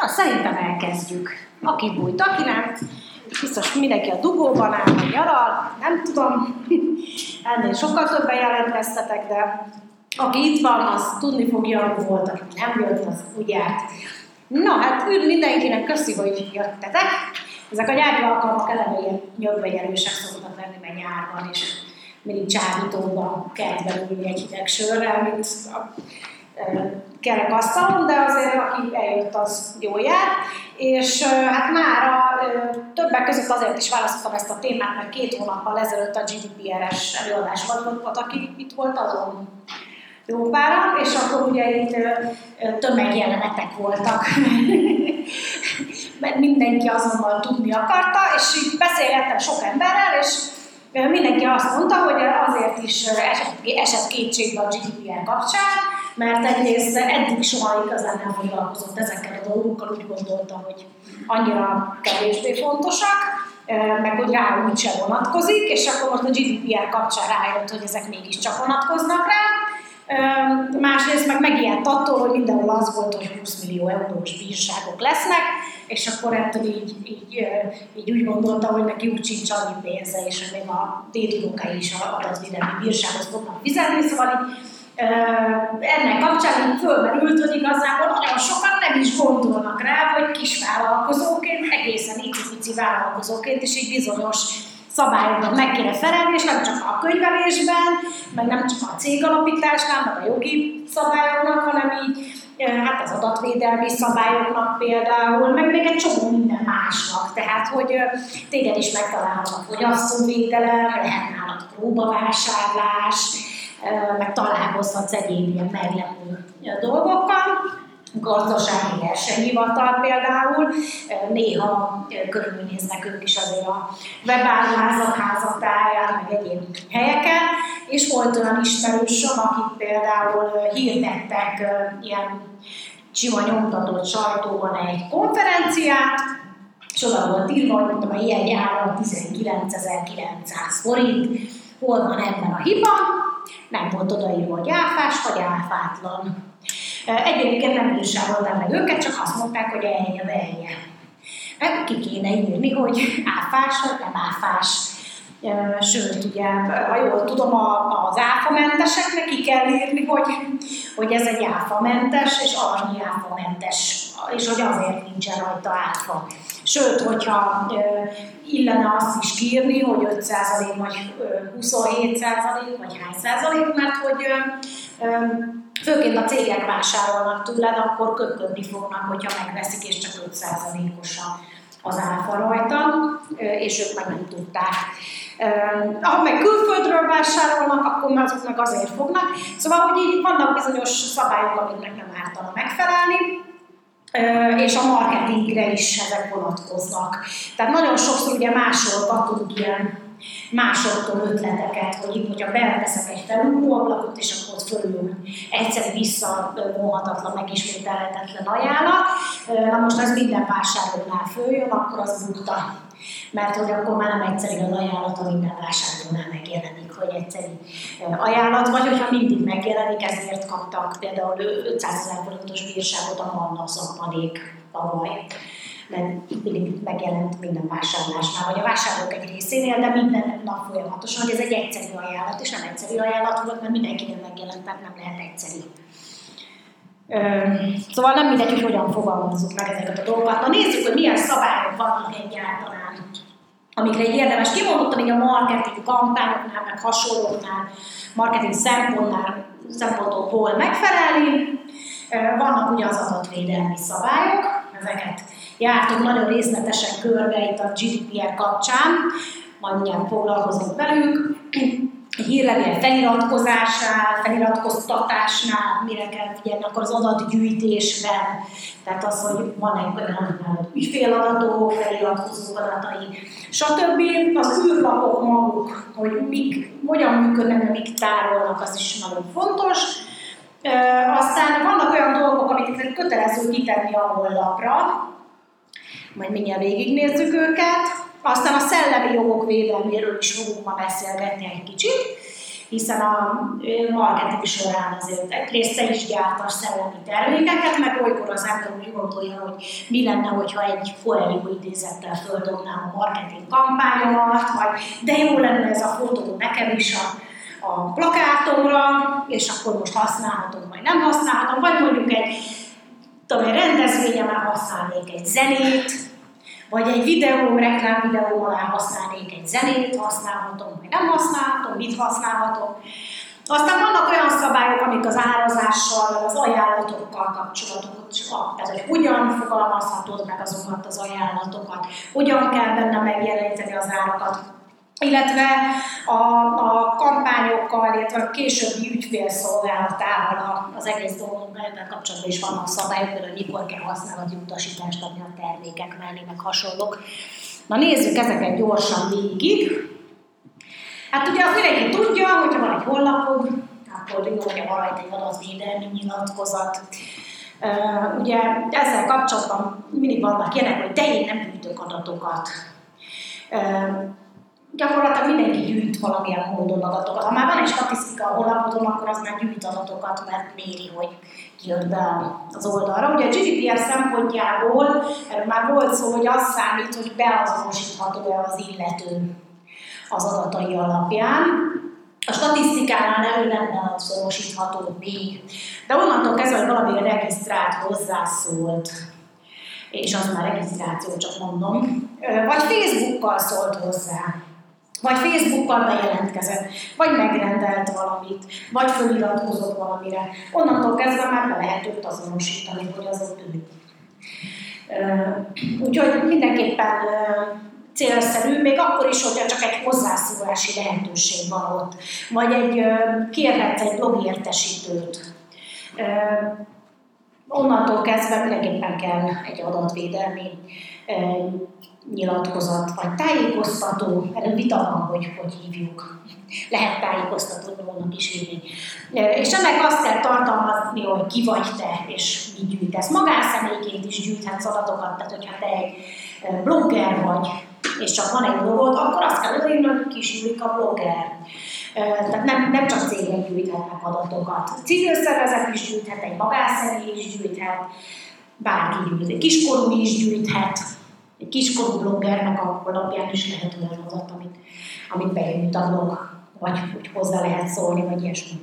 Szerintem elkezdjük. Aki bújt, aki nem. Biztos mindenki a dugóban áll, vagy nyaral, nem tudom. Ennél sokkal többen jelentkeztetek, de aki itt van, az tudni fogja, hogy volt, aki nem jött, az úgy járt. Na hát üdv mindenkinek, köszi, hogy jöttetek. Ezek a nyári alkalmak eleve ilyen nyögvegyelősek szoktak lenni, mert nyár van, és mindig csábítóban kertben ülni egy hideg sörrel, mint a kerekasztalon, de azért aki eljött, az jól jár. És hát mára többek között azért is választottam ezt a témát, mert 2 hónappal ezelőtt a GDPR-es előadás volt, aki itt volt azon jó páran, és akkor ugye itt tömegjelenetek voltak, mert mindenki azonnal tudni akarta, és így beszélgettem sok emberrel, és mindenki azt mondta, hogy azért is esett kétségbe a GDPR kapcsán, mert egyrészt eddig soha igazán nem foglalkozott ezekkel a dolgokkal, úgy gondolta, hogy annyira kevésbé fontosak, meg hogy rá úgyse vonatkozik, és akkor most a GDPR kapcsán rájött, hogy ezek mégiscsak vonatkoznak rá. Másrészt meg megijedt attól, hogy mindenhol az volt, hogy 20 millió eurós bírságok lesznek, és akkor ettől így úgy gondolta, hogy neki úgy sincs annyi pénze, és még a dédunokái is adatvédelmi bírságot fognak fizetni, szóval ennek kapcsán fölmerült, hogy igazából nagyon sokan nem is gondolnak rá, hogy kisvállalkozóként, egészen icipici vállalkozóként, és így bizonyos szabályoknak meg kéne felelni, és nem csak a könyvelésben, meg nem csak a cégalapításnál, meg a jogi szabályoknak, hanem így hát az adatvédelmi szabályoknak például, meg még egy csomó minden másnak. Tehát, hogy téged is megtalálhat a fogyasztóvédelem, lehet nálad próbavásárlás, meg találkozhatsz egyéb ilyen meglepő dolgokkal. Gazdasági versenyhivatal például, néha körülnéznek ők is azért a webáruházak házatáján, meg egyéb helyeken, és volt olyan ismerősöm, akik például hirdettek ilyen sima nyomtatott sajtóban egy konferenciát, és oda volt írva, hogy mondtam, hogy ilyen ára 19.900 forint, hol van ebben a hiba, nem volt odaírva, hogy áfás vagy áfátlan. Egyébként nem bírságolták meg őket, csak azt mondták, hogy elje. Meg ki kéne írni, hogy áfás vagy nem áfás. Sőt, ugye, ha jól tudom, az áfamenteseknek ki kell írni, hogy ez egy áfamentes és annyi áfamentes, és hogy azért nincsen rajta áfa. Sőt, hogyha illene azt is kiírni, hogy 5% vagy 27% vagy hány százalék, mert hogy főként a cégek vásárolnak tőled, akkor köpködni fognak, hogyha megveszik, és csak 5%-os az áfa rajta, és ők meg nem tudták. Ha meg külföldről vásárolnak, akkor azok meg azért fognak. Szóval, hogy így vannak bizonyos szabályok, amiknek nem ártana megfelelni, és a marketingre is ezek vonatkoznak. Tehát nagyon sokszor ugye másolgatunk ilyen másoktól ötleteket, hogy itt, hogyha beleteszek egy felülmúablakot, és akkor ott fölül egyszerű visszavonhatatlan, megismételhetetlen ajánlat. Na most ez minden vásárlónál följön, akkor az bukta. Mert hogy akkor már nem egyszerű az ajánlat, a minden vásárlónál megjelenik, hogy egyszerű ajánlat, vagy hogyha mindig megjelenik, ezért kaptak például 500 000 forintos bírságot a Manna szakmadék tavaly. Mert mindig megjelent minden vásárlásnál, vagy a vásárlók egy részénél, de minden nap folyamatosan, hogy ez egy egyszerű ajánlat, és nem egyszerű ajánlat volt, mert mindenkinél megjelent, tehát nem lehet egyszerű. Szóval nem mindegy, hogy hogyan fogalmazzuk meg ezeket a dolgokat. Na nézzük, hogy milyen szabályok vannak egyáltalán, amikre érdemes. Kimondottan így a marketing kampányoknál, meg hasonlóknál, marketing szempontból hol megfelelni. Vannak ugye az adatvédelmi szabályok, ezeket jártunk nagyon részletesen körbe itt a GDPR kapcsán, majd mindjárt foglalkozunk velük. Hírlevél feliratkoztatásnál mire kell figyelni, akkor az adatgyűjtésben, tehát az, hogy van egy olyan ügyféladatok, feliratkozó adatai, stb. Az űrlapok maguk, hogy hogyan működnek, mik tárolnak, az is nagyon fontos. Aztán vannak olyan dolgok, amiket kötelező kitenni a honlapra, majd mindjárt végignézzük őket. Aztán a szellemi jogok védelméről is fogunk ma beszélgetni egy kicsit. hiszen a marketing során azért egyrészt te is gyártasz szellemi termékeket, meg olykor az ember úgy gondolja, hogy mi lenne, hogyha egy Coelho idézettel földobnám a marketing kampányomat, vagy de jó lenne ez a fotó nekem is a plakátomra, és akkor most használhatom, vagy nem használhatom, vagy mondjuk egy rendezvényemen használnék egy zenét, vagy egy reklám videó alá használnék egy zenét, használhatom, vagy nem használhatom, mit használhatom. Aztán vannak olyan szabályok, amik az árazással, az ajánlatokkal kapcsolatosak, tehát hogy hogyan fogalmazhatod meg azokat az ajánlatokat, hogyan kell benne megjeleníteni az árakat, illetve a kampányokkal, illetve a későbbi ügyfélszolgálatával az egész dologgal kapcsolatban is vannak szabályok, például mikor kell használati utasítást adni a termékek mellé, meg hasonlók. Na nézzük ezeket gyorsan végig. Hát ugye azt mindenki tudja, hogyha van egy honlapod, akkor jó, hogy van rajta egy adatvédelmi nyilatkozat. Ugye ezzel kapcsolatban mindig vannak ilyenek, hogy de én nem gyűjtök adatokat. Gyakorlatilag mindenki gyűjt valamilyen módon adatokat. Ha már van egy statisztika a honlapodon, akkor az már gyűjt adatokat, mert méri, hogy kijött be az oldalra. Ugye a GDPR szempontjából erről már volt szó, hogy az számít, hogy beazonosítható-e az illető az adatai alapján. A statisztikánál elő nem beazonosítható még. De onnantól kezdve, hogy valamire regisztrált, hozzászólt, és az már regisztráció, csak mondom, vagy Facebookkal szólt hozzá, vagy Facebookkal bejelentkezett, vagy megrendelt valamit, vagy föliratkozott valamire. Onnantól kezdve már be lehet őt azonosítani, hogy az ott ő. Úgyhogy mindenképpen célszerű, még akkor is, hogyha csak egy hozzászólási lehetőség van ott, vagy kérhetsz egy blogértesítőt. Onnantól kezdve mindenképpen kell egy adatvédelmi nyilatkozat, vagy tájékoztató, erről vita van, hogy hívjuk. Lehet tájékoztatónak is hívni. És ennek azt kell tartalmazni, hogy ki vagy te, és mit gyűjtesz. Magánszemélyként is gyűjthetsz adatokat, tehát hogyha te egy blogger vagy, és csak van egy blogod, akkor azt kell odaírni, hogy Kis Julika blogger. Tehát nem csak cégek gyűjthetnek adatokat. Civil szervezet is gyűjthet, egy magánszemély is gyűjthet, bárki gyűjthet, egy kiskorú is gyűjthet, egy kiskorú bloggernek a honlapján is lehet olyan adat, amit begyűjt a blog, vagy hogy hozzá lehet szólni, vagy ilyesmi.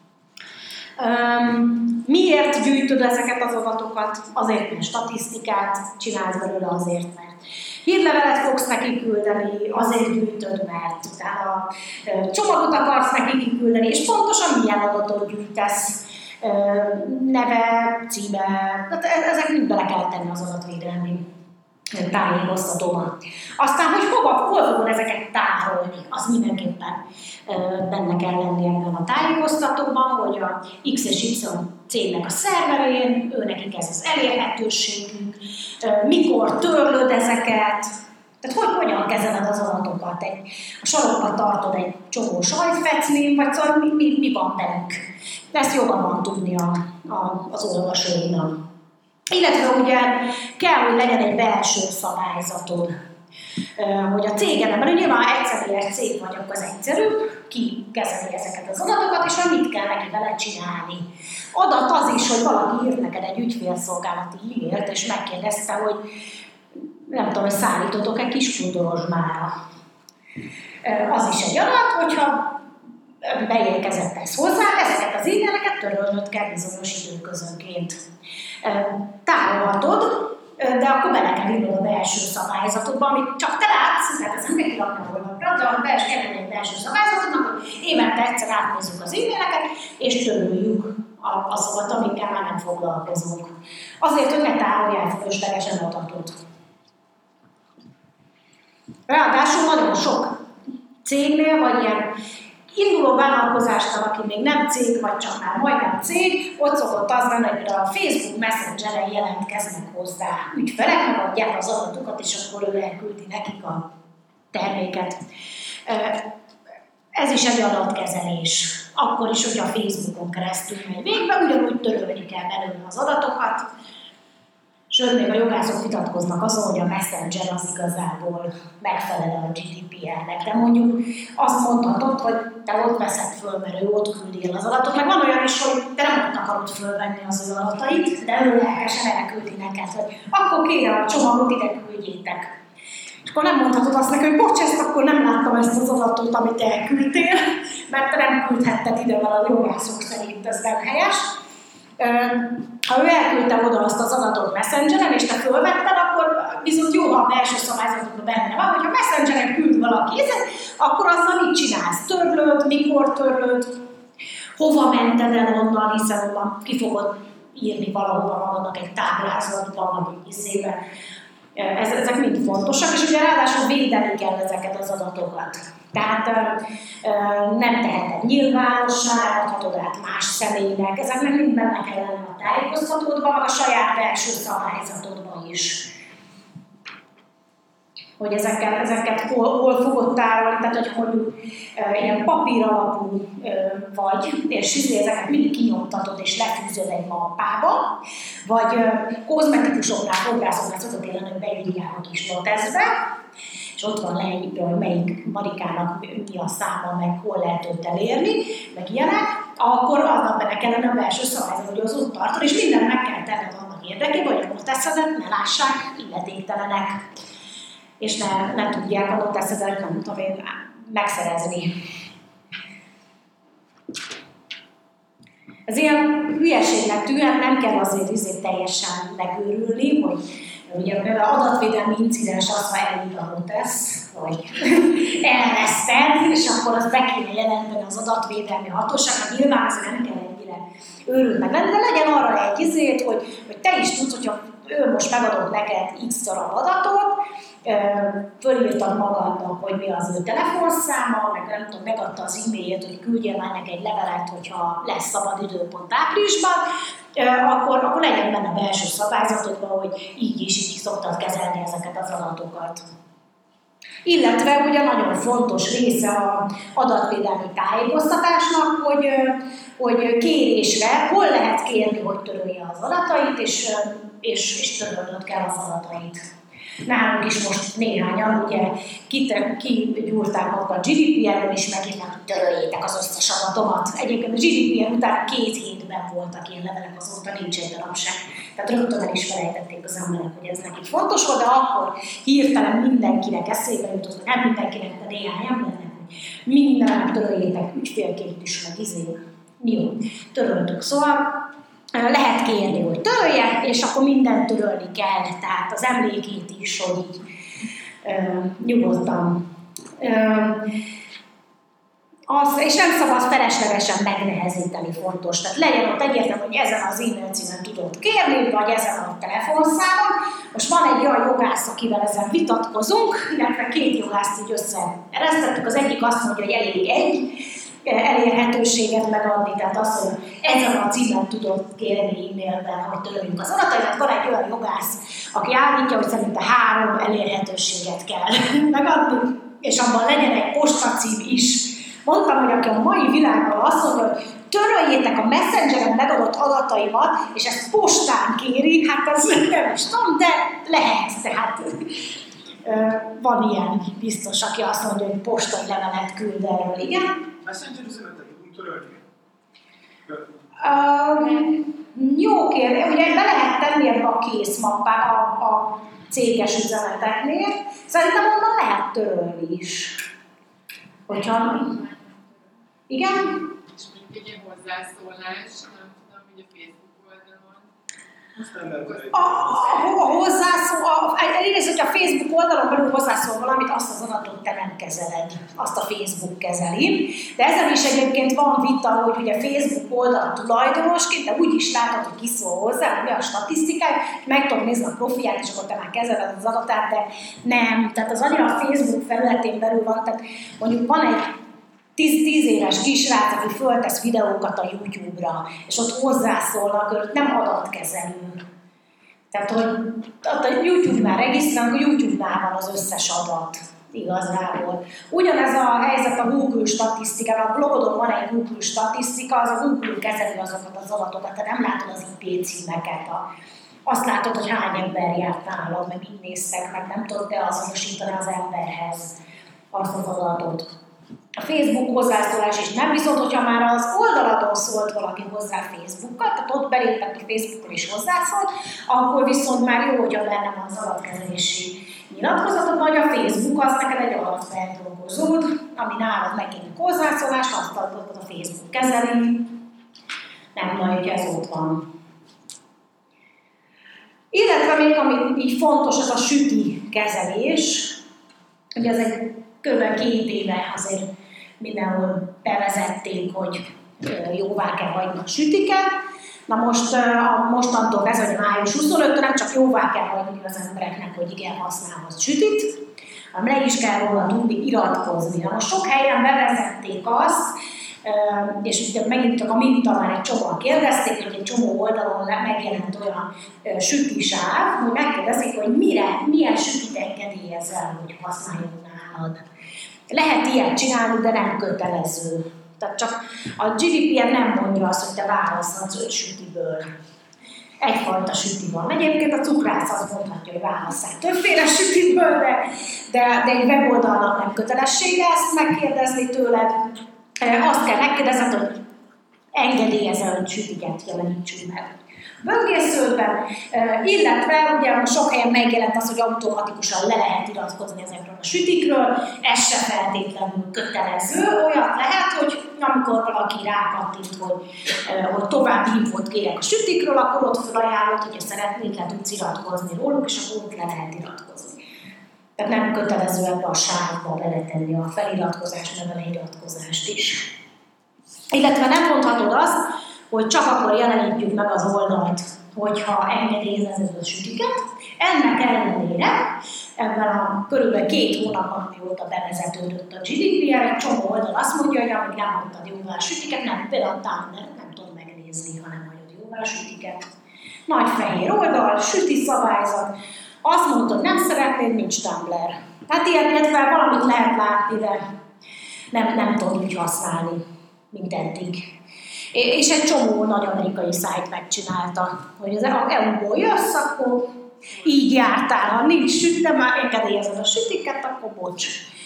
Miért gyűjtöd ezeket az adatokat? Azért, mert statisztikát csinálsz belőle, azért, mert hírlevelet fogsz neki küldeni, azért gyűjtöd, mert utána csomagot akarsz neki kiküldeni, és pontosan milyen adatot gyűjtesz, neve, címe, ezek mind bele kell tenni az adatvédelmi tájékoztatóban. Aztán, hogy hol fogod ezeket tárolni, az mindenképpen benne kell lenni ebben a tájékoztatóban, hogy a X és Y cégnek a szerverén, nekik ez az elérhetőségük, mikor törlöd ezeket, tehát hogyan kezeled az adatokat. A sarokba tartod egy csomó sajtfecnén, vagy szóval mi van bennük. Ezt jobban van tudni az olvasóinak. Illetve ugye kell, hogy legyen egy belső szabályzatod, hogy a cégeden, mert nyilván ha egyszemélyes cég vagy, akkor az egyszerű, ki kezeli ezeket az adatokat, és hogy mit kell neki vele csinálni. Adat az is, hogy valaki írt neked egy ügyfélszolgálati e-mailt, és megkérdezte, hogy nem tudom, hogy szállítotok-e Kiskuntorozsmára. Az is egy adat, hogyha beérkezett ez hozzá, ezeket az e-maileket törölnöd kell bizonyos időközönként. Tárolhatod, de akkor bele kell írnod a belső szabályzatodba, amit csak te látsz, tehát ez nem kell kirakni a honlapra, de a belső szabályzatodnak, hogy évente egyszer átnézzük az e-maileket, és töröljük azokat, amikkel már nem foglalkozunk. Azért, hogy ne tárolják fölöslegesen adatot. Ráadásul nagyon sok cégnél, vagy ilyen induló vállalkozásnál, aki még nem cég, vagy csak már majdnem cég, ott szokott az lenni, hogy a Facebook Messengeren jelentkeznek hozzá ügyfelek, megadják az adatokat, és akkor ő elküldi nekik a terméket. Ez is egy adatkezelés. Akkor is, hogy a Facebookon keresztül megy végbe, ugyanúgy törölni kell belőle az adatokat. Sőt, még a jogászok vitatkoznak azon, hogy a Messenger az igazából megfelel a GDPR-nek. De mondjuk azt mondhatod, hogy te ott veszed föl, mert ő ott küldi el az adatot. Meg van olyan is, hogy te nem ott akarod fölvenni az ő adatait, de ő lelkesen elküldi neked, hogy akkor kérem a csomagot, ide küldjétek. És akkor nem mondhatod azt neki, hogy bocs, ezt akkor nem láttam ezt az adatot, amit elküldtél, mert te nem küldhetted ide, mert a jogászok szerint ez nem helyes. Ha ő elküldte oda azt az adatot Messengeren, és te fölvetted, akkor viszont jó, ha a belső szabályzatokban benne van, hogyha Messengeren küld valaki, akkor azzal mit csinálsz? Törlöd, mikor törlöd, hova mented el onnan, hiszen onnan ki fogod írni valahova magadnak egy táblázatban, vagy egy izébe. Ezek mind fontosak, és ugye ráadásul védeni kell ezeket az adatokat. Tehát nem teheted nyilvánossá, adhatod át más személynek, ezeknek mind benne kell lenni a tájékoztatódban, meg a saját belső szabályzatodban is. Hogy ezeket hol fogod tárolni, tehát hogy mondjuk ilyen papír alapú vagy, és ezeket mindig kinyomtatod és lefűzöd egy mappába, vagy kozmetikusoknál, fodrászoknál szokott élni, hogy beírják a kis noteszbe, és ott van leírva, hogy melyik marikának mi a száma, meg hol lehet őt elérni, meg ilyenek, akkor annak benne kellene a belső szabályzat, hogy az ott tartod, és mindent meg kell tenned annak érdekében, hogy a noteszedet ne lássák illetéktelenek, és ne tudják a noteszedet, nem tudom én, megszerezni. Ez ilyen hülyeségnek tűnhet, nem kell azért teljesen megőrülni, hogy ugye például adatvédelmi incidens az, ha elír a notesz, vagy elveszted, és akkor az be kéne jelenteni az adatvédelmi hatóságnak, nyilván azért nem kell ennyire őrültnek lenni, de legyen arra egy izét, hogy te is tudsz, hogyha ő most megadott neked x darab adatot, fölírtad magadnak, hogy mi az ő telefonszáma, meg nem tudom, megadta az e-mailjét, hogy küldjél már neki egy levelet, hogyha lesz szabad időpont áprilisban, akkor legyen benne a belső szabályzatodban, hogy így és így szoktad kezelni ezeket az adatokat. Illetve ugye nagyon fontos része az adatvédelmi tájékoztatásnak, hogy kérésre hol lehet kérni, hogy törölje az adatait, és törölnöd kell az adatait. Nálunk is most néhányan ugye kigyúrták magukat a GDPR-ben, és megint hogy töröljétek az összes adatomat. Egyébként a GDPR után 2 hétben voltak ilyen levelek, azóta nincs egy darab sem. Tehát rögtön el is felejtették az emberek, hogy ez nekik fontos volt, de akkor hirtelen mindenkinek eszébe jutott, hogy nem mindenkinek, de néhány embernek, hogy mindennek töröljétek, ügyfélként is, meg jó, töröltük. Szóval lehet kérni, hogy törölje, és akkor mindent törölni kell, tehát az emlékét is, hogy így nyugodtan. És nem szabad feleslegesen megnehezíteni, fontos. Tehát legyen ott egyértelmű, hogy ezen az e-mail címen tudod kérni, vagy ezen a telefonszámon. Most van egy olyan jogász, akivel ezen vitatkozunk, illetve 2 jogászt így összeeresztettük. Az egyik azt mondja, hogy elég egy elérhetőséget megadni, tehát azt, hogy ezen a címen tudod kérni e-mailben, hogy töröljünk az adataimat. Van egy olyan jogász, aki állítja, hogy szerinte 3 elérhetőséget kell megadni, és abban legyen egy postacím is. Mondtam, hogy aki a mai világban azt mondja, hogy töröljétek a Messengeren megadott adataimat, és ezt postán kéri, hát az nem is tudom, de lehet, tehát van ilyen biztos, aki azt mondja, hogy postai levelet küld erről, igen. Messenger üzenetet tudunk törölni? Jó kérdés, ugye be lehet tenni ebbe a készmappába a céges üzeneteknél, szerintem onnan lehet törölni is. Hogyha... Igen? És még egy ilyen hozzászólás, nem tudom, hogy a Facebook oldalon. A hozzászól, egyrészt, hogyha a Facebook oldalon belül hozzászól valamit, azt az adatot te nem kezeled, azt a Facebook kezeli. De ezen is egyébként van vita, hogy ugye Facebook oldal tulajdonosként, de úgy is látod, hogy ki szól hozzá, hogy mi a statisztikák, meg tudod nézni a profiát, és akkor te már kezeled az adatát, de nem. Tehát az annyira a Facebook felületén belül van, tehát mondjuk van egy 10 éves kisrác, aki föltesz videókat a YouTube-ra, és ott hozzászólnak, hogy nem adatkezelő. Tehát, hogy a YouTube-nál regisztrálnak, a YouTube-nál van az összes adat igazából. Ugyanez a helyzet a Google statisztikával, a blogodon van egy Google statisztika, az a Google kezeli azokat az adatokat, tehát nem látod az IP címeket azt látod, hogy hány ember járt nálad, meg így néztek, meg nem tudod beazonosítani az emberhez azt az adatot. A Facebook hozzászólás is nem, viszont hogyha már az oldaladon szólt valaki hozzá Facebookkal, tehát ott belépett a Facebookon is hozzászólt, akkor viszont már jó, hogyha benne van az adatkezelési nyilatkozatot, vagy a Facebook az neked egy adatfeldolgozód, ami nálad megint hozzászólás, azt adod a Facebook kezeli, nem baj, hogy ez ott van. Illetve még, ami így fontos, az a süti kezelés. Ugye az egy kb. 2 éve azért mindenhol bevezették, hogy jóvá kell hagyni a sütiket. Na most mostantól kezdve, hogy május 25-től nem csak jóvá kell hagyni az embereknek, hogy igen, használhat sütit, hanem le is kell róla tudni iratkozni. Na most sok helyen bevezették azt, és ugye megint csak a minta már egy csomóan kérdezték, hogy egy csomó oldalon megjelent olyan sütisáv, hogy megkérdezik, hogy milyen sütit engedélyezel, hogy használjon nálad. Lehet ilyet csinálni, de nem kötelező. Tehát csak a GDPR nem mondja azt, hogy te választhatsz 5 sütiből. Egyfajta süti van. Egyébként a cukrász azt mondhatja, hogy válasszák többféle sütiből, de egy weboldalnak nem kötelessége ezt megkérdezni tőled. Azt kell megkérdezned, hogy engedélyezel, hogy sütiket jelenítsünk meg böngészőben, illetve ugye sok helyen megjelent az, hogy automatikusan le lehet iratkozni ezekről a sütikről, ez se feltétlenül kötelező, olyat lehet, hogy amikor valaki rákattint, hogy további infót kérek a sütikről, akkor ott felajánlott, hogyha szeretnéd, le tudsz iratkozni róluk, és akkor ott le lehet iratkozni. Tehát nem kötelező ebbe a sávba beletenni a feliratkozást, meg a leiratkozást is. Illetve nem mondhatod azt, hogy csak akkor jelenítjük meg az oldalt, hogyha engedélyezed a sütiket. Ennek ellenére ebben a körülbelül 2 hónapban, amióta bevezetődött a GDPR, egy csomó oldal azt mondja, hogy amíg nem hagytad jóvá a sütiket, nem, például a Tumblr nem tud megnézni, ha nem hagyod jóvá a sütiket. Nagy fehér oldal, süti szabályzat, azt mondod, hogy nem szeretnéd, nincs Tumblr. Hát illetve valamit lehet látni, de nem tudod úgy használni, mint eddig. És egy csomó nagy amerikai szájt megcsinálta, hogy az EU-ból jössz, akkor így jártál, ha nincs süt, de már engedélyezed a sütiket, akkor bocs.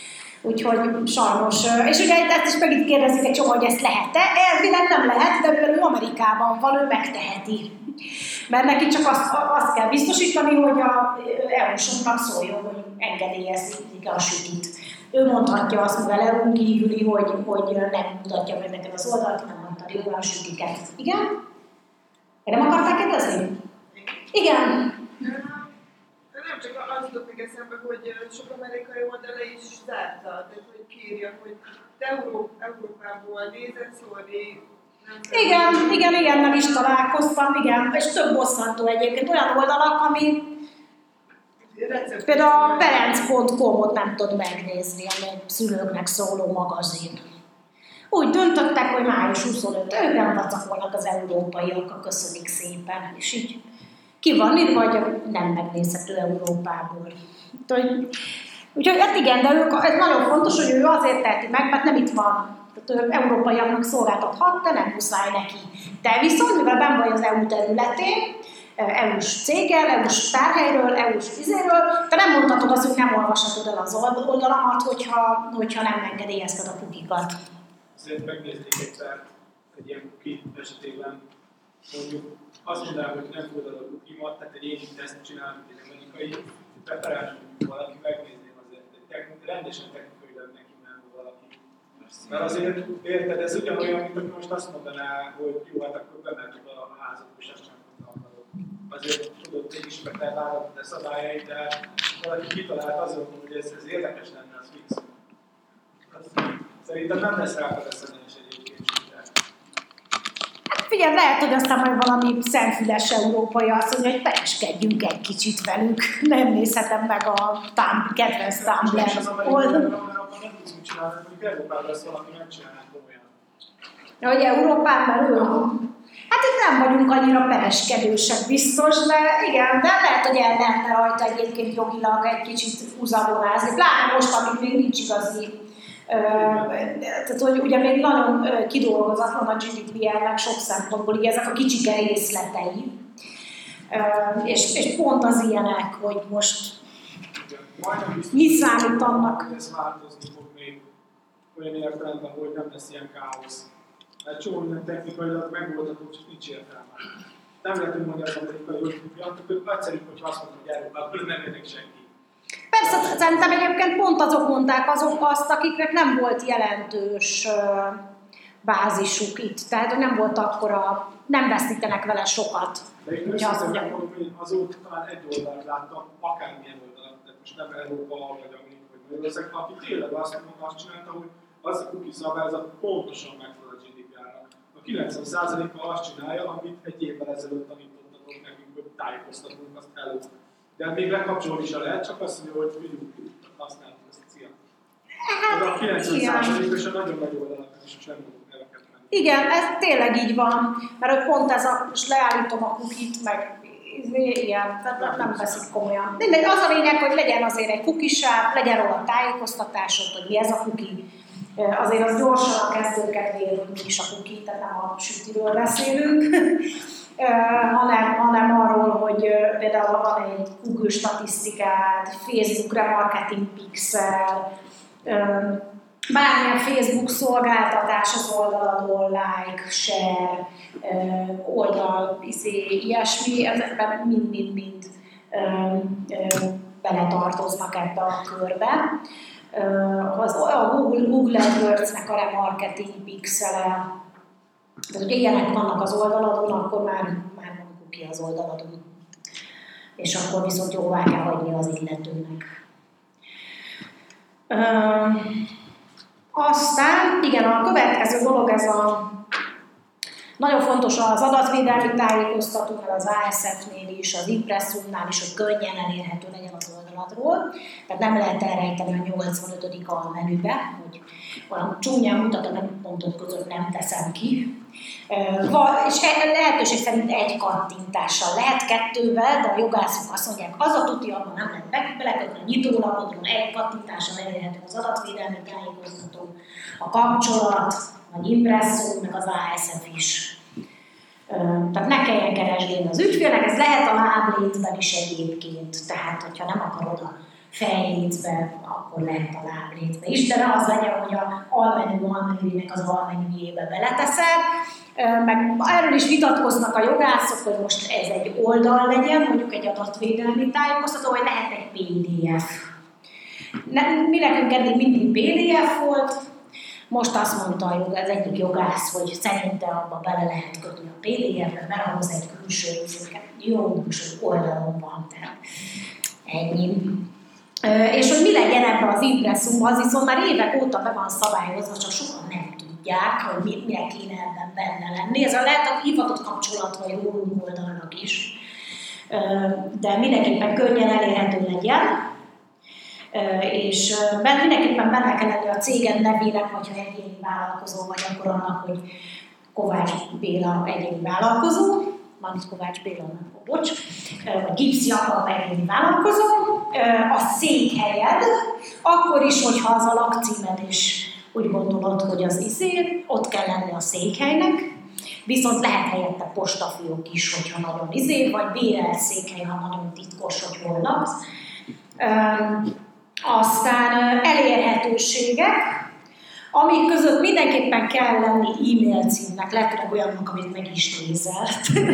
Úgyhogy sajnos, és ugye ezt is megint kérdezik egy csomó, hogy ezt lehet-e? Elvileg nem lehet, de mivel ő Amerikában van, ő megteheti. Mert neki csak azt kell biztosítani, hogy a EU-soknak szóljon, hogy engedélyezik a sütit. Ő mondhatja azt, mivel EU-n kívüli, hogy nem mutatja meg neked az oldalt, nem mondtad jóvá a sütiket. Igen? Nem akarták kérdezni? Igen. Nem csak az jutott még eszembe, hogy sok amerikai oldala is zárta, tehát hogy kírja, hogy te Európából nézed szólni. Igen, nem is találkoztam, igen, és több bosszantó egyébként olyan oldalak, ami például a perenc.com-ot nem tud megnézni, ami egy szülőknek szóló magazin. Úgy döntöttek, hogy május 25, ők nem vacakolnak az európaiakkal, köszönik szépen, és így ki van írva, hogy nem megnézhető Európából. Úgyhogy hát igen, de ez nagyon fontos, hogy ő azért teheti meg, mert nem itt van. Tehát ő európaiaknak szolgáltathat, de nem muszáj neki. De viszont, mivel benn vagy az EU területén, EU-s céggel, EU-s tárhelyről, EU-s vizéről, te nem mondhatod azt, hogy nem olvashatod el az oldalamat, hogyha nem engedélyezted a kukikat. Azért megnéznék egyszer egy ilyen kuki esetében, mondjuk azt mondanám, hogy nem fogadod a kukimat, tehát egy én teszt csinálom, mint egy amerikai, preferálni mondjuk valaki, megnézném azért, hogy rendesen technikailag neki menve valaki. Mert azért érted, ez ugyanolyan, mint aki most azt mondaná, hogy jó, hát akkor bementük a házat, és azt nem akarok. Azért tudod, hogy ismertel vállalat, de szabályait, de valaki kitalált azon, hogy ez érdekes lenne, az fix. Szerintem nem lesz rá feleszedelés egyébként sem. Figyelj, lehet, hogy aztán majd valami szemfüles európai azt mondja, hogy pereskedjünk egy kicsit velük. Nem nézhetem meg a kedvenc Tumblr oldalon. Nem tudsz mit csinálni, mondjuk Európában lesz valami megcsinálni komolyan. Hogy Európán belül? Hát itt nem vagyunk annyira pereskedősek biztos, de igen, de lehet, hogy el lehetne rajta egyébként jogilag egy kicsit húzavonázni. Pláne most, amíg még nincs igazi. Tehát, hogy ugye még nagyon kidolgozatlan a GDPR-nek sok szempontból, így ezek a kicsike részletei. És pont az ilyenek, hogy most Majdnem biztos, mi számít annak. hogy ez változni fog még olyan értelemben, hogy nem lesz ilyen káosz. Mert csomó minden technikailag megoldható, csak nincs értelme. Nem lehet úgy mondani az amerikai, hogy egyszerűbb, hogyha azt mondom, hogy Európában nem jönnek senki. Persze, szerintem egyébként pont azok mondták azt, akiknek nem volt jelentős bázisuk itt. Tehát, hogy nem volt akkora, nem veszítenek vele sokat. De én összeszedem, hogy azóta talán egy oldalt láttam, akármilyen oldalat, tehát most nem Európa, vagy Amerika, vagy Magyarország, aki tényleg azt csinálta, hogy az a cookie szabályzat pontosan megfelel a GDPR-nak. A 90%-a azt csinálja, amit egy évvel ezelőtt tanítottatok nekünk, hogy tájékoztatunk, azt hello. De még bekapcsolni is lehet, csak azt mondja, hogy figyelj, használjuk ezt, szia. Hát, a 90%-os a nagyon nagy oldalaknak is most nem tudunk neveket menni. Igen, ez tényleg így van, mert pont ez a, most leállítom a cookie-t, meg ilyen, tehát nem veszik komolyan. Mindegy, az a lényeg, hogy legyen azért egy cookie-sáv, legyen róla tájékoztatásod, hogy mi ez a cookie. Azért az gyorsan a kezdőket vér, hogy mi is a cookie, tehát nem a sütiről beszélünk. hanem arról, hogy például van egy Google statisztikád, Facebook remarketing pixel, bármilyen Facebook szolgáltatás az oldaladon, like, share, oldal, ilyesmi, ezekben mind beletartoznak ebbe a körbe. A Google AdWords-nek a remarketing pixele, tehát, hogyha ilyenek vannak az oldaladon, akkor már van cookie az oldaladon. És akkor viszont jóvá kell hagyni az illetőnek. Aztán, igen, a következő dolog, ez a nagyon fontos az adatvédelmi tájékoztató, az ASF-nél is, az Impressumnál is, hogy könnyen elérhető legyen az oldalatról. Tehát nem lehet elrejteni a 85. almenübe, hogy valami csúnyán mutat, a nem pontok között nem teszem ki. És lehetőség szerint egy kattintással, lehet kettővel, de a jogászok azt mondják, az a tuti, abban nem lehet belekötni a nyitólapodról, egy kattintással elérhető az adatvédelmi tájékoztató, a kapcsolat, az Impressum, meg az ASF is. Tehát ne kelljen keresgélni az ügyfélnek, ez lehet a láblécben is egyébként, tehát hogyha nem akarod a fejlécbe, akkor lehet a láblécbe is, de ne az legyen, hogy a almenüjének az almenüjébe beleteszed, meg erről is vitatkoznak a jogászok, hogy most ez egy oldal legyen, mondjuk egy adatvédelmi tájékoztató, vagy lehet egy PDF. Mi nekünk eddig mindig PDF volt, most azt mondta az egyik jogász, hogy szerinte abba bele lehet kötni a PDF-be, mert ahhoz egy külső jó oldalon van, tehát ennyi. És hogy mi legyen ebben az Impressumban, az viszont már évek óta be van szabályozva, csak sokan nem tudják, hogy mire kéne ebben benne lenni. Ez a lehet a hivatott kapcsolat vagy rólunk oldalnak is, de mindenképpen könnyen elérhető legyen. És mindenképpen benne kell lenni a céged nevének, hogyha egyéni vállalkozó vagy, akkor annak, hogy Kovács Béla egyéni vállalkozó, Kovács Béla, bocs, vagy Gipsy Jakab egyéni vállalkozó, a székhelyed, akkor is, hogyha az a lakcímed is úgy gondolod, hogy az ott kell lenni a székhelynek, viszont lehet helyette postafiók is, hogyha nagyon vagy bérelt székhely, ha nagyon titkos, hogy hol laksz. Aztán elérhetőségek, amik között mindenképpen kell lenni e-mail címnek, lehetőleg olyannak, amit meg is nézel.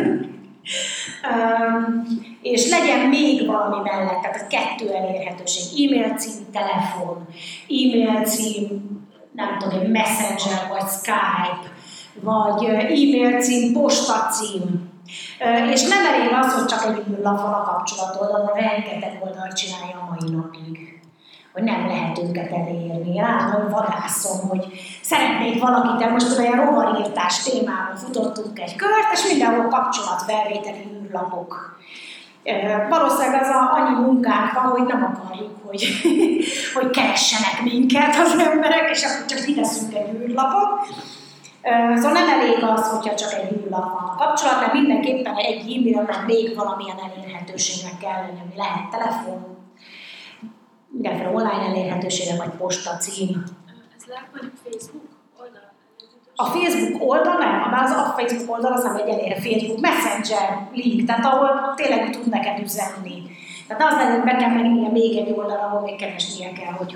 És legyen még valami mellett, tehát 2 elérhetőség, e-mail cím, telefon, e-mail cím, nem tudom, Messenger, vagy Skype, vagy e-mail cím, postacím. És nem elég az, hogy csak egy űrlap van a kapcsolatoldalon, rengeteg oldalt csinálja a mai napig, hogy nem lehet őket elérni. Állandóan vadászom, hogy szeretnék valakit, most olyan rovarírtás témában futottunk egy kört, és mindenhol kapcsolatfelvételi űrlapok. Valószínűleg az annyi munkánk van, hogy nem akarjuk, hogy keressenek minket az emberek, és akkor csak kiteszünk egy űrlapot. Szóval nem elég az, hogyha csak egy űrlap van a kapcsolat, mert mindenképpen egy e-mailben még valamilyen elérhetőségnek kell lenni, ami lehet telefon, mindenféle online elérhetősége, vagy postacím. Ez lehet mondjuk Facebook oldal? A Facebook oldal nem, már a Facebook oldal az nem egy elérhető Facebook Messenger link, tehát ahol tényleg tud neked üzenni. Tehát az lenne, hogy be kell mennie még egy oldal, ahol még keresnie kell, hogy...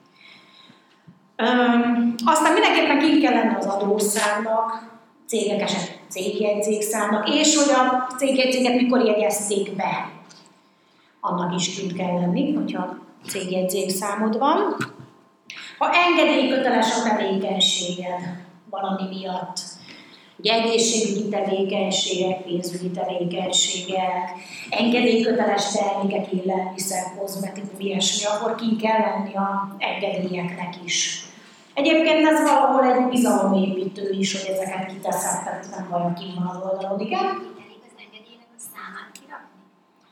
Aztán mindenképpen ki kell lenni az adószámnak, cégek esetleg cégjegyzékszámnak, és hogy a céget mikor jegyezték be. Annak is kint kell lenni, hogyha cégjegyzékszámod van. Ha engedélyköteles a tevékenységed valami miatt, ugye egészségügyi tevékenységek, pénzügyi tevékenységek, engedélyköteles termékek, élelmiszer, kozmetikum, ilyesmi, akkor ki kell lenni az engedélyeknek is. Egyébként ez valahol egy bizalomépítő is, hogy ezeket kiteszek, tehát nem baj, aki van az oldalon, igen? Az engedélynek a számát kirakni?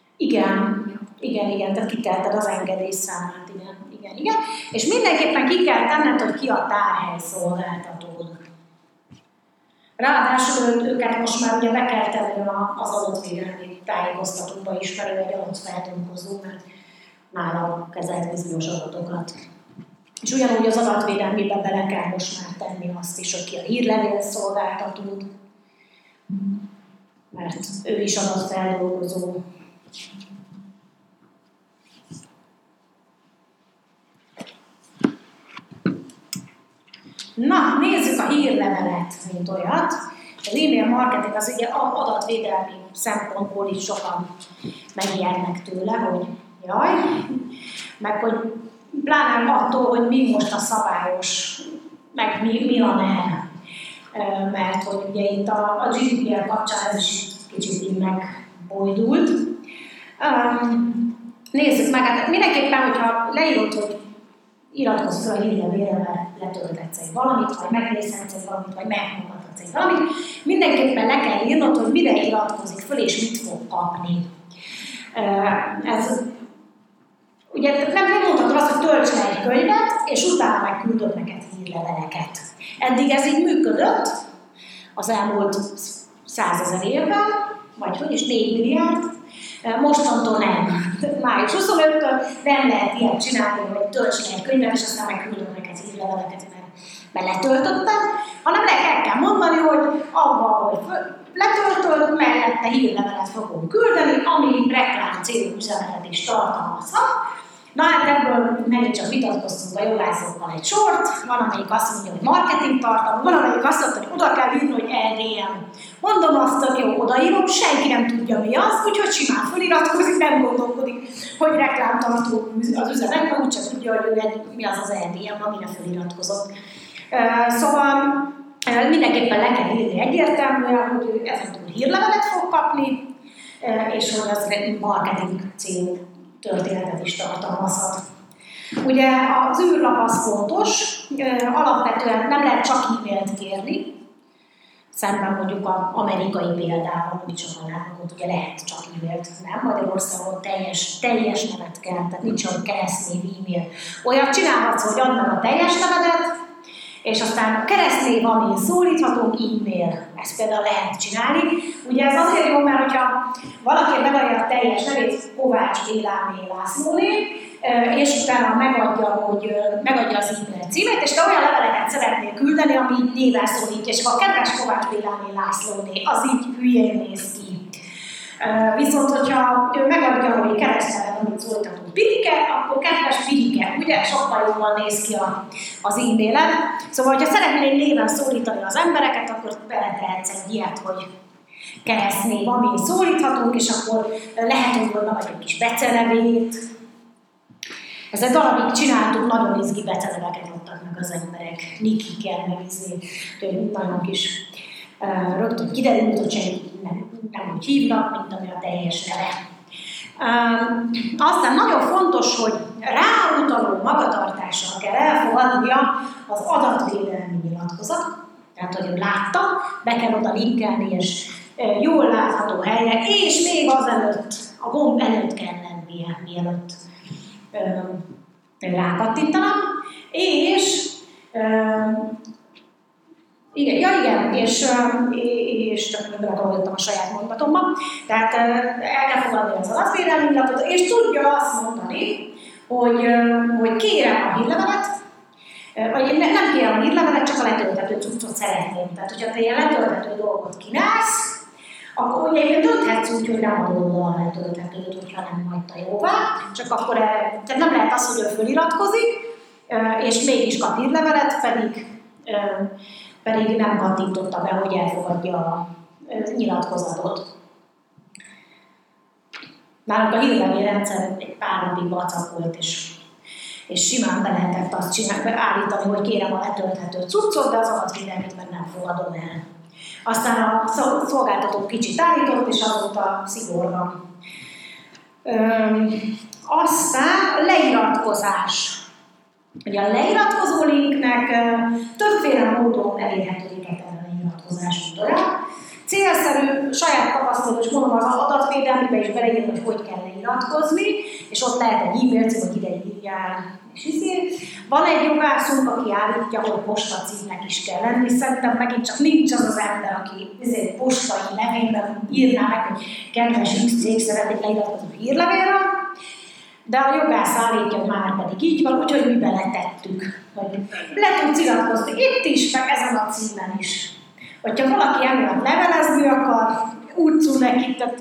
Igen, tehát kitelted az engedély számát, igen. És mindenképpen ki kell tenned, hogy ki a tárhely szolgáltatód. Ráadásul őket most már ugye be kell tenni az adatvédelmi tájékoztatóba is, mert ő egy adatfeldolgozó, mert nála kezelt bizonyos adatokat. És ugyanúgy az adatvédelmiben bele kell most már tenni azt is, hogy ki a hírlevél szolgáltatód, mert ő is adatfeldolgozó. Na, nézzük a hírlevelet, mint olyat. Az e-mail marketing az ugye adatvédelmi szempontból is sokan megijednek tőle, hogy jaj, meg hogy pláne attól, hogy mi most a szabályos, meg mi a nem. Mert hogy ugye itt a GDPR kapcsán ez is kicsit így megbojdult. Nézzük meg, hát mindenképpen, hogyha leírod, hogy iratkozz fel a hírlevélre, mert letöltetsz egy valamit, vagy megnézhetsz egy valamit, vagy meghallgathatsz egy valamit, mindenképpen le kell írnod, hogy mire iratkozik föl, és mit fog kapni. Ez, ugye nem mondhatod azt, hogy tölts le egy könyvet, és utána megküldöd neked hírleveleket. Eddig ez így működött az elmúlt 100 000 évben, vagy hogy is 4 milliárd, mostantól nem. Május 25-től nem lehet ilyet csinálni, hogy tölts le egy könyvet, és aztán megküldöd neked hírleveleket, mert letöltöttem, hanem el kell mondani, hogy avval, hogy letöltöd, mellette hírlevelet fogunk küldeni, ami reklám célú üzenetet is tartalmazhat. Na hát ebből megint csak vitatkoztunk a jogászokkal egy sort, van amelyik azt mondja, hogy marketing tartalom, van amelyik azt mondja, hogy oda kell írni, hogy LDM. Mondom azt, hogy jó, odaírom, senki nem tudja mi az, úgyhogy simán feliratkozik, nem gondolkodik, hogy reklámtartó az üzenetben, úgyse tudja, hogy mi az az LDM, amire feliratkozott. Szóval mindenképpen le kell írni egyértelműen, hogy ő ezentúl hírlevelet fog kapni, és hogy az marketing célú történetet is tartalmazhat. Ugye az űrlap az fontos, alapvetően nem lehet csak e-mailt kérni, szemben mondjuk az amerikai példával, amit sokan látnak, ott ugye lehet csak e-mailt, nem? Magyarországon teljes nevet kell, tehát nincs olyan keresztnév e-mail. Olyat csinálhatsz, hogy add meg a teljes nevedet, és aztán a keresztnév, amin szólíthatunk, e-mail. Ezt például lehet csinálni. Ugye ez azért jó, mert hogyha valaki megadja a teljes nevét, Kovács Béláné Lászlóné, és utána megadja az e-mail címét, és te olyan leveleket szeretnél küldeni, ami néven szólítja, és ha a kedves Kovács Béláné Lászlóné, az így hülyén néz ki. Viszont, hogyha ő megadja, hogy keresztelen, amit szólítatunk Pirike, akkor kedves Pirike, ugye sokkal jobban néz ki az e-mailen. Szóval, hogyha szeretnél néven szólítani az embereket, akkor beletehetsz egy ilyet, hogy keresztnév, amin szólíthatunk, és akkor lehet, hogy megadja egy kis becenevét. Ez egy darabig csináltuk, nagyon izgi beceneveket adtak meg az emberek, Nikikkel, meg nagyon kis rögtön kiderült, hogy senki nem úgy hívnak, mint ami a teljes neve. Aztán nagyon fontos, hogy ráutaló magatartással kell elfogadnia az adatvédelmi nyilatkozat, tehát, hogy ő látta, be kell oda linkelni, és jól látható helyre, és még azelőtt, a gomb előtt kell lennie, mielőtt rákattintanak, és igen, és csak belegondoltam a saját mondatomban. Tehát el kell fogadni az adatvédelmi nyilatkozatot, és tudja azt mondani, hogy kérem a hírlevelet, vagy nem kérem a hírlevelet, csak a letölthető cuccot szeretném. Tehát, hogyha te ilyen letölthető dolgot kínálsz, akkor ugye dönthetsz úgy, hogy nem adod oda a letölthetőt, hogyha nem hagyta jóvá, csak akkor tehát nem lehet az, hogy ő föliratkozik, és mégis kap hírlevelet, pedig nem kattintotta be, hogy elfogadja a nyilatkozatot. Nálunk a hírlevélrendszer egy pár napig vacak volt, és simán be lehetett azt állítani, hogy kérem a letölthető cuccot, de az adatvédelmét meg nem fogadom el. Aztán a szolgáltató kicsit állított, és azóta szigorban. Aztán a leiratkozás. Ugye a leiratkozó linknek többféle módon elérhetőeket a leiratkozás útja. Célszerű, saját tapasztalat, és mondom, az adatvédelmibe is beleírni, hogy kell leiratkozni, és ott lehet egy e-mail cím, hogy ide írjál. Van egy jogászunk, aki állítja, hogy postacímnek is kell lenni. Szerintem megint csak nincs az az ember, aki postai levélben írná meg, hogy kedves X cég szeretnék leiratkozni hírlevélre, de a jogász állítja, hogy már pedig így van, úgyhogy mi beletettük, hogy le tudsz iratkozni itt is, meg ezen a címen is. Hogyha valaki emiatt levelezni akar, úgy szól neki, tehát...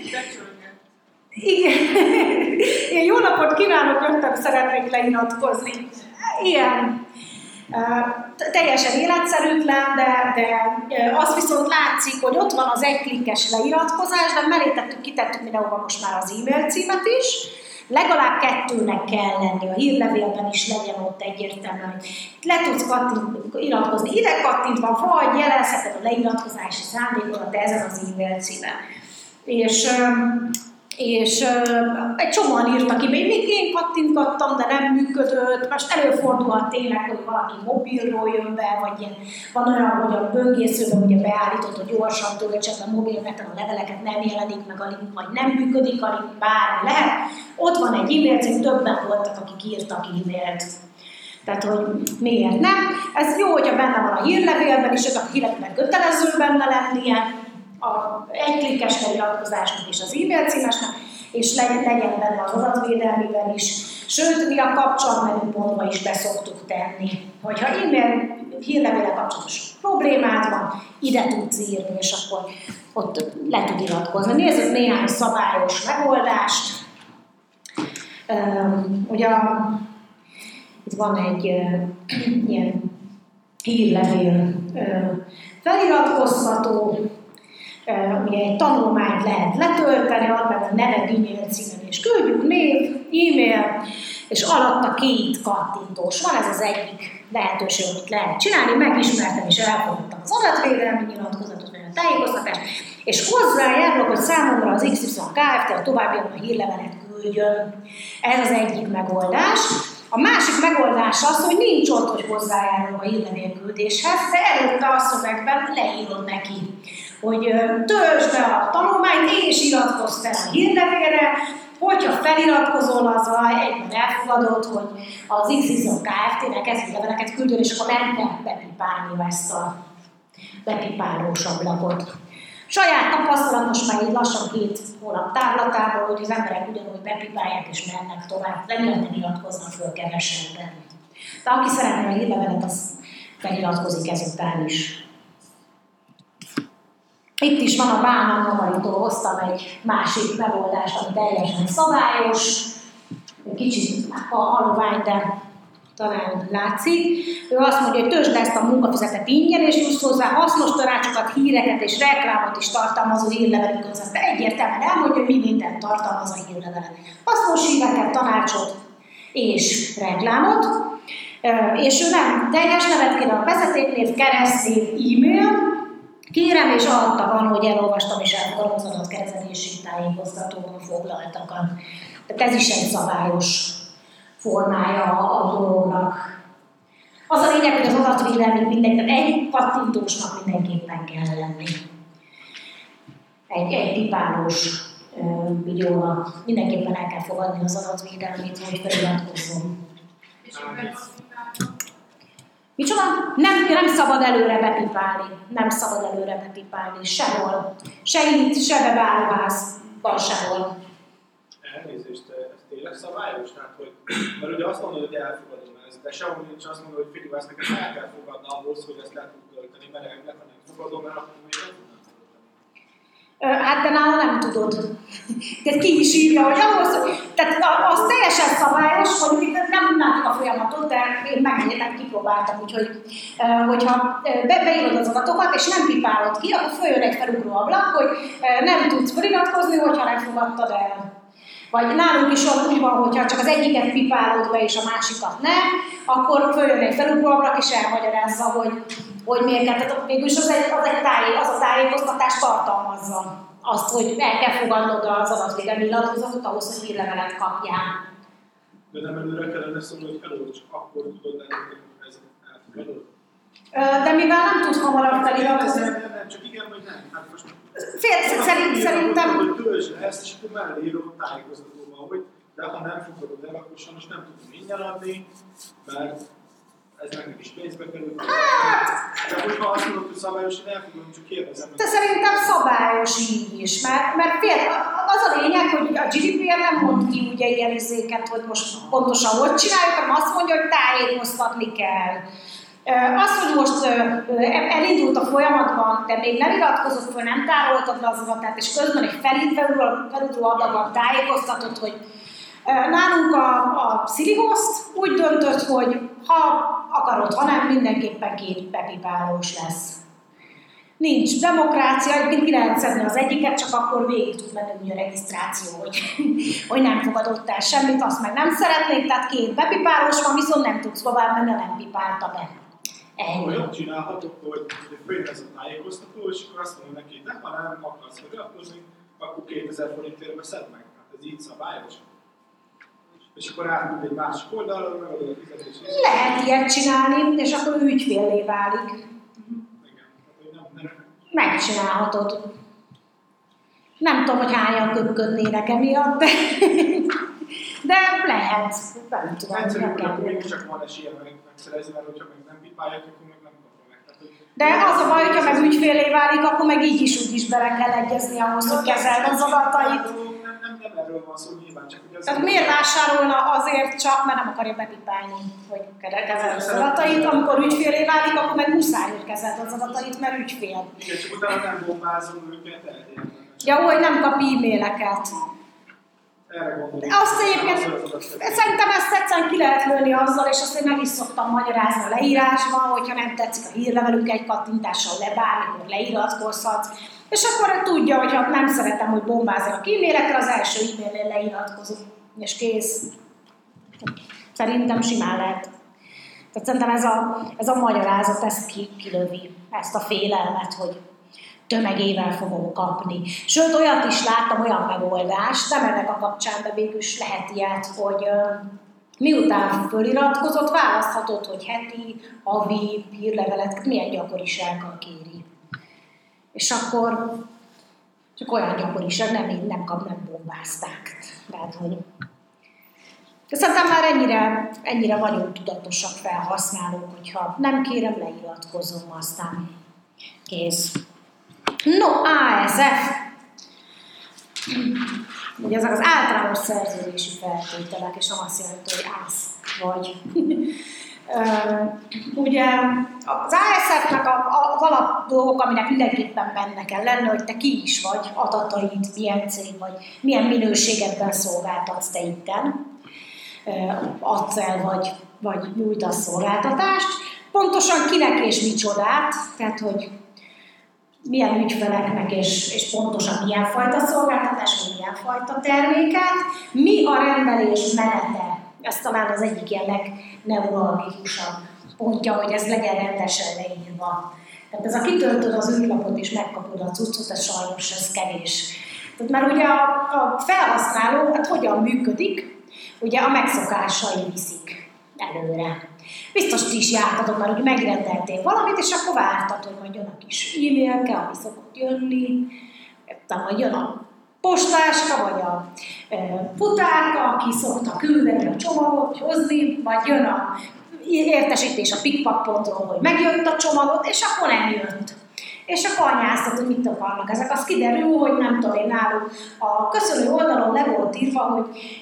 Igen. Én jó napot kívánok, jöttem, szeretnék leiratkozni. Ilyen. Teljesen életszerűtlen, de az viszont látszik, hogy ott van az egyklikkes leiratkozás, de mellé kitettük mindenhova most már az e-mail címet is. Legalább 2-nek kell lenni, a hírlevélben is legyen ott egyértelműen, hogy le tudsz iratkozni. Ide kattintva, vagy jelezheted a leiratkozási szándékodat ezen az e-mail címen. És egy csomóan írtak ki, még én kattintgattam, de nem működött. Most előfordulhat tényleg, hogy valaki mobilról jön be, vagy ilyen, van olyan, hogy a böngészőben ugye beállított, hogy gyorsan töltsen a mobilneten a leveleket, nem jelenik meg a link, vagy nem működik a link, bármi lehet. Ott van egy e-mail cím, többen voltak, akik írtak e-mailt. Tehát, hogy miért nem. Ez jó, hogyha benne van a hírlevélben, és ez a hírlevélben kötelező benne lennie, egyklikkes feliratkozásnak és az e-mail címesnek, és legyen benne az adatvédelmiben is. Sőt, mi a kapcsolatmenüpontba is beszoktuk tenni, hogyha e-mail hírlevéle kapcsolatos problémád van, ide tudsz írni, és akkor ott le tud iratkozni. Nézzük néhány szabályos megoldást. Ugye itt van egy ilyen hírlevél feliratkozható, ugye egy tanulmányt lehet letölteni, ad meg a neved, e-mail címen, és küldjük név, e-mail, és alatta 2 kattintós. Van ez az egyik lehetőség, amit lehet csinálni, megismertem és elfogadtam az adatvédelmi nyilatkozatot, vagy a tájékoztatást, és hozzájárulok, hogy számomra az XY Kft. A továbbiakban a hírlevelet küldjön. Ez az egyik megoldás. A másik megoldás az, hogy nincs ott, hogy hozzájárulok a hírlevélküldéshez, de előtte a szövegben leírod neki, hogy töltsd be a tanulmányt, és iratkozz fel a hírlevélre, hogyha feliratkozol, azzal egyben elfogadod, hogy az XY Kft-nek ezt leveleket küldjön, és akkor nem kell bepipálni ezt a bepipálós ablakot. Saját tapasztalat most már így lassan 2 hónap távlatából, hogy az emberek ugyanúgy bepipálják és mennek tovább, nem iratkoznak föl kevesebben. De aki szeretne a hírlevelet, az feliratkozik ezután is. Itt is van a Bánam Magaritól, hoztam egy másik megoldást, ami teljesen szabályos, kicsit halvány, de talán látszik. Ő azt mondja, hogy töltsd ezt a munkafizetet ingyen, és jussz hozzá hasznos tanácsokat, híreket és reklámot is tartalmazó hírlevelünk között. Egyértelműen elmondja, hogy mi mindent tartalmaz a hírlevelet. Hasznos híreket, tanácsot és reklámot. És ő nem teljes nevet kér, a vezetéknév, keresztnév, e-mail. Kérem, és alatta van, hogy elolvastam és elfogadom az adatkezelési tájékoztatóban foglaltakat. Tehát ez is egy szabályos formája a dolognak. Az a lényeg, hogy az adatvédelmi mindenki, egy kattintósnak mindenképpen kell lenni. Egy pipálós videónak mindenképpen el kell fogadni az adatvédelmét, hogy feliratkozzon. Micsoda? Nem szabad előre bepipálni. Nem szabad előre bepipálni. Sehol. Se itt, se webáruházban, sehol. Elnézést, ezt télen ez szabályos? Tehát, hogy, mert ugye azt mondod, hogy elfogadom ezt, de sehol nincs azt mondod, hogy figyelj, ezt neked el kell fogadni ahhoz, hogy ezt le tud tölteni, mert elvileg, ha nem fogadom el, akkor még nem tudnám tölteni. Hát de nála nem tudod. Tehát ki is írja, hogy ahhoz, tehát az teljesen szabályos, hogy nem tudnátok a folyamatot, de én megnéztem, kipróbáltam, úgyhogy hogyha beírod az adatokat, és nem pipálod ki, akkor följön egy felugró ablak, hogy nem tudsz feliratkozni, hogyha nem fogadtad el. Vagy nálunk is úgy van, hogyha csak az egyiket pipálod be, és a másikat nem, akkor följön egy felugró és elmagyarázza, hogy miért kell. Tehát végülis az a tájékoztatás tartalmazza azt, hogy el kell fogadnod az adatvédelmi nyilatkozatot ahhoz, hogy hírlevelet kapjál. De nem előre kellene szólni, hogy felül, csak akkor tudod elérni, hogy ez elfogadod? De mivel nem tud hamarabb feliratkozni. Nem, csak igen, vagy nem. Hát most Szerintem... hogy töltsd le ezt, és akkor mellé írod a tájékoztatóban, hogy de ha nem fogadod el, akkor sajnos nem tudom ingyen adni, mert ez nekünk is pénzbe kerül. De hogyha azt mondod, hogy szabályos, én elfogadom, csak kérdezem. De szerintem szabályos így is, mert az a lényeg, hogy a GDPR nem mond ki ugye ilyen izéket, hogy most pontosan hogy csináljuk, hanem azt mondja, hogy tájékoztatni kell. Az, hogy most elindult a folyamatban, de még nem iratkozott fel, nem tároltad le az adatát, és közben egy felugró ablakban tájékoztatott, hogy nálunk a Sirihost úgy döntött, hogy ha akarod, ha nem, mindenképpen 2 bepipálós lesz. Nincs demokrácia, egyébként ki lehet szedni az egyiket, csak akkor végig tud menni a regisztráció, hogy nem fogadott el semmit, azt meg nem szeretnék, tehát 2 bepipálós van, viszont nem tudsz tovább menni, nem pipálta be. Olyan csinálhatok, hogy följön ez a tájékoztató, és akkor azt mondom neki, de ha nem akarsz feliratkozni, akkor 2000 forintért veszed meg. Hát ez így szabályos. És akkor átmond egy másik oldalra, megadod a fizetést. Lehet ilyet csinálni, és akkor ügyféllé válik. Igen. Megcsinálhatod. Nem tudom, hogy hányan köpködnének emiatt, de lehet. Nem tudom, egyszerűen akkor mégiscsak van esélye megszerezni, mert hogyha meg nem pipálják, akkor meg nem kapom meg. De az a baj, hogyha meg ügyfélé válik, akkor meg így is úgy is bele kell egyezni ahhoz, hogy kezeld az adatait. Nem erről van szó nyilván, csak ugye az... Tehát miért vásárolna azért csak, mert nem akarja bepipálni, hogy kezeld az adatait, amikor ügyfélé válik, akkor meg muszáj, hogy kezeld az adatait, mert ügyfél. Igen, csak utána nem bombázom őket el. Ja, hogy nem kap e-maileket. Azt egyébként, szerintem ezt egyszerűen ki lehet lőni azzal, és azt én meg is szoktam magyarázni a leírásban, hogyha nem tetszik a hírlevelük, egy kattintással bármikor leiratkozhatsz, és akkor tudja, hogy ha nem szeretem, hogy bombázzanak e-mailekre, az első e-mailnél leiratkozom, és kész. Szerintem simán lehet. Tehát szerintem ez a magyarázat ezt kilövi, ezt a félelmet, hogy tömegével fogom kapni. Sőt, olyat is láttam, olyan megoldást, nem ennek a kapcsán, de végülis lehet ilyet, hogy miután föliratkozott, választhatod, hogy heti, havi, hírlevelet, milyen gyakorisággal kéri. És akkor csak olyan gyakoriság, nem bombázták. Tehát, hogy... De szerintem már ennyire vagyunk tudatosak felhasználók, hogyha nem kérem, leiratkozom, aztán kész. No, ASF. Ugye ezek az általános szerződési feltételek, és nem azt jelenti, hogy ász vagy. Ugye az ASF-nek az alap dolgok, aminek mindenképpen benne kell lenni, hogy te ki is vagy, adataid, milyen cég vagy, milyen minőségedben szolgáltatsz te itten, adsz el vagy nyújtasz szolgáltatást, pontosan kinek és micsodát, tehát hogy milyen ügyfeleknek és pontosan milyen fajta szolgáltatás, vagy milyen fajta terméket, mi a rendelés menete. Ez talán az egyik ilyen legneuralgikusabb pontja, hogy ez legyen rendesen leírva. Tehát ez a kitöltöd az ügylapot és megkapod a cuccot, ez sajnos ez kevés. Tehát már ugye a felhasználó, hát hogyan működik, ugye a megszokásai viszik előre. Biztos ti is jártatok már, hogy megrendeltél valamit, és akkor vártad, hogy majd jön a kis e-mailke, ami szokott jönni, vagy jön a postáska, vagy a futárka, aki szokta küldeni a csomagot, hozni, vagy jön a értesítés a pikpak.ról, hogy megjött a csomagot, és akkor nem jött. És akkor anyáztat, hogy mit akarnak ezek. Az kiderül, hogy nem tudom én náluk. A köszönő oldalon le volt írva, hogy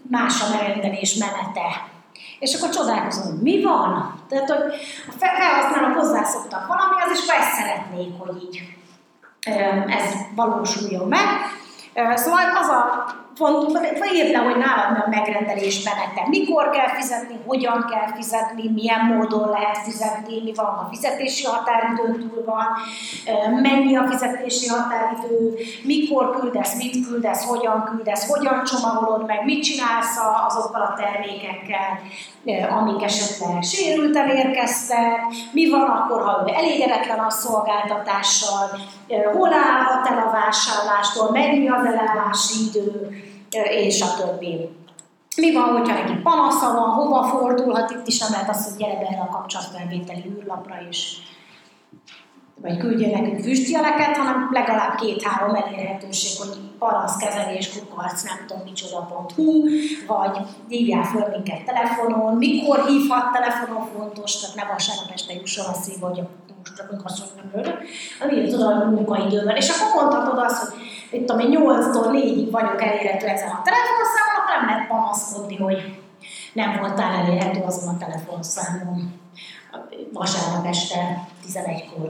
más a megrendelés menete. És akkor csodálkozom, hogy mi van? Tehát, hogy a felhasználók hozzászoktak valamihez, és akkor ezt szeretnék, hogy így ez valósuljon meg. Szóval az a fontos, írd le, hogy nálad mi a megrendelés menete. Mikor kell fizetni, hogyan kell fizetni, milyen módon lehet fizetni, mi van a fizetési határidőn túl van, mennyi a fizetési határidő, mikor küldesz, mit küldesz, hogyan csomagolod meg, mit csinálsz azokkal a termékekkel, amik esetleg sérülten érkeztek, mi van akkor, ha ő elégedetlen a szolgáltatással, hol állhat el a vásárlástól, mennyi az elállási idő, és a többi. Mi van, hogyha neki panasza van, hova fordulhat, itt is nem lehet azt, hogy gyere be erre a kapcsolatfelvételi űrlapra is, vagy küldjön nekünk füstjeleket, hanem legalább 2-3 elérhetőség, hogy panaszkezelés, kukarc, nem tudom micsoda.hu, vagy hívjál föl minket telefonon, mikor hívhat telefonon fontos, tehát ne vasárnap este jusson a szív, hogy most csak munkaszolgálóra, amire tudod a munkaidőben. És akkor mondhatod azt, hogy itt tudom, 8-tól 4-ig vagyok elérhető ezen a telefonszámon, akkor nem lehet panaszkodni, hogy nem voltál elérhető azon a telefonszámon vasárnap este 11-kor.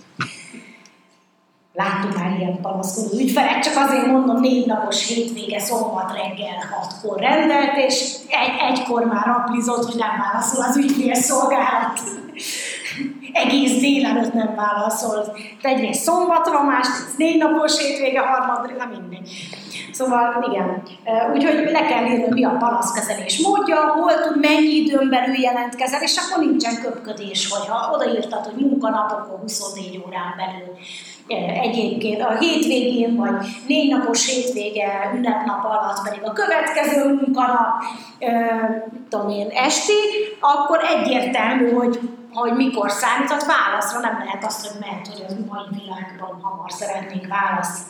Láttuk már ilyen panaszkodó ügyfelet, csak azért mondom, 4 napos hétvége, szombat reggel 6-kor rendelt, és egykor már raplizott, hogy nem válaszol az ügyfélszolgálat. Egész délelőtt nem válaszol. Egyrészt szombat van, másrészt 4 napos hétvége, harmadra, mindegy. Szóval igen, úgyhogy le kell írni, mi a panaszkezelés módja, hol tud, mennyi időn belül jelentkezel, és akkor nincsen köpködés, hogyha odaírtad, hogy munkanapokon 24 órán belül. Egyébként a hétvégén, vagy 4 napos hétvége, ünnepnap alatt pedig a következő munkanap, tudom én, esti, akkor egyértelmű, hogy mikor számíthat válaszra, nem lehet azt, hogy mehet, hogy az mai világban hamar szeretnénk választ.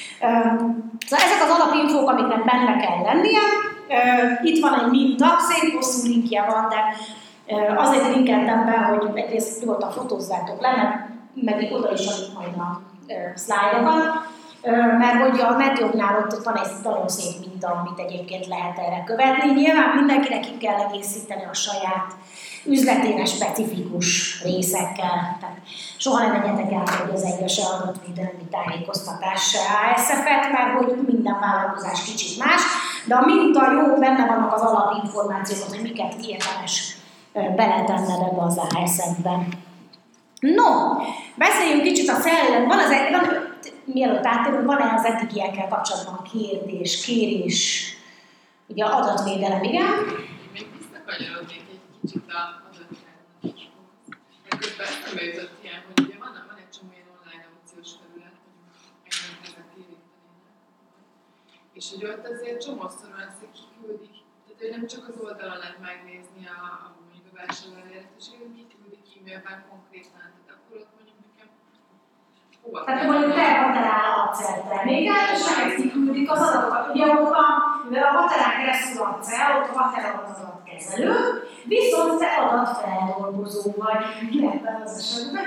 Szóval ezek az alapinfók, amiknek benne kell lennie. Itt van egy minta, szép hosszú linkje van, de azért linkeltem be, hogy egyrészt nyugodtan fotózzátok le, meg oda is adjuk majd a szlájdokat, mert hogy a netjognál ott van egy nagyon szép minta, amit egyébként lehet erre követni. Nyilván mindenkinek ki kell egészíteni a saját üzletének specifikus részekkel. Tehát soha nem menjetek el, hogy az egyes adatvédelmi tájékoztatás ASF-et, mert hogy minden vállalkozás kicsit más, de a minta jó, benne vannak az alapinformációk, hogy miket érdemes beletenned ebbe az ASF-ben. No, beszéljünk kicsit a szellem. Mielőtt átérünk, van-e az eddigiekkel kapcsolatban kérdés, kérés, ugye adatvédelem, igen? Még visszakanyarodnék egy kicsit az adatvédelemhez. Közben eszembe jutott ilyen, hogy ugye van egy csomó ilyen online aukciós terület, hogy ezek érintenének. És hogy ott azért csomószor van ezt, hogy kiküldik, tehát hogy nem csak az oldalon lehet megnézni a vásárló elérhetőséget, hogy kiküldik e-mailben konkrétan. Tehát akkor ott mondjuk nekem hova kell. Tehát mondjuk te határál acélterméket, és neked kiküldik az adatokat. Ugye ott mivel a határán keresztül acél, ott határol az adatkezelő, viszont te adatfeldolgozó vagy ebben az esetben.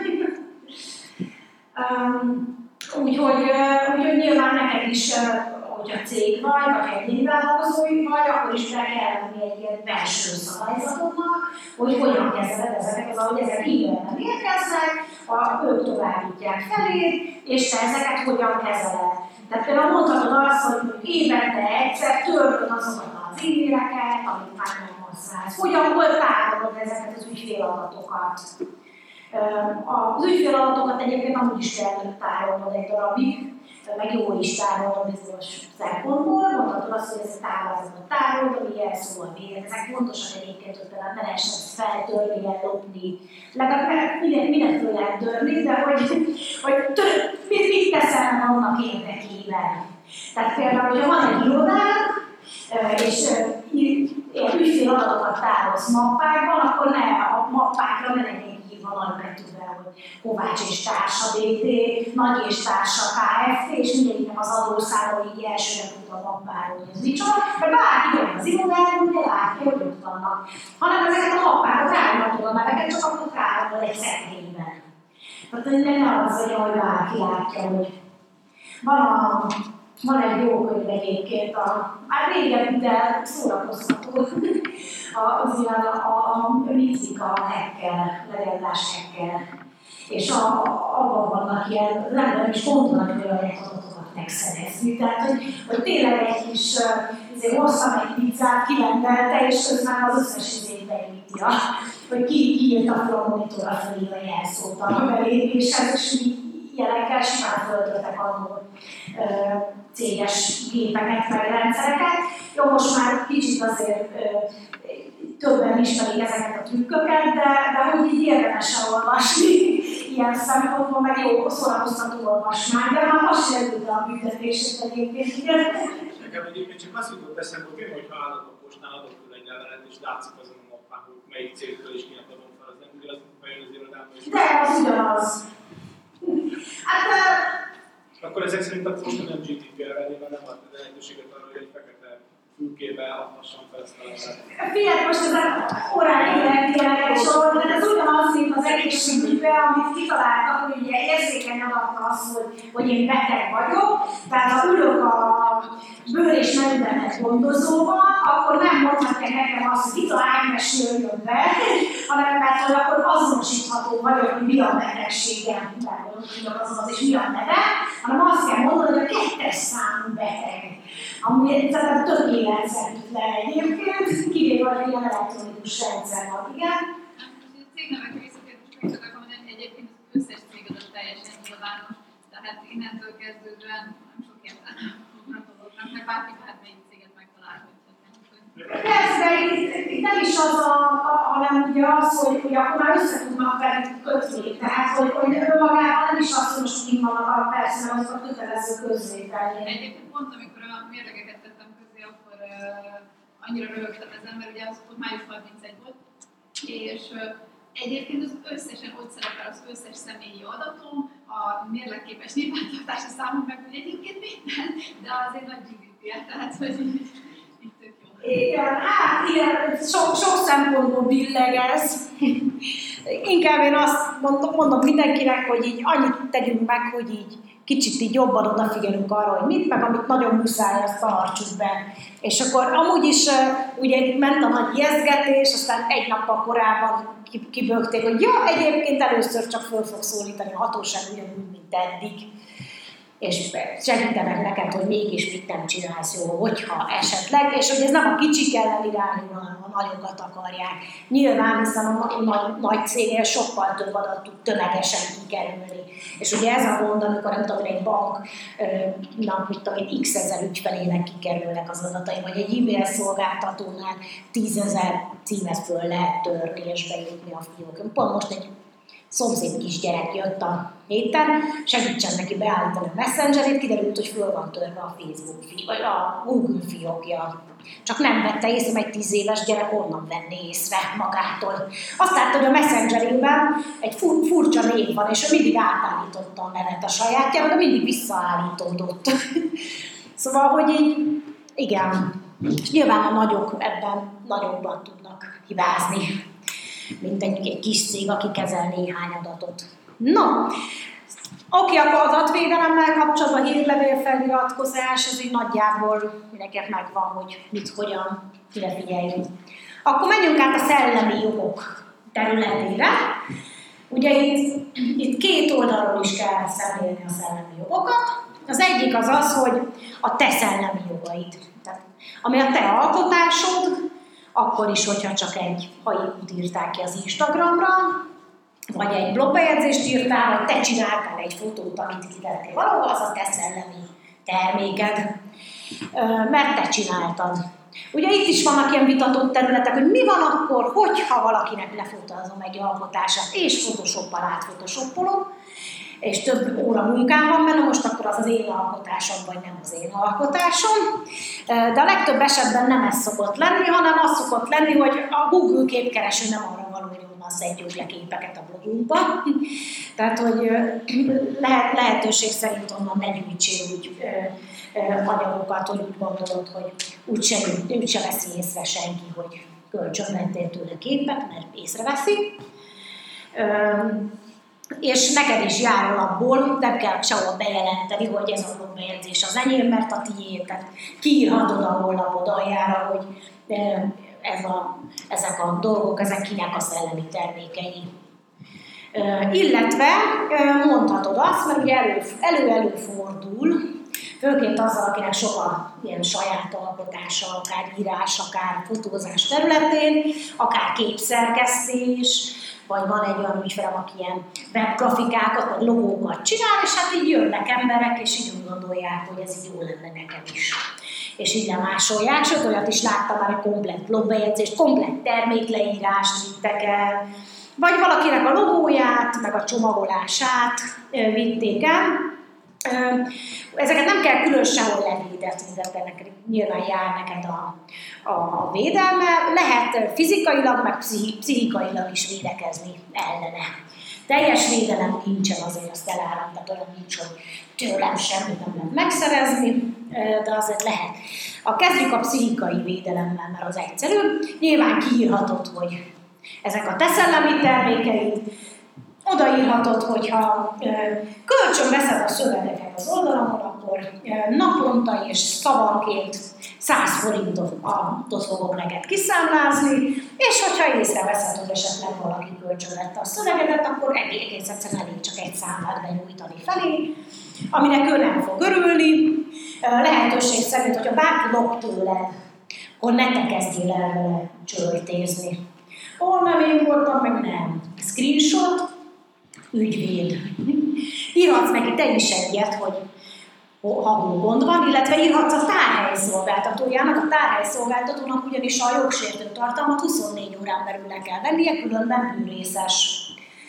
Úgyhogy nyilván neked is, hogyha cég vagy egyéni vállalkozói vagy, akkor is be kell lenni egy ilyen belső szabályzatoknak, hogy hogyan kezeled ezeket, ahogy ezek e-mailben érkeznek, ők továbbítják feléd, és te ezeket hogyan kezeled. Tehát például mondhatod azt, hogy évente egyszer törlöd azokat az e-maileket, amit már nem használsz. Hol tárolod ezeket az ügyféladatokat. Az ügyféladatokat egyébként amúgy is kell tárolnod egy darabig, meg jól is tárolnod bizonyos szempontból, mondhatod azt, hogy ezt táblázatban tárolod, ami jelszó a végén. Ezek fontosak egyébként, hogy például ne lehessen ezt feltörni, ellopni. Legalább mindent föl lehet törni, de hogy mit teszel annak érdekében. Tehát például, hogyha van egy irodád, és ügyféladatokat tárolsz mappákban, akkor ne a mappákra ne legyen írva nagy betűvel, hogy Kovács és Társa BT, Nagy és Társa Kft. És mindegyiknek az adószámol így elsőre tud a mappáról, hogy ez micsoda, mert bárki jön az irodában, de látja, hogy ott vannak. Hanem ezeket a mappákat rájönhető a neveket, csak akkor tárolod egy szekrényben. Tehát nem az, hogy bárki látja, hogy van Van egy jó könyv egyébként, már régen, de szórakoztató, az ilyen a ritmika hacker, legendás hacker. És abban vannak ilyen, nem is gondolnak, hogy olyan adatokat megszerezni. Tehát, hogy tényleg egy kis, hoztam egy pizzát, kirendelte, és közben az összes izét beüti, hogy ki írta fel a monitorra felé a jelszót a belépéshez, és ilyenekkel simán földöltek annól céges gépeket, meg rendszereket. Jó, most már kicsit azért többen ismerik ezeket a trükköket, de hogy így érdemes olvasni ilyen szempontból, meg jó szórakoztató olvasmány, de már most sem jött a büntetését egyébként. Nekem egyébként csak azt jutott eszembe, hogy hogyha állampostán adok föl egy levelet, és látszik azon a mappán, hogy melyik cégtől is kinek adom fel, az nem ugyanaz, mint bejön az irodába. De az ugyanaz. Hát, akkor ezek szerint a posta nem GDPR-re, mert nem ad lehetőséget arra, hogy egy fekete fülkébe adhassam fel ezt a levelet. Figyelj, most ez a korábbi ilyenek sorol, de ez ugyanaz, mint az egészségügyben, amit kitaláltak, hogy ugye érzékeny adat az, hogy én beteg vagyok, tehát ha ülök a bőr- és mellügybetegek gondozóval, akkor nem mondhatják nekem azt, hogy itt a Ágnes jöjjön be, hanem mert hogy akkor azonosítható vagyok, hogy mi a betegségem, az és mi a neve, hanem azt kell mondani, hogy a 2-es számú beteg. Ami szerintem több életszerűt le egyébként, kivéve, hogy ilyen elektronikus rendszer van, igen. A cégnevekre visszatérve csak tudok mondani, egyébként az összes cég adat teljesen nyilvános, tehát innentől kezdődően nem sok értelme gratulálnak, mert bárki bármelyik céget megtalálhatja. Persze, de itt nem is az, hanem ugye az, hogy akkor már össze tudnak velük kötni. Tehát, hogy önmagában nem is azt, hogy most kint vannak a persze, mert az a kötelező közzétenni. Egyébként pont amikor a mérlegeket tettem közé, akkor annyira röhögtem ezen, mert ugye az május 31 volt, és egyébként az összesen ott szerepel az összes személyi adatom, a mérlegképes nyilvántartási számom, meg hogy egyébként minden, de azért nagy GDPR, tehát hogy így tök jó. Igen, hát igen, sok szempontból billeg ez. Inkább én azt mondom mindenkinek, hogy így annyit tegyünk meg, hogy így kicsit így jobban odafigyelünk arra, hogy mit, meg amit nagyon muszáj, azt tartsuk be. És akkor amúgy is ugye ment a nagy ijesztgetés, aztán egy nappal korábban kibögték, hogy ja, egyébként először csak föl fog szólítani a hatóság ugyanúgy, mint eddig. És segítenek neked, hogy mégis mit nem csinálsz jól, hogyha esetleg, és hogy ez nem a kicsik ellen irányul, hanem a nagyokat akarják. Nyilván, hiszen a nagy cégnél sokkal több adat tud tömegesen kikerülni. És ugye ez a gond, amikor nem tudom, egy banknak, mit tudom én, x ezer ügyfelének kikerülnek az adatai, vagy egy e-mail szolgáltatónál 10 000 címet föl lehet törni és bejutni a fiókon. Pont most egy szomszéd kisgyerek jött a héten, segítsen neki beállítani a Messengerét, kiderült, hogy föl van törve a Facebook vagy a Google fiókja. Csak nem vette észre, mert egy 10 éves gyerek onnan venné észre magától. Azt látta, hogy a Messengerében egy furcsa név van, és ő mindig átállította a nevet a sajátjára, de mindig visszaállítódott. Szóval, hogy így, igen, és nyilván a nagyok ebben nagyobban tudnak hibázni, mint egy kis cég, aki kezel néhány adatot. No, oké, akkor adatvédelemmel kapcsolatban hírlevél feliratkozás, ez így nagyjából mindenkinek megvan, hogy mit, hogyan, mire figyeljünk. Akkor menjünk át a szellemi jogok területére. Ugye itt két oldalról is kell szemlélni a szellemi jogokat. Az egyik az az, hogy a te szellemi jogaid. Tehát, ami a te alkotásod, akkor is, hogyha csak egy haikút írtál ki az Instagramra, vagy egy blogbejegyzést írtál, vagy te csináltál egy fotót, amit kitettél valahol, az a te szellemi terméked, mert te csináltad. Ugye itt is vannak ilyen vitatott területek, hogy mi van akkor, hogyha valakinek lefotozom egy alkotását, és Photoshoppal átphotoshopolom, és több óra munkám van benne, most akkor az én alkotásom, vagy nem az én alkotásom. De a legtöbb esetben nem ez szokott lenni, hanem az szokott lenni, hogy a Google képkereső nem arra való, hogy onnan szedjük le képeket a blogunkba. Tehát, hogy lehetőség szerint onnan ne gyűjtsél úgy anyagokat, hogy úgy gondolod, hogy úgyse veszi észre senki, hogy kölcsön vettél tőle képet, mert észreveszi. és neked is jár alapból, nem kell sehol bejelenteni, hogy ez a blogbejegyzés az enyém, mert a tiéd. Tehát kiírhatod a honlapod aljára, hogy ezek a dolgok, ezek kinek a szellemi termékei. Illetve mondhatod azt, mert ugye előfordul, főként azzal, akinek soha ilyen saját alkotása, akár írás, akár fotózás területén, akár képszerkesztés, vagy van egy olyan ügyfelem, aki ilyen webgrafikákat, vagy logókat csinál, és hát így jönnek emberek, és így úgy gondolják, hogy ez így jó lenne nekem is. És így lemásolják, sőt, olyat is láttam már, egy komplett blogbejegyzést, komplett termékleírást vittek el, vagy valakinek a logóját, meg a csomagolását vitték el. Ezeket nem kell külön sehol levédetni, de ennek nyilván jár neked a védelme. Lehet fizikailag, meg pszichikailag is védekezni ellene. Teljes védelem nincsen, azért azt elárulom, tehát olyan nincs, hogy tőlem semmit nem lehet megszerezni, de azért lehet. Kezdjük a pszichikai védelemmel, mert az egyszerű. Nyilván kiírhatod, hogy ezek a te szellemi termékeid, odaírhatod, hogyha kölcsön veszed a szövegeket az oldalamon, akkor naponta és szavanként 100 forintot fogok neked kiszámlázni, és hogyha észreveszed, hogy esetleg valaki kölcsön vette a szövegedet, akkor egész egyszerűen elég csak egy számlát benyújtani felé, aminek ő nem fog örülni. Lehetőség szerint, hogyha bárki lop tőled, akkor ne te kezdjél el vele csöltézni. Nem én voltam, meg nem. Screenshot, ügyvéd. Írhatsz neki te is egyet, hogy ha gond van, illetve írhatsz a tárhelyszolgáltatójának. A tárhelyszolgáltatónak ugyanis a jogsértő tartalmat 24 órán belül le kell vennie, különben bűnrészes.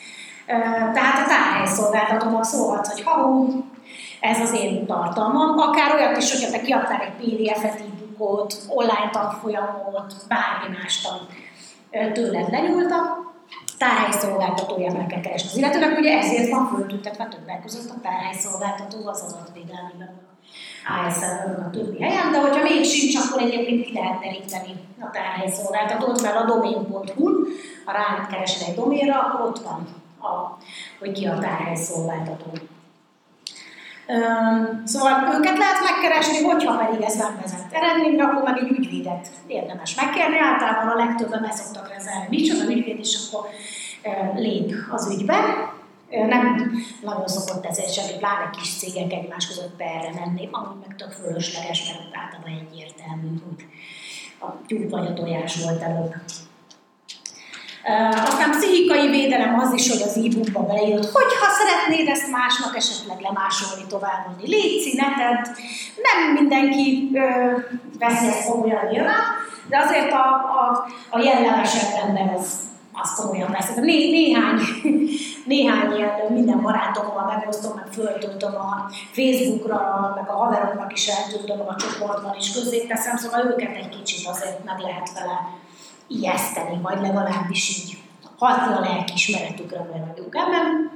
Tehát a tárhelyszolgáltatónak szólhatsz, hogy ez az én tartalmam. Akár olyat is, hogyha te kiadtál egy PDF-et, e-bookot, online tanfolyamot, bármi más tőled lenyúltak, tárhelyszolgáltatóját meg kell keresni az illetőnek, ugye ezért van föltüntetve többek között a tárhelyszolgáltató az adatvédelmében, ASL-ben, a többi helyen, de hogyha még sincs, akkor egyébként ki lehet teríteni a tárhelyszolgáltatót, mert a domain.hu, ha rákeresel egy doménra, akkor ott van, hogy ki a tárhelyszolgáltató. Szóval őket lehet megkeresni, hogyha pedig ez nem vezet eredményre, akkor meg egy ügyvédet érdemes megkérni. Általában a legtöbben be szoktak rezelni, micsoda ügyvéd, és akkor lép az ügyben. Nem nagyon szokott ezért semmi, pláne kis cégek egymás között perre menni, amúgy meg tök fölösleges, mert általában egyértelmű, hogy a tyúk vagy a tojás volt előbb. Aztán pszichikai védelem az is, hogy az e-bookba beleírod, hogyha szeretnéd ezt másnak esetleg lemásolni, továbbadni, légy ne tedd. Nem mindenki veszi ezt komolyan nyilván, de azért a jellemesebb ember az komolyan veszi. Néhány ilyen minden barátommal megosztom, meg föltöltöm a Facebookra, meg a haveroknak is eltöltöm, a csoportban is közzéteszem, szóval őket egy kicsit azért meg lehet vele ijeszteni, vagy legalábbis így hatni a lelkiismeretükre, mert vagyunk ebben.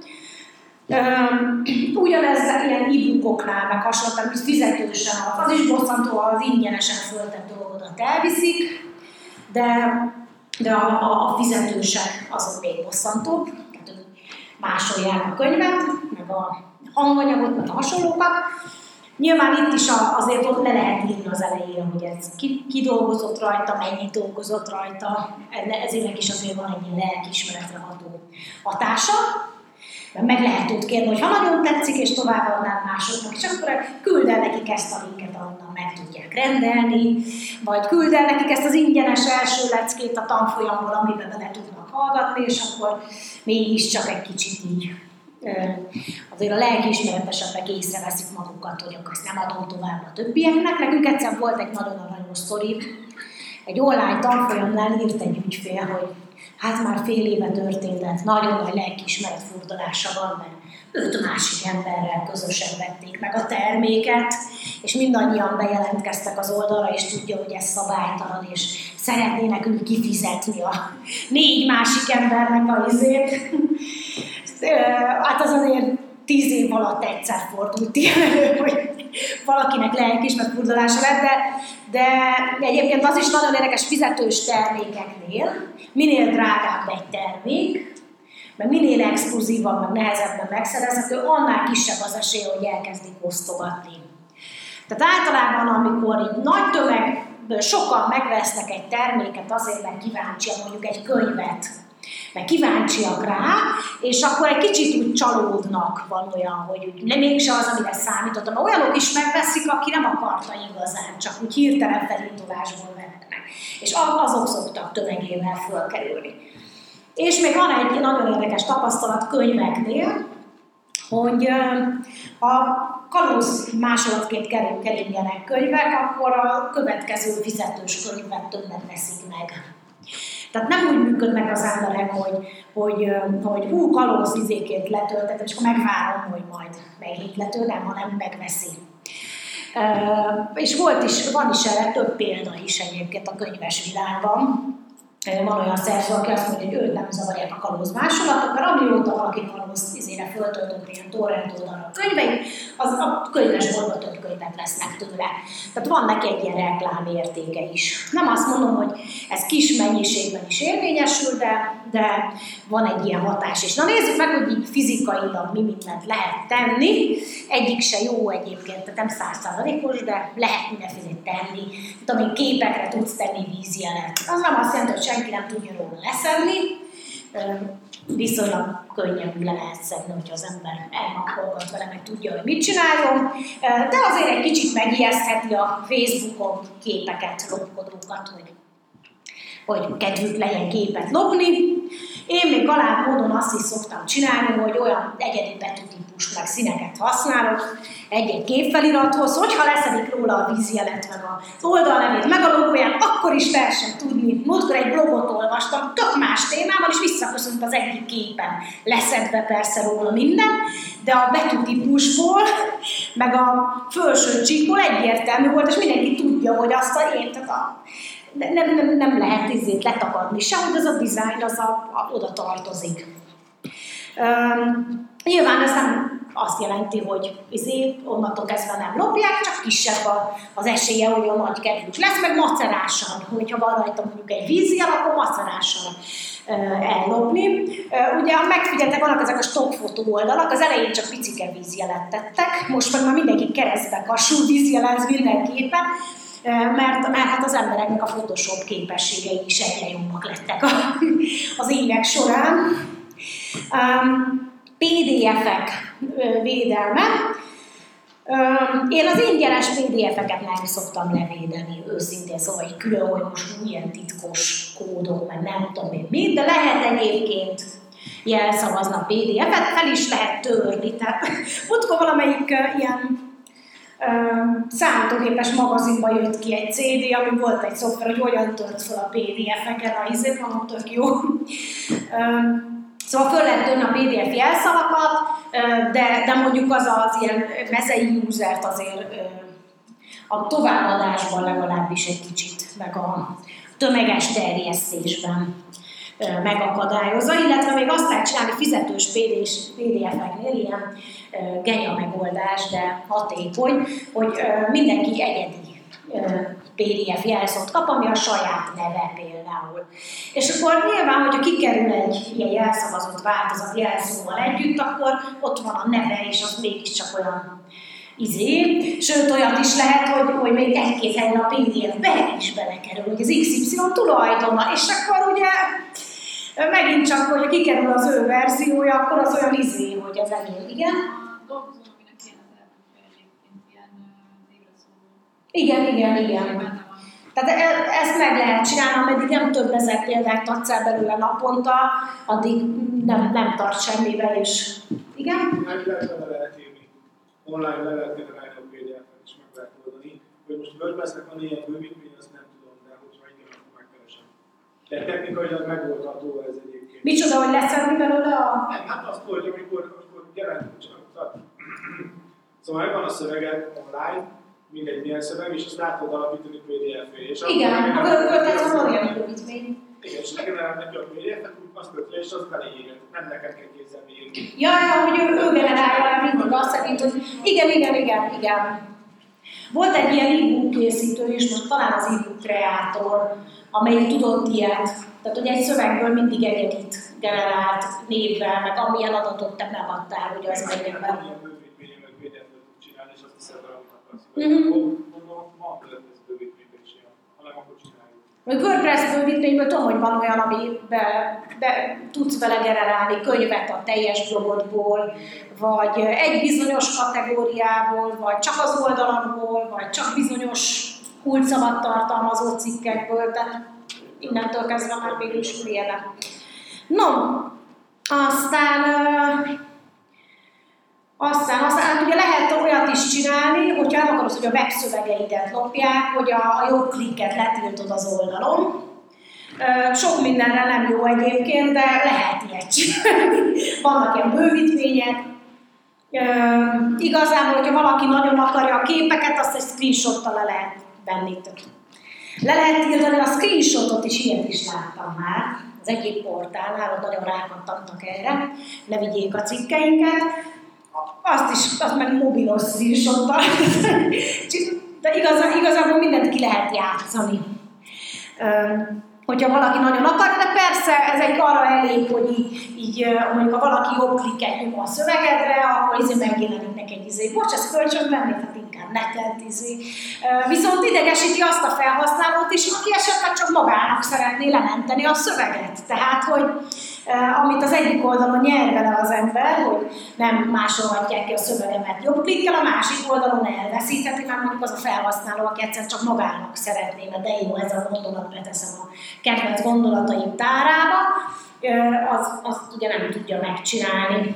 Ugyanez ilyen e-bookoknál, meg hasonlóan, hogy fizetősen, az is bosszantó, az ingyenesen föltett dolgodat elviszik, de a fizetősek azok még bosszantóbb, tehát másolják a könyvet, meg a hanganyagot, meg a hasonlókat. Nyilván itt is azért ott le lehet írni az elejére, hogy ez ki dolgozott rajta, mennyit dolgozott rajta, ezért is azért van egy ilyen lelkiismeretre ható hatása. Mert meg lehet ott kérni, hogy ha nagyon tetszik, és továbbadnám másoknak, és akkor küld el nekik ezt a linket, ahonnan meg tudják rendelni, vagy küld el nekik ezt az ingyenes első leckét a tanfolyamból, amiben bele tudnak hallgatni, és akkor mégiscsak egy kicsit így azért a lelkiismeretesebbek észreveszik magukat, hogy akkor ezt nem adom tovább a többieknek. Nekünk egyszer volt egy nagyon aranyos sztori, egy online tanfolyamnál írt egy ügyfél, hogy hát már fél éve történt, nagyon nagy lelkiismeret furdalása van, mert 5 másik emberrel közösen vették meg a terméket, és mindannyian bejelentkeztek az oldalra, és tudja, hogy ez szabálytalan, és szeretné nekünk kifizetni a 4 másik embernek a izét. Hát az azért 10 év alatt egyszer fordult ilyen elő, hogy valakinek lelkiismeret furdalása lett, de egyébként az is nagyon érdekes fizetős termékeknél, minél drágább egy termék, meg minél exkluzívabb, meg nehezebben megszerezhető, annál kisebb az esély, hogy elkezdik osztogatni. Tehát általában, amikor így nagy tömegből sokan megvesznek egy terméket azért, mert kíváncsiak, mondjuk egy könyvet, meg kíváncsiak rá, és akkor egy kicsit úgy csalódnak, van olyan, hogy úgy mégse az, amire számítottam. Olyanok is megveszik, aki nem akarta igazán, csak úgy hirtelen felindulásból vettek meg. És azok szoktak tömegével fölkerülni. És még van egy nagyon érdekes tapasztalat könyveknél, hogy ha kalóz másolatként keringjenek könyvek, akkor a következő fizetős könyvet többet veszik meg. Tehát nem úgy működnek az emberek, hogy kalóz izéként letöltetem, és akkor megvárom, hogy majd megint letöltem, hanem megveszi. És van is erre több példa is egyébként a könyves világban. Van olyan szerző, aki azt mondja, hogy őt nem zavarják a kalóz másolatok, mert amióta valaki kalóz izére föltöltött ilyen torrent oldalra a könyveit, az a könyvesboltban több könyvet vesznek tőle. Tehát van neki egy ilyen reklámértéke is. Nem azt mondom, hogy ez kis mennyiségben is érvényesül, de van egy ilyen hatás is. Na nézzük meg, hogy így fizikailag mi mindent lehet tenni. Egyik se jó egyébként, tehát nem 100%-os, de lehet mindenféle tenni. Tudom, képekre tudsz tenni vízjelet. Az nem azt jelenti, hogy senki nem tudja róla leszedni. Viszonylag könnyen le lehet szedni, hogyha az ember elmakkolgat vele, meg tudja, hogy mit csináljon. De azért egy kicsit megijesztheti a Facebookon képeket, lopkodókat, hogy kedvük legyen képet lopni. Én még galább módon azt is szoktam csinálni, hogy olyan egyedi betűtípust meg színeket használok egy-egy képfelirathoz, hogyha leszedik róla a vízjelet, meg az oldalnevét, meg a logóját, akkor is lehessen tudni. Múltkor egy blogot olvastam, tök más témával, és visszaköszönt az egyik képen, leszedve persze róla minden, de a betűtípusból, meg a felső csíkból egyértelmű volt, és mindenki tudja, hogy azt nem lehet letagadni se, hogy az a dizájn oda tartozik. Nyilván ez nem azt jelenti, hogy onnantól kezdve nem lopják, csak kisebb az esélye, hogy a nagy kedvük lesz, meg macerásan, hogyha van rajta mondjuk egy vízjel, akkor macerásan ellopni. Ugye, ha megfigyeltek, vannak ezek a stockfotó oldalak, az elején csak picike vízjelet tettek, most meg már mindenki keresztbe kasul vízjelez mindenképpen, mert hát az embereknek a Photoshop képességei is egyre jobbak lettek az évek során. PDF-ek védelme. Én az ingyenes PDF-eket nem szoktam levédeni, őszintén, szóval egy külön, hogy most milyen titkos kódok, meg nem tudom én mit, de lehet egyébként jelszavazni a PDF-et, fel is lehet törni. Tehát múltkor valamelyik ilyen számítógépes magazinban jött ki egy CD, ami volt egy szoftver, hogy hogyan tört fel a PDF-eken, van tök jó. Szóval föl lehet törni a PDF jelszavakat, de mondjuk az ilyen mezei usert azért a továbbadásban legalábbis egy kicsit, meg a tömeges terjesztésben megakadályozza, illetve még azt lehet csinálni fizetős PDF-eknél, ilyen genya megoldás, de hatékony, hogy mindenki egyedi PDF jelszót kap, ami a saját neve például. És akkor nyilván, hogyha kikerül egy ilyen jelszavazott változat jelszóval együtt, akkor ott van a neve, és az mégiscsak olyan sőt, olyat is lehet, hogy még egy-két helyen a PDF-be is belekerül, hogy az XY tulajdona, és akkor ugye megint csak, hogy kikerül az ő verziója, akkor az olyan hogy az enyém, igen? Igen. Tehát ezt meg lehet csinálni, ameddig nem több ezer példát adsz el belőle naponta, addig nem tart semmivel is. Igen? Meg lehet írni. Online le lehet generálni a PDF-et is meg lehet oldani. Hogy most WordPress-nek van ilyen bővítmény, azt nem tudom, de hogyha igen, akkor megkeresem. De technikailag megoldható ez egyébként. Micsoda, hogy leszedni belőle a... Nem, hát azt, hogy amikor jelent, szóval megvan a szöveged online, mindegy milyen szöveg, és azt át tudod alapítani PDF-re. Igen, a WordPress van olyan bővítmény. Igen, és legenerál neki a PDF-et, azt kötje, és azt beleírja. Nem neked kell kézzel írni. Ja, hogy ő generálja le mindig azt szerint, hogy igen. Volt egy ilyen e-book készítő is, most talán az e-book kreator amelyik tudott ilyet. Tehát, hogy egy szövegből mindig egyedit generált névvel, meg amilyen adatot te megadtál, hogy az legyen be. Ilyen bővítménye, meg védelmet tud csinálni, és azt hiszem, hogy amit akarsz. Mondom, van WordPress bővítményben is ilyen, hanem akkor csináljuk. A WordPress bővítményből tudom, hogy van olyan, amiben tudsz vele generálni könyvet a teljes blogodból, vagy egy bizonyos kategóriából, vagy csak az oldalakból, vagy csak bizonyos kulcsszavat tartalmazó cikkekből, tehát innentől kezdve már végül is ilyenek. No, aztán ugye lehet olyat is csinálni, hogyha nem akarod, hogy a webszövegeidet lopják, hogy a jobb klikket letiltod az oldalon. Sok mindenre nem jó egyébként, de lehet ilyet csinálni. Vannak ilyen bővítmények. Igazából, hogyha valaki nagyon akarja a képeket, azt egy screenshottal le lehet venni. Le lehet tiltani a screenshotot is, ilyet is láttam már. Az egyik portálnál, ott nagyon rákattantak erre, ne vigyék a cikkeinket. Azt meg mobilos screenshottal. De igazából mindent ki lehet játszani. Hogyha valaki nagyon akar, de persze ez egy arra elég, hogy így mondjuk ha valaki jobb klikket nyom a szövegedre, akkor megjelenik neki egy bocs, ezt kölcsön venni, tehát inkább netet Viszont idegesíti azt a felhasználót is, aki esetleg csak magának szeretné lementeni a szöveget. Tehát, hogy amit az egyik oldalon nyer vele az ember, hogy nem másolhatják ki a szövegemet jobb klikkel, a másik oldalon elveszítheti, mert mondjuk az a felhasználó, aki egyszer csak magának szeretné, mert de jó, ez a gondolat, beteszem a kedvenc gondolataim tárába, azt ugye nem tudja megcsinálni.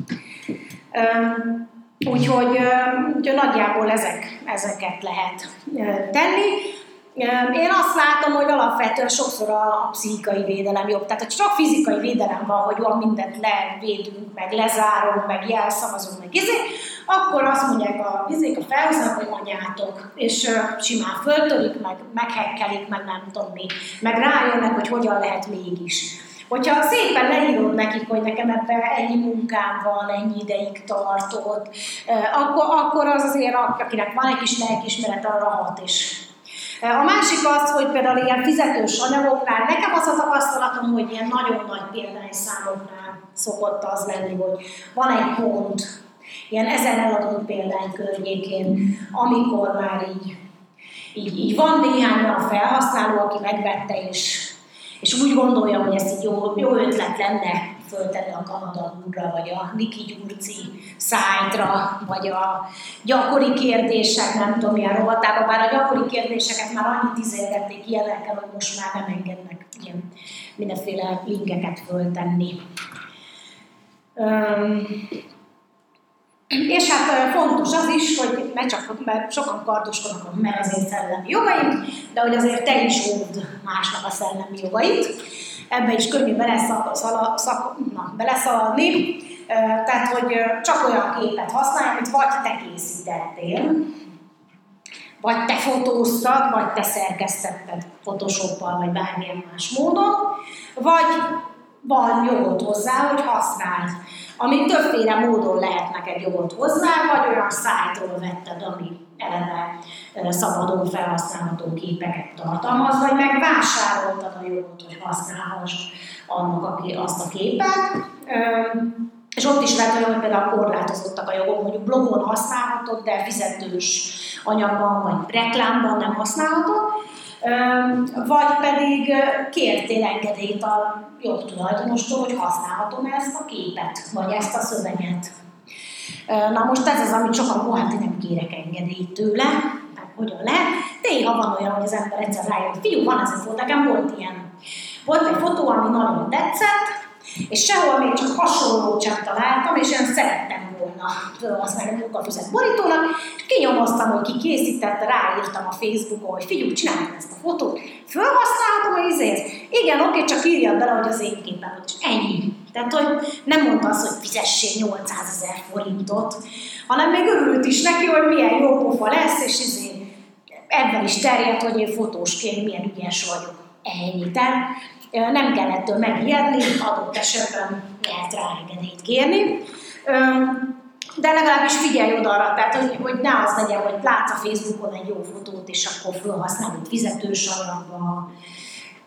Úgyhogy nagyjából ezeket lehet tenni. Én azt látom, hogy alapvetően sokszor a pszichikai védelem jobb. Tehát, hogy csak fizikai védelem van, hogy jól mindent levédünk, meg lezárunk, meg jelszavazunk, meg akkor azt mondják a felhasználók, hogy mondjátok, és simán föltörik, meg meghekkelik, meg nem tudom mi, meg rájönnek, hogy hogyan lehet mégis. Hogyha szépen leírod nekik, hogy nekem ebben ennyi munkám van, ennyi ideig tartott, akkor az azért, akinek van egy kis lelkiismeret, arra hat is. A másik az, hogy például ilyen fizetős anyagoknál, nekem az a tapasztalatom, hogy ilyen nagyon nagy példányszámoknál szokott az lenni, hogy van egy pont, ilyen 1000 eladott példány környékén, amikor már így van néhány olyan felhasználó, aki megvette, és úgy gondolja, hogy ez így jó ötlet lenne föltenni a Kanada úrra, vagy a Niki Gyurci szájtra, vagy a gyakori kérdések, nem tudom milyen rovatába, bár a gyakori kérdéseket már annyit izélgették ilyenekkel, hogy most már nem engednek ilyen mindenféle linkeket föltenni. És hát fontos az is, hogy mert sokan kardoskodnak, mert az én szellemi jogaim, de hogy azért te is óvd másnak a szellemi jogait. Ebbe is könnyű beleszaladni, tehát hogy csak olyan képet használj, amit vagy te készítettél, vagy te fotóztad, vagy te szerkesztetted Photoshoppal, vagy bármilyen más módon, vagy van jogod hozzá, hogy használd. Amit többféle módon lehet neked jogot hozzá, vagy olyan szájtról vetted, ami eleve szabadon felhasználható képeket tartalmaz, vagy megvásároltad a jogot, hogy használhass annak, aki azt a képet. És ott is lehet olyan, hogy például korlátozottak a jogok, mondjuk blogon használhatod, de fizetős anyagban vagy reklámban nem használhatod. Vagy pedig kértél engedélyt a jogtulajdonostól, hogy használhatom ezt a képet, vagy ezt a szöveget. Na most ez az, amit sokan hát én nem kérek engedélyt tőle, meg hogyan lehet. Néha van olyan, hogy az ember egyszer rájön, hogy fiú, van ez a fotó, nekem volt ilyen. Volt egy fotó, ami nagyon tetszett, és sehol még csak hasonlót sem találtam, és én szerettem volna felhasználni a munkafizet borítónak, és kinyomoztam, hogy ki készítette, ráírtam a Facebookon, hogy figyelj, csináltam ezt a fotót, felhasználhatom a izéhez? Igen, oké, csak írjad bele, hogy az én képem volt, és ennyi. Tehát, hogy nem mondta azt, hogy fizessél 800 000 forintot, hanem még örült is neki, hogy milyen jó pofa lesz, és ebben is terjedt, hogy én fotósként milyen ügyes vagyok. Ennyi. Nem kell ettől megijedni, adott esetben lehet rá engedélyt kérni. De legalábbis figyelj oda arra, tehát hogy ne az legyen, hogy látsz a Facebookon egy jó fotót, és akkor felhasználod fizetős anyagba,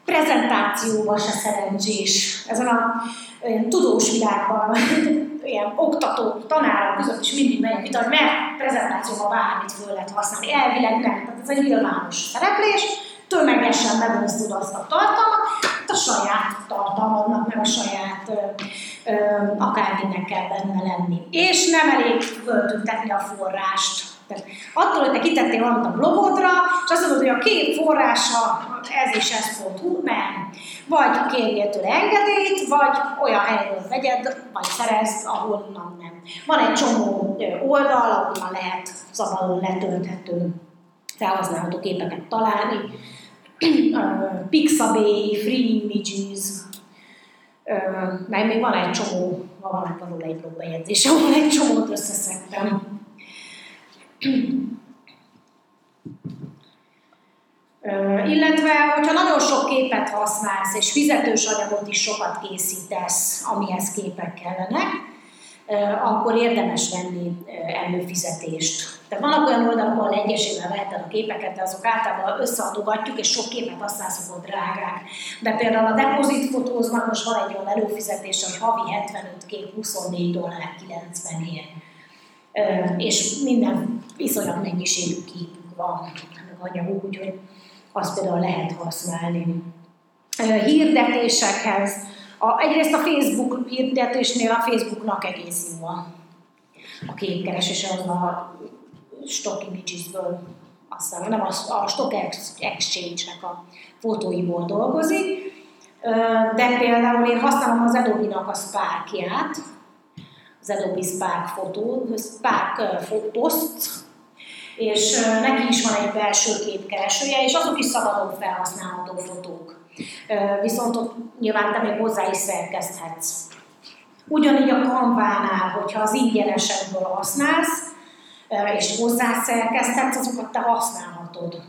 prezentációval se szerencsés. Ezen a tudós világban, ilyen oktatók, tanárok között is mindig megyek itt, hogy mert prezentációban bármit föl lehet használni. Elvileg nem, tehát ez egy nyilvános szereplés, tömegesen megosztod azt a tartalmat, a saját tartalmadnak, meg a saját akárminek kell benne lenni. És nem elég föltüntetni a forrást. Tehát attól, hogy te kitettél valamit a blogodra, és azt mondod, hogy a kép forrása ez és ez.hu, nem. Vagy kérjél tőle engedélyt, vagy olyan helyről vegyed, vagy szerezd, ahonnan nem. Van egy csomó oldal, ahonnan lehet szabadon letölthető, felhasználható képeket találni. Pixabay, Free Images, meg még van egy csomó, van róla egy blogbejegyzés, ahol egy csomót összeszedtem. Illetve, hogyha nagyon sok képet használsz, és fizetős anyagot is sokat készítesz, amihez képek kellenek, akkor érdemes venni előfizetést. Tehát vannak olyan oldalak, ahol egyesével veheted a képeket, de azok általában összeadogatjuk, és sok képet használsz, akkor drágák. De például a Deposit Photos-nak most van egy olyan előfizetése, hogy havi 75 kép, $24.90. És minden iszonyat mennyiségű képük van, meg anyaguk, úgyhogy azt például lehet használni. Hirdetésekhez. Egyrészt a Facebook hirdetésnél a Facebooknak egész jó a képkeresés, az a Stock Images-ből, aztán nem a Stock Exchange-nek a fotóiból dolgozik, de például én használom az Adobe-nak a Spark-ját, az Adobe Spark Post, és neki is van egy belső képkeresője, és azok is szabadon felhasználható fotók. Viszont ott nyilván te még hozzá is szerkeszthetsz. Ugyanígy a Canva-nál, hogyha az ingyenesekből használsz, és hozzá szerkeszthetsz, azokat te használhatod.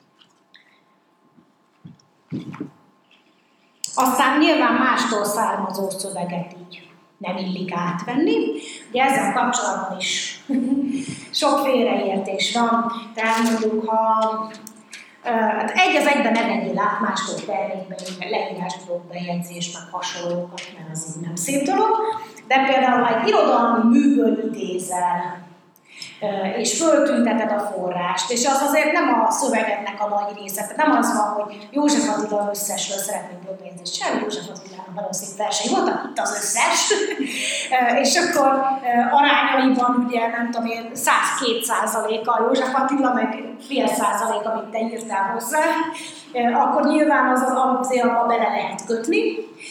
Aztán nyilván mástól származó szöveget így nem illik átvenni. Ugye ezzel kapcsolatban is sok félreértés van. Tehát mondjuk, ha egy az egyben ne vegyél át mástól termékben, leírás, blogbejegyzés, meg hasonlókat, mert az így nem szép dolog. De például, ha egy irodalmi műből idézel, és föltünteted a forrást, és az azért nem a szövegednek a nagy része, tehát nem az van, hogy József Attila összesről szeretnék blogbejegyzést csinálni, József Attilának nagyon szép versei voltak, itt az összes, és akkor arányaiban ugye nem tudom én 100-2%-a József Attila, meg fél százalék, amit te írtál hozzá, akkor nyilván azért abba bele lehet kötni.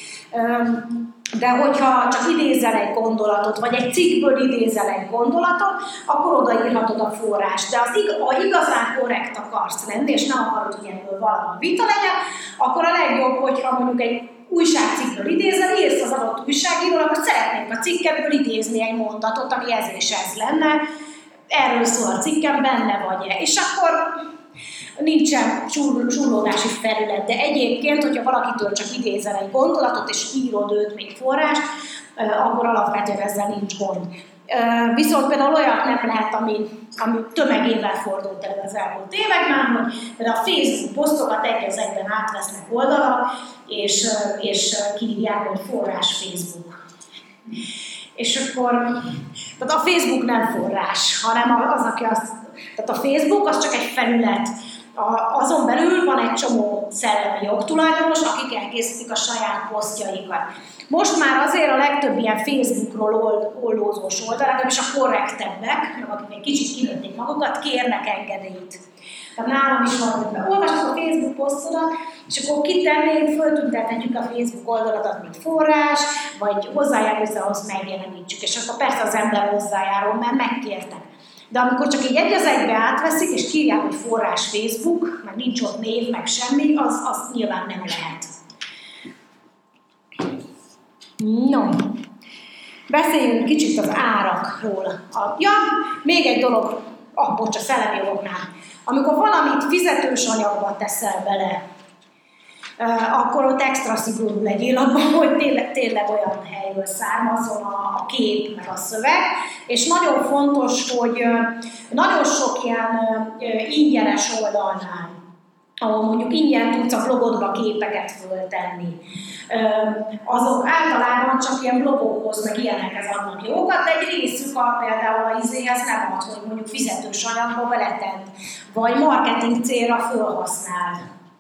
De hogyha csak idézel egy gondolatot, vagy egy cikkből idézel egy gondolatot, akkor odaírhatod a forrást. De ha igazán korrekt akarsz lenni, és nem akarod, hogy ebből valami vita legyen, akkor a legjobb, hogyha mondjuk egy újságcikkből idézel, írsz az adott újságírónak, hogy szeretnék a cikkeből idézni egy mondatot, ami ez és ez lenne, erről szól a cikkem, benne vagy-e. És akkor nincsen súrlódási felület, de egyébként, hogyha valakitől csak idézel egy gondolatot, és írod őt, mint forrást, akkor alapvetően ezzel nincs gond. Viszont például olyat nem lehet, ami tömegével fordult elő az elmúlt években, hogy például a Facebook posztokat egy az egyben átvesznek oldalak, és kiírják, hogy forrás Facebook. És akkor, tehát a Facebook nem forrás, hanem az, aki azt, tehát a Facebook az csak egy felület. Azon belül van egy csomó szellemi jogtulajdonos, akik elkészítik a saját posztjaikat. Most már azért a legtöbb ilyen Facebookról ollózós oldal, legalábbis a korrektebbek, akik egy kicsit kinőtték magukat, kérnek engedélyt. Tehát nálam is van, hogy olvastuk a Facebook posztodat, és akkor kitennéd, föltüntethetjük a Facebook oldaladat, mint forrás, vagy hozzájárulsz, ahhoz megjelenítsük. És akkor persze az ember hozzájárul, mert megkértek. De amikor csak így egy az egybe átveszik, és kírják, hogy forrás Facebook, meg nincs ott név, meg semmi, az nyilván nem lehet. No, beszéljünk kicsit az árakról. Még egy dolog, bocs, a szellemi jogoknál. Amikor valamit fizetős anyagba teszel bele, akkor ott extra szigorú legyél abban, hogy tényleg olyan helyről származzon a kép, meg a szöveg. És nagyon fontos, hogy nagyon sok ilyen ingyenes oldalnál ahol mondjuk ingyen tudsz a blogodba képeket föltenni. Azok általában csak ilyen blogokhoz, meg ilyenekhez adnak jókat, de egy részük például az izéhez nem ad, hogy mondjuk fizetős anyagba beletedd, vagy marketing célra felhasználd.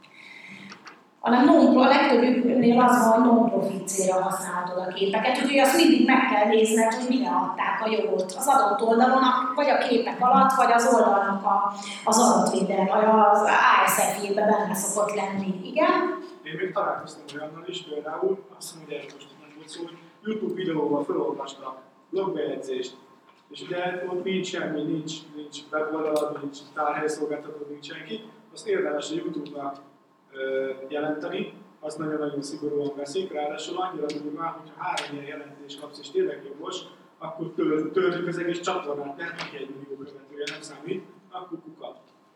Hanem a legtöbbüknél az van, hogy non-profit célra használhatod a képeket, úgyhogy azt mindig meg kell nézned, hogy mire adták a jogot az adott oldalon, vagy a képek alatt, vagy az oldalnak az adatvédelme, vagy az ASF-jében benne szokott lenni. Igen? Én még találkoztam olyannal is, például, azt mondom, hogy erről most nem volt szó, hogy YouTube videóval felolvastak blogbejegyzést, és ugye ott nincs semmi, nincs weboldalad, nincs tárhelyszolgáltató, nincs senki, azt érdemes a YouTube-nak jelenteni, azt nagyon-nagyon szigorúan veszik, ráadásul annyira durván, hogyha 3 ilyen jelentést kapsz és tényleg jogos, akkor töltjük az egész csatornát, mert neki 1 millió követője nem számít, akkor kuka.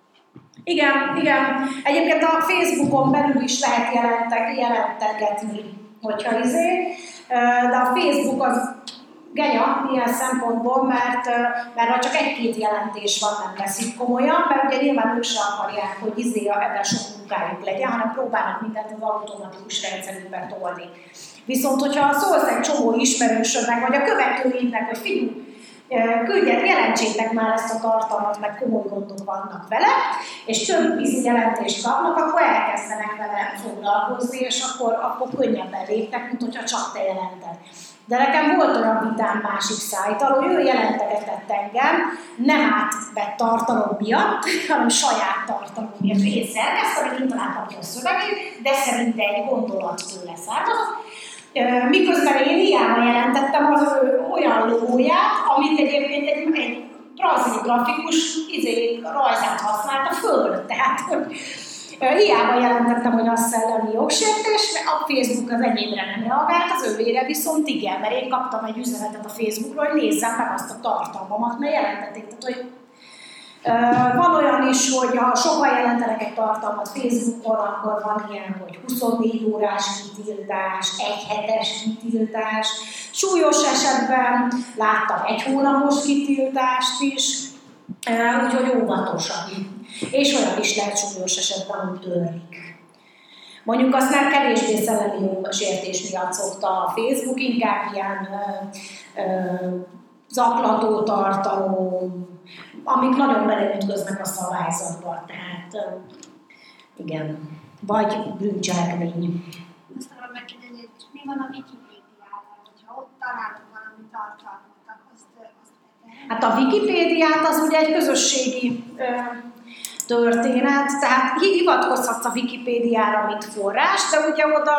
Igen. Egyébként a Facebookon belül is lehet jelentegetni, hogyha de a Facebook az genya ilyen szempontból, mert ha csak 1-2 jelentés van, nem veszik komolyan, mert ugye nyilván ők se akarják, hogy ebben sok munkájuk legyen, hanem próbálnak mindent az automatikus rendszerükbe tolni. Viszont, hogyha szólsz egy csomó ismerősödnek, vagy a követőidnek, hogy figyelj, jelentsétek már ezt a tartalmat, meg komoly gondok vannak vele, és több jelentést kapnak, akkor elkezdenek vele foglalkozni, és akkor könnyebben lépnek, mint hogyha csak te jelented. De nekem volt olyan vitám másik szájtal, hogy ő jelentegetett engem, nem átvett tartalom miatt, hanem saját tartalom miatt. Én szerkeztem, hogy én találtam ki a szövegét, de szerinte egy gondolat tőle származott. Miközben én hiába jelentettem az ő olyan logóját, amit egyébként egy brazil grafikus rajzát használta föl. Tehát, hogy hiába jelentettem, hogy az szellemi jogsértés, a Facebook az enyémre nem reagált, az övére viszont igen, mert én kaptam egy üzenetet a Facebookról, hogy nézzem meg azt a tartalmamat, mert jelentették. Tehát, hogy van olyan is, hogy ha sokan jelentenek egy tartalmat Facebookon, akkor van ilyen, hogy 24 órás kitiltás, 1 hetes kitiltás. Súlyos esetben láttam 1 hónapos kitiltást is, úgyhogy óvatosan. És olyan is lehet súlyos esetben, hogy törlik. Mondjuk azt már kevésbé szellemi jogsértés miatt szokta a Facebook, inkább ilyen zaklató tartalom, amik nagyon beleütköznek a szabályzatba, tehát igen, vagy bűncselekmény. Azt akarom megkérdezni, hogy mi van a Wikipédiával, hogyha ott találunk valami tartalmat, azt hát a Wikipédiát az ugye egy közösségi történet, tehát hivatkozhatsz a Wikipédiára, mint forrás, de ugye oda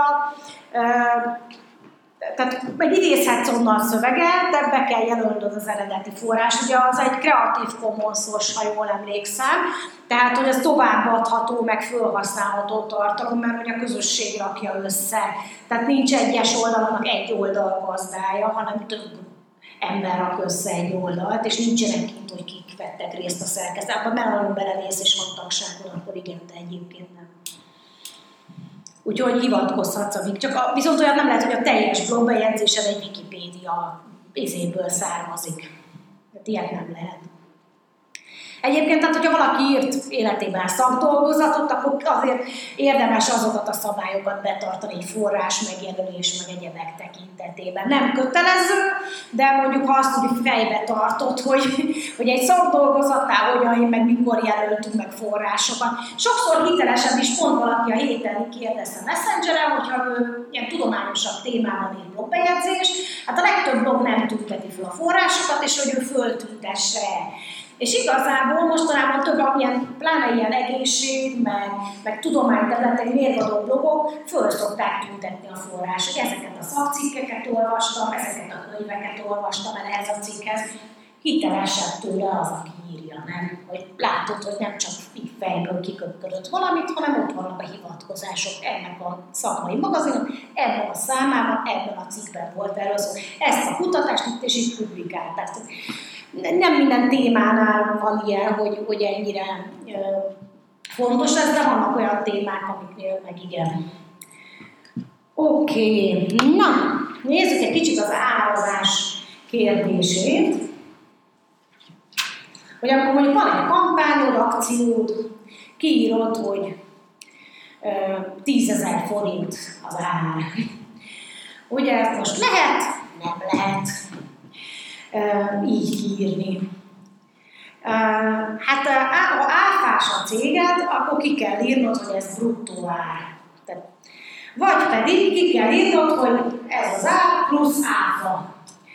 tehát idézhetsz onnan szöveget, de be kell jelölnöd az eredeti forrás. Ugye az egy Creative Commons-os, ha jól emlékszem, tehát hogy ez továbbadható, meg felhasználható tartalom, mert hogy a közösség rakja össze. Tehát nincs egyes oldalnak egy oldalgazdája, hanem több ember rak össze egy oldalt, és nincsenek kint, hogy kik vettek részt a szerkezetben. Mert nagyon belenéz és van tagságon, akkor igen, de egyébként nem. Úgyhogy hivatkozhatsz viszont olyan nem lehet, hogy a teljes blogbejegyzésed egy Wikipédia izéből származik. Tehát ilyet nem lehet. Egyébként, tehát, hogyha valaki írt életében szakdolgozatot, akkor azért érdemes azokat a szabályokat betartani, egy forrás megjelölés, meg egyebek tekintetében. Nem kötelező, de mondjuk ha azt úgy fejbe tartott, hogy egy szakdolgozatnál hogyan, meg mikor jelöltünk meg forrásokat. Sokszor hitelesebb is pont valaki a héten kérdezte Messengeren, hogyha ilyen tudományosabb témában ír blogbejegyzést, hát a legtöbb blog nem tünteti fel a forrásokat, és hogy ő föltüntesse. És igazából mostanában több, pláne ilyen egészség, meg tudományterületek mérvadó blogok föl szokták tüntetni a forrás. Ezeket a szakcikkeket olvastam, ezeket a könyveket olvastam el ehhez a cikkhez. Hitelesebb tőle az, aki írja, nem? Hogy látod, hogy nem csak így fejből kiköpködött valamit, hanem ott vannak a hivatkozások ennek a szakmai magazinon, ebben a számában, ebben a cikkben volt erről szó. Ezt a kutatást itt és itt publikálták. Nem minden témánál van ilyen, hogy ennyire fontos ez, de vannak olyan témák, amiknél meg igen. Oké, na, nézzük egy kicsit az árazás kérdését. Hogy akkor mondjuk van egy kampányod, akciód, kiírod, hogy 10 000 forint az ár. Ugye ezt most lehet? Nem lehet így kiírni. Hát ha áfás a céged, akkor ki kell írnod, hogy ez bruttó ár. Vagy pedig ki kell írnod, hogy ez az ár plusz áfa.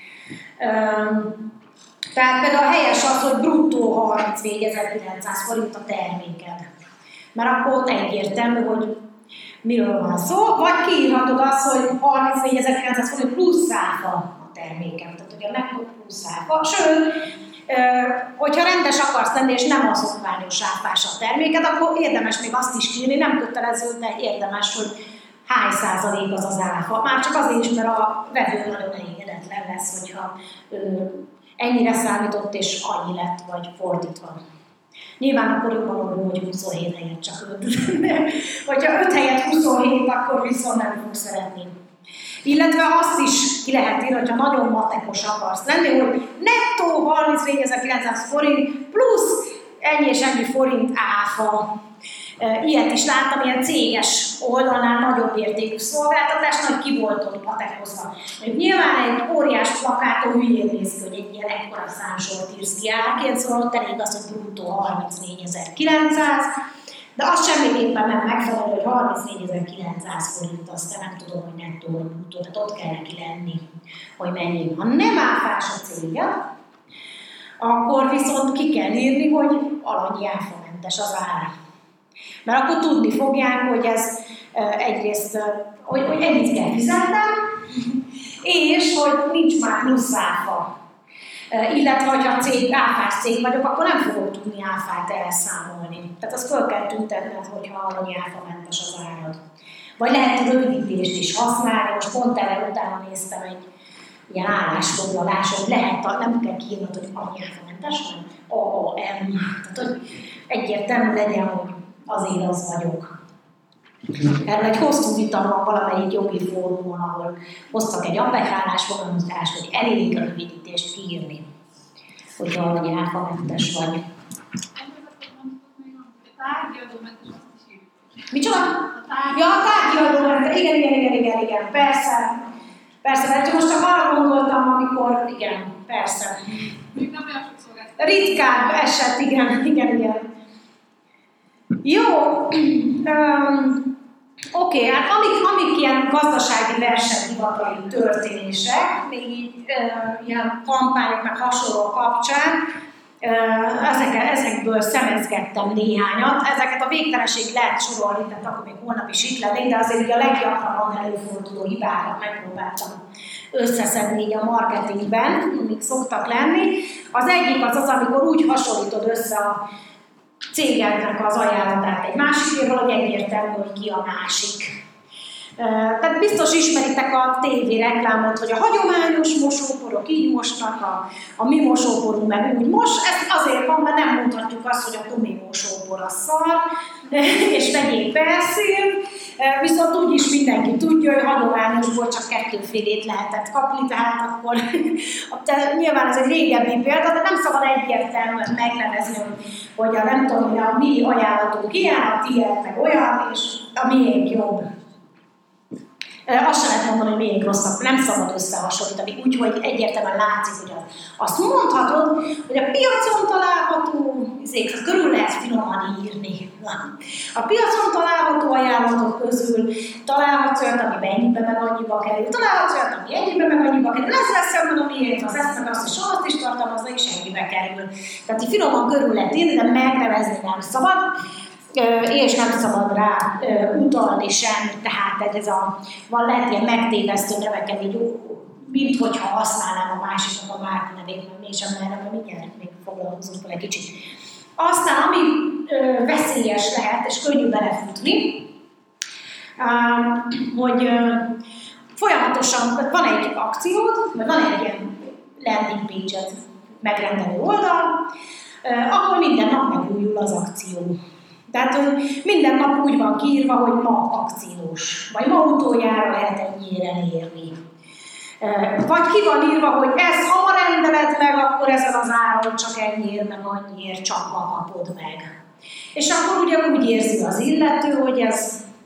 Tehát például helyes az, hogy bruttó 34.900 forint a terméked. Mert akkor ott egyértelmű, hogy miről van szó. Vagy kiírhatod azt, hogy 34.900 forint plusz áfa a terméked. Tehát ugye nettó plusz áfa. Sőt, hogyha rendes akarsz lenni, és nem a szokványos áfás a terméked, akkor érdemes még azt is kiírni, nem kötelező, de érdemes, hogy hány százalék az az áfa. Már csak azért is, mert a vevő nagyon elégedetlen lesz, hogyha ennyire számított és annyi lett, vagy fordítva. Nyilván akkor jobban arról, hogy 27 helyett csak 5. Hogyha 5 helyett 27, akkor viszont nem fog szeretni. Illetve azt is ki lehet írni, hogyha nagyon matekos akarsz lenni, hogy nettó 34.900 forint plusz ennyi és ennyi forint áfa. Ilyet is láttam, ilyen céges oldalnál nagyobb értékű szolgáltatás, nagy ki volt ott patekozva. Nyilván egy óriás plakáton hülyén néz ki, hogy egy ilyen ekkora számsort írsz ki árként, szóval ott elég az, hogy bruttó 34.900, de az semmiképpen nem megfelelő, hogy 34.900 forint, aztán nem tudom, hogy nettó vagy bruttó, tehát ott kell neki lenni, hogy mennyi. Ha nem áfás a céged, akkor viszont ki kell írni, hogy alanyi áfamentes az ár. Mert akkor tudni fogják, hogy ez egyrészt, hogy ennyit kell fizetnem, és hogy nincs már plusz áfa. Illetve, hogyha áfás cég vagyok, akkor nem fogok tudni áfát elszámolni. Tehát azt föl kell tüntetned, hogyha alanyi áfamentes az árad. Vagy lehet rövidítést is használni, most pont erre utána néztem egy ilyen állásfoglalás, hogy lehet, nem kell kiírnod, hogy alanyi áfamentes, hanem AAM. Tehát, hogy egyértelmű legyen, hogy azért az vagyok. Erről egy hosszú vita van valamelyik jogi fórumon, ahol hoztak egy appellálásfogalmazást, hogy elég a rövidítést kiírni, hogyha alanyi áfamentes vagy. A tárgyadómentes azt is írjuk. Micsoda? Ja, a tárgyadómentes, igen, persze, mert most csak arra gondoltam, amikor, igen, persze. Még nem olyan sok szolgáltatás. Ritkább eset, igen. Jó, oké, hát amik ilyen gazdasági versenyhivatali történések, még így ilyen kampányok meg hasonló kapcsán, ezekből szemezgettem néhányat. Ezeket a végtelenség lehet sorolni, tehát akkor még holnap is itt lennék, de azért így a leggyakrabban előforduló hibákat megpróbáltam összeszedni így a marketingben, amik szoktak lenni. Az egyik az, amikor úgy hasonlítod össze a cégednek az ajánlatát egy másikéről, hogy egyértelmű, hogy ki a másik. Tehát biztos ismeritek a tévé reklámot, hogy a hagyományos mosóporok így mosnak, a mi mosóporunk meg úgy mos. Ez azért van, mert nem mondhatjuk azt, hogy a Tomi mosópor a szar, és vegyék perszínt, viszont úgyis mindenki tudja, hogy hagyományosból csak 2 félét lehetett kapni, tehát akkor nyilván ez egy régebbi példa, de nem szabad egyértelműen megnevezni, hogy a nem tudom, a mi ajánlatunk ilyen, a tiéd meg olyan, és a miénk jobb. Azt sem lehet mondani, hogy miénk rosszabb, nem szabad összehasonlítani, úgyhogy egyértelműen látszik, hogy azt mondhatod, hogy a piacon található, körül lehet finoman írni. A piacon található ajánlatok közül találhatsz olyat, ami ennyibe meg annyiba kerül, találhatsz olyat, ami ennyibe meg annyiba kerül, ezzel szemben a miénk, az ezt meg azt és azt is tartalmazza, és ennyibe kerül. Tehát így finoman körül lehet írni, de megnevezni nem szabad. És nem szabad rá utalni sem, tehát van lehet ilyen megtévesztő neveket, így mint hogyha használnám a másiknak a márka nevét, mert mégsem merem, mert mindjárt még foglalkozunk vele egy kicsit. Aztán, ami veszélyes lehet, és könnyű belefutni, hogy folyamatosan, van egy akciód, vagy van egy ilyen landing page-et megrendelő oldal, akkor minden nap megújul az akció. Tehát minden nap úgy van kiírva, hogy ma akciós, vagy ma utoljára lehet ennyire elérni. Vagy ki van írva, hogy ezt ha ma rendeled meg, akkor ezen az áron csak ennyiért, meg annyiért csak ma kapod meg. És akkor ugye úgy érzi az illető, hogy ez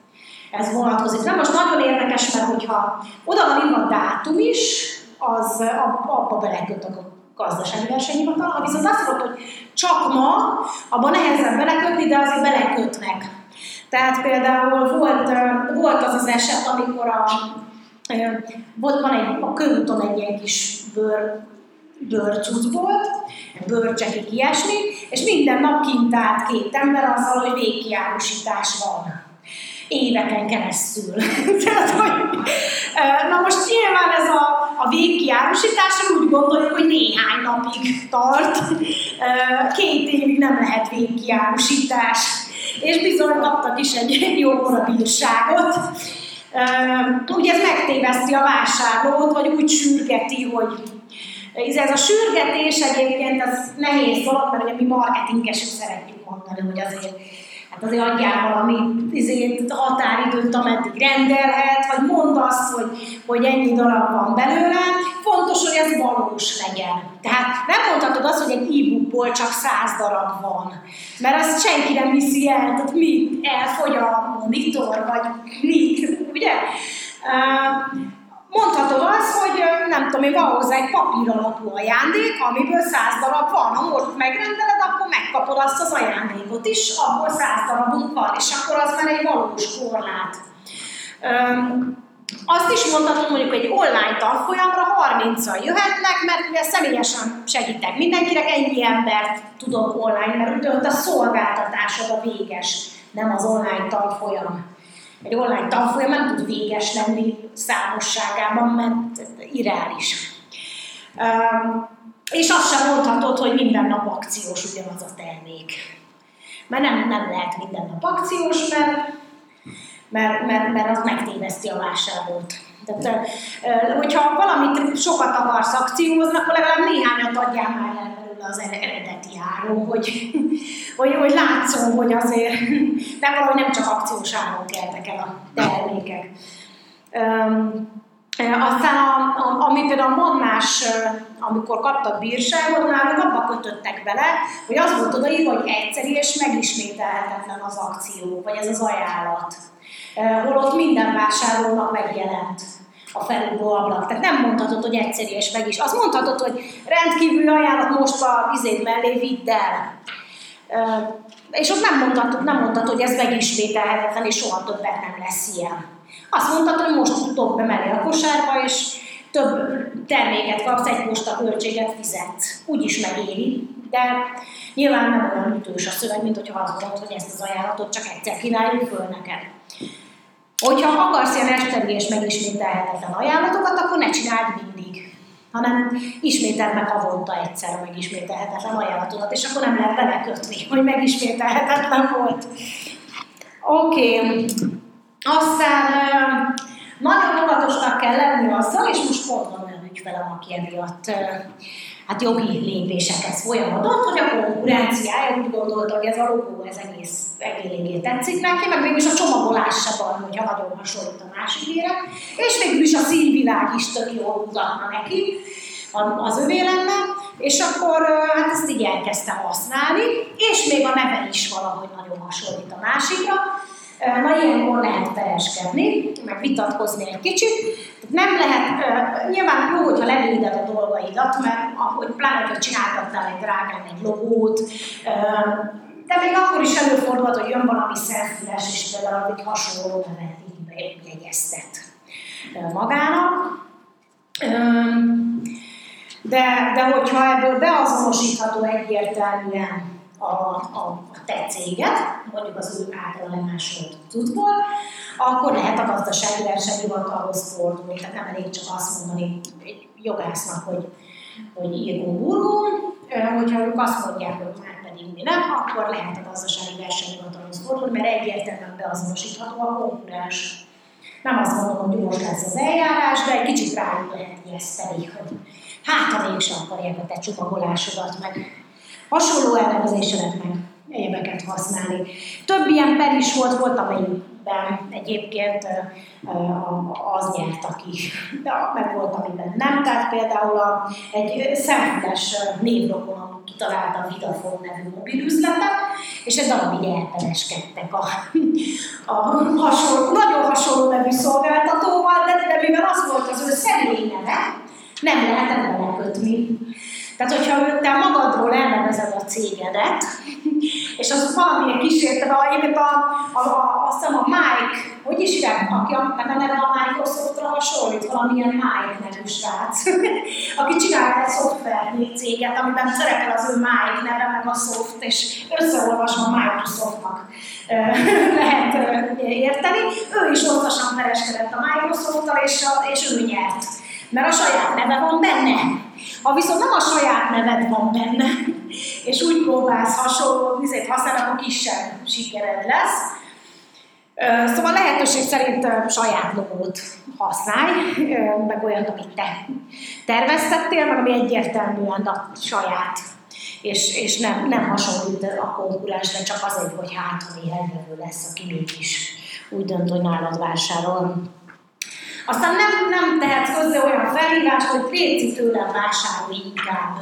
ez vonatkozik. Na most nagyon érdekes, mert hogyha oda van írva a dátum is, az abba beleköt a gazdasági versenyhivatal. Ha viszont azt mondod, hogy csak ma, abban nehezebb belekötni, de azért belekötnek. Tehát például volt az az eset, amikor van a körúton egy ilyen kis bőrcuc volt, bőrcsekik, ilyesmi, és minden nap kint állt 2 ember azzal, hogy végkiárusítás van. Éveken keresztül. Tehát, na most nyilván ez a végkiárusításra úgy gondoljuk, hogy néhány napig tart, 2 évig nem lehet végkiárusítás. És bizony kaptak is egy jó bírságot. Ugye ez megtéveszti a vásárlót, vagy úgy sürgeti, hogy ez a sürgetés egyébként az nehéz dolog, mert ugye mi marketingesek szeretjük mondani, hogy azért adjál valami határidőt, ameddig rendelhet, vagy mondd azt, hogy ennyi darab van belőle. Fontos, hogy ez valós legyen. Tehát nem mondhatod azt, hogy egy e-bookból csak 100 darab van, mert azt senki nem viszi el, tehát mit elfogy a monitor, vagy mit, ugye? Mondhatod azt, hogy nem tudom, van hozzá egy papír alapú ajándék, amiből 100 darab van. Ha most megrendeled, akkor megkapod azt az ajándékot is, abból 100 darabunk van, és akkor az már egy valós korlát. Azt is mondhatod, mondjuk, hogy egy online tanfolyamra 30-an jöhetnek, mert ugye személyesen segítek mindenkinek, ennyi embert tudok online, mert ugye a szolgáltatásod a véges, nem az online tanfolyam. Egy online tanfolyam nem tud véges lenni számosságában, mert irreális. És azt sem mondhatod, hogy minden nap akciós ugyanaz a termék. Mert nem lehet minden nap akciós, mert az megtéveszti a vásárlót. Tehát, hogyha valamit sokat akarsz akciózni, akkor legalább néhányat adjál már el belőle az eredeti áron, hogy látszom, hogy azért nem csak akciós áron keltek el a termékek. Aztán ami például a Mannás, amikor kaptak bírságot, náluk abba kötöttek bele, hogy az volt odaírva, hogy egyszerű és megismételhetetlen az akció, vagy ez az ajánlat. Holott minden vásárlónak megjelent a felugró ablak. Tehát nem mondhatod, hogy egyszerű és meg is. Azt mondhatod, hogy rendkívüli ajánlat, most a vizét mellé vidd el. És ott nem mondhatod, hogy ez megismételhetetlen, és soha többet nem lesz ilyen. Azt mondhatod, hogy most dob be mellé a kosárba, és több terméket kapsz, egy postaköltséget fizetsz. Úgyis megéri, de nyilván nem olyan ütős a szöveg, mint hogyha azt mondod, hogy ezt az ajánlatot csak egyszer kínáljuk föl neked. Hogyha akarsz ilyen egyszerű és megismételhetetlen ajánlatokat, akkor ne csináld mindig, hanem ismételd meg havonta egyszer a megismételhetetlen ajánlatodat, és akkor nem lehet belekötni, hogy megismételhetetlen volt. Oké. Aztán nagyon óvatosnak kell lenni azzal, és most pont van olyan ügyfelem, aki emiatt jogi lépéseket folyamatot, hogy a konkurenciája úgy gondolta, hogy ez a logó, ez eléggé tetszik neki, meg végülis a csomagolás se van, hogyha nagyon hasonlít a másikére, és végülis a színvilág is tök jól mutatna neki, az övé lenne, és akkor hát ezt így elkezdtem használni, és még a neve is valahogy nagyon hasonlít a másikra. Na, ilyenkor lehet pereskedni, meg vitatkozni egy kicsit. Nem lehet, nyilván jó, hogyha levéded a dolgaidat, mert ahogy pláne, hogy csináltattál egy drágán egy logót, de még akkor is előfordulhat, hogy jön valami szemfüles, és például egy hasonló nevet így jegyeztet magának. De hogyha ebből beazonosítható egyértelműen a te céget, mondjuk az ő által lemásolt cuccból, akkor lehet a gazdasági versenyhivatalhoz fordulni. Tehát nem elég csak azt mondani egy jogásznak, hogy írgum-burgum, hogyha ők azt mondják, hogy már pedig mi nem, akkor lehet a gazdasági versenyhivatalhoz fordulni, mert egyértelműen beazonosítható a konkurens. Nem azt mondom, hogy gyors lesz az eljárás, de egy kicsit rájuk lehet ijeszteni, hogy hát ha mégsem akarják a te csomagolásodat, meg hasonló elnevezéselet meg egyebeket használni. Több ilyen per is volt, amelyik egyébként az nyert, aki meg volt, amiben nem. Tehát például egy szemfüles névrokonom kitalálta a Vidafone nevű mobilüzletet, és egy darabig elpereskedtek nagyon hasonló nevű szolgáltatóval, de mivel az volt az ő személyi neve, nem lehetett belekötni. Tehát, hogyha te magadról elnevezed a cégedet, és az valamilyen kísérted, egyébként azt hiszem a Mike, hogy is írják, akinek a neve a Microsoftra hasonlít, valamilyen Mike nevű srác, aki csinált egy szoftver céget, amiben szerepel az ő Mike neve, meg a soft, és összeolvasva Microsoftnak lehet érteni. Ő is hosszasan kereskedett a Microsofttal, és ő nyert. Mert a saját neve van benne. Ha viszont nem a saját neved van benne, és úgy próbálsz hasonló vizet használni, akkor kisebb sikered lesz. Szóval lehetőség szerint saját logót használj, meg olyat, amit te terveztettél, meg ami egyértelműen a saját, és nem hasonlít a konkurensre, csak azért, hogy hát, ha néhány vevő lesz, aki mégis úgy dönt, hogy nálad vásárol. Aztán nem tehetsz hozzá olyan felhívást, hogy léci tőlem vásárolj inkább.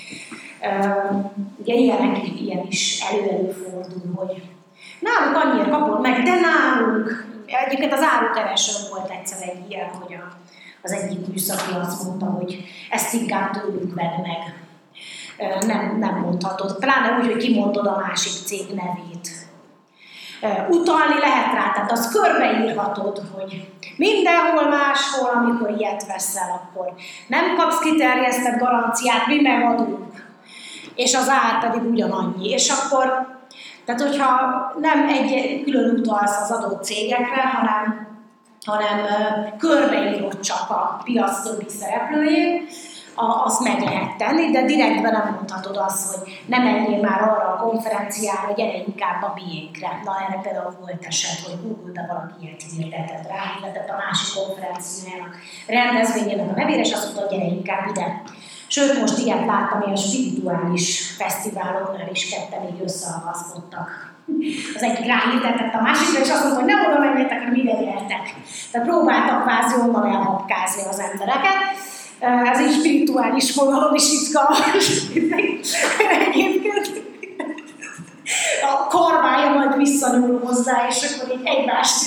Ugye ilyen is előfordul, hogy nálunk annyira kapod meg, de nálunk. Egyébként az árukeresőn volt egyszer egy ilyen, hogy az egyik műszaki azt mondta, hogy ezt inkább tőlünk vedd meg. Nem mondhatod. Pláne úgy, hogy kimondod a másik cég nevét. Utalni lehet rá, tehát azt körbeírhatod, hogy mindenhol máshol, amikor ilyet veszel, akkor nem kapsz kiterjesztett garanciát, mi megadunk, és az ár pedig ugyanannyi. És akkor, tehát hogyha nem egy külön utalsz az adott cégekre, hanem körbeírod csak a piac többi szereplőjét, azt meg lehet tenni, de direktben nem mondhatod azt, hogy ne menjél már arra a konferenciára, gyere inkább a miénkre. Na, erre például volt eset, hogy Google-de valaki ilyet hirdetett rá, hirdetett a másik konferenciának, rendezvényének a nevére, és azt mondta, hogy gyere inkább ide. Sőt, most ilyet láttam, ilyen spirituális fesztiváloknál is ketten így összeakasztottak. Az egyik ráhirdetett a másikra, és azt mondta, hogy nem oda menjetek, hanem ide gyertek. Tehát próbáltak kvázi onnan elhapkázni az embereket. Ez egy spirituális vonalon is izgalmas. Egyébként a karmája majd visszanyúl hozzá, és akkor így egymást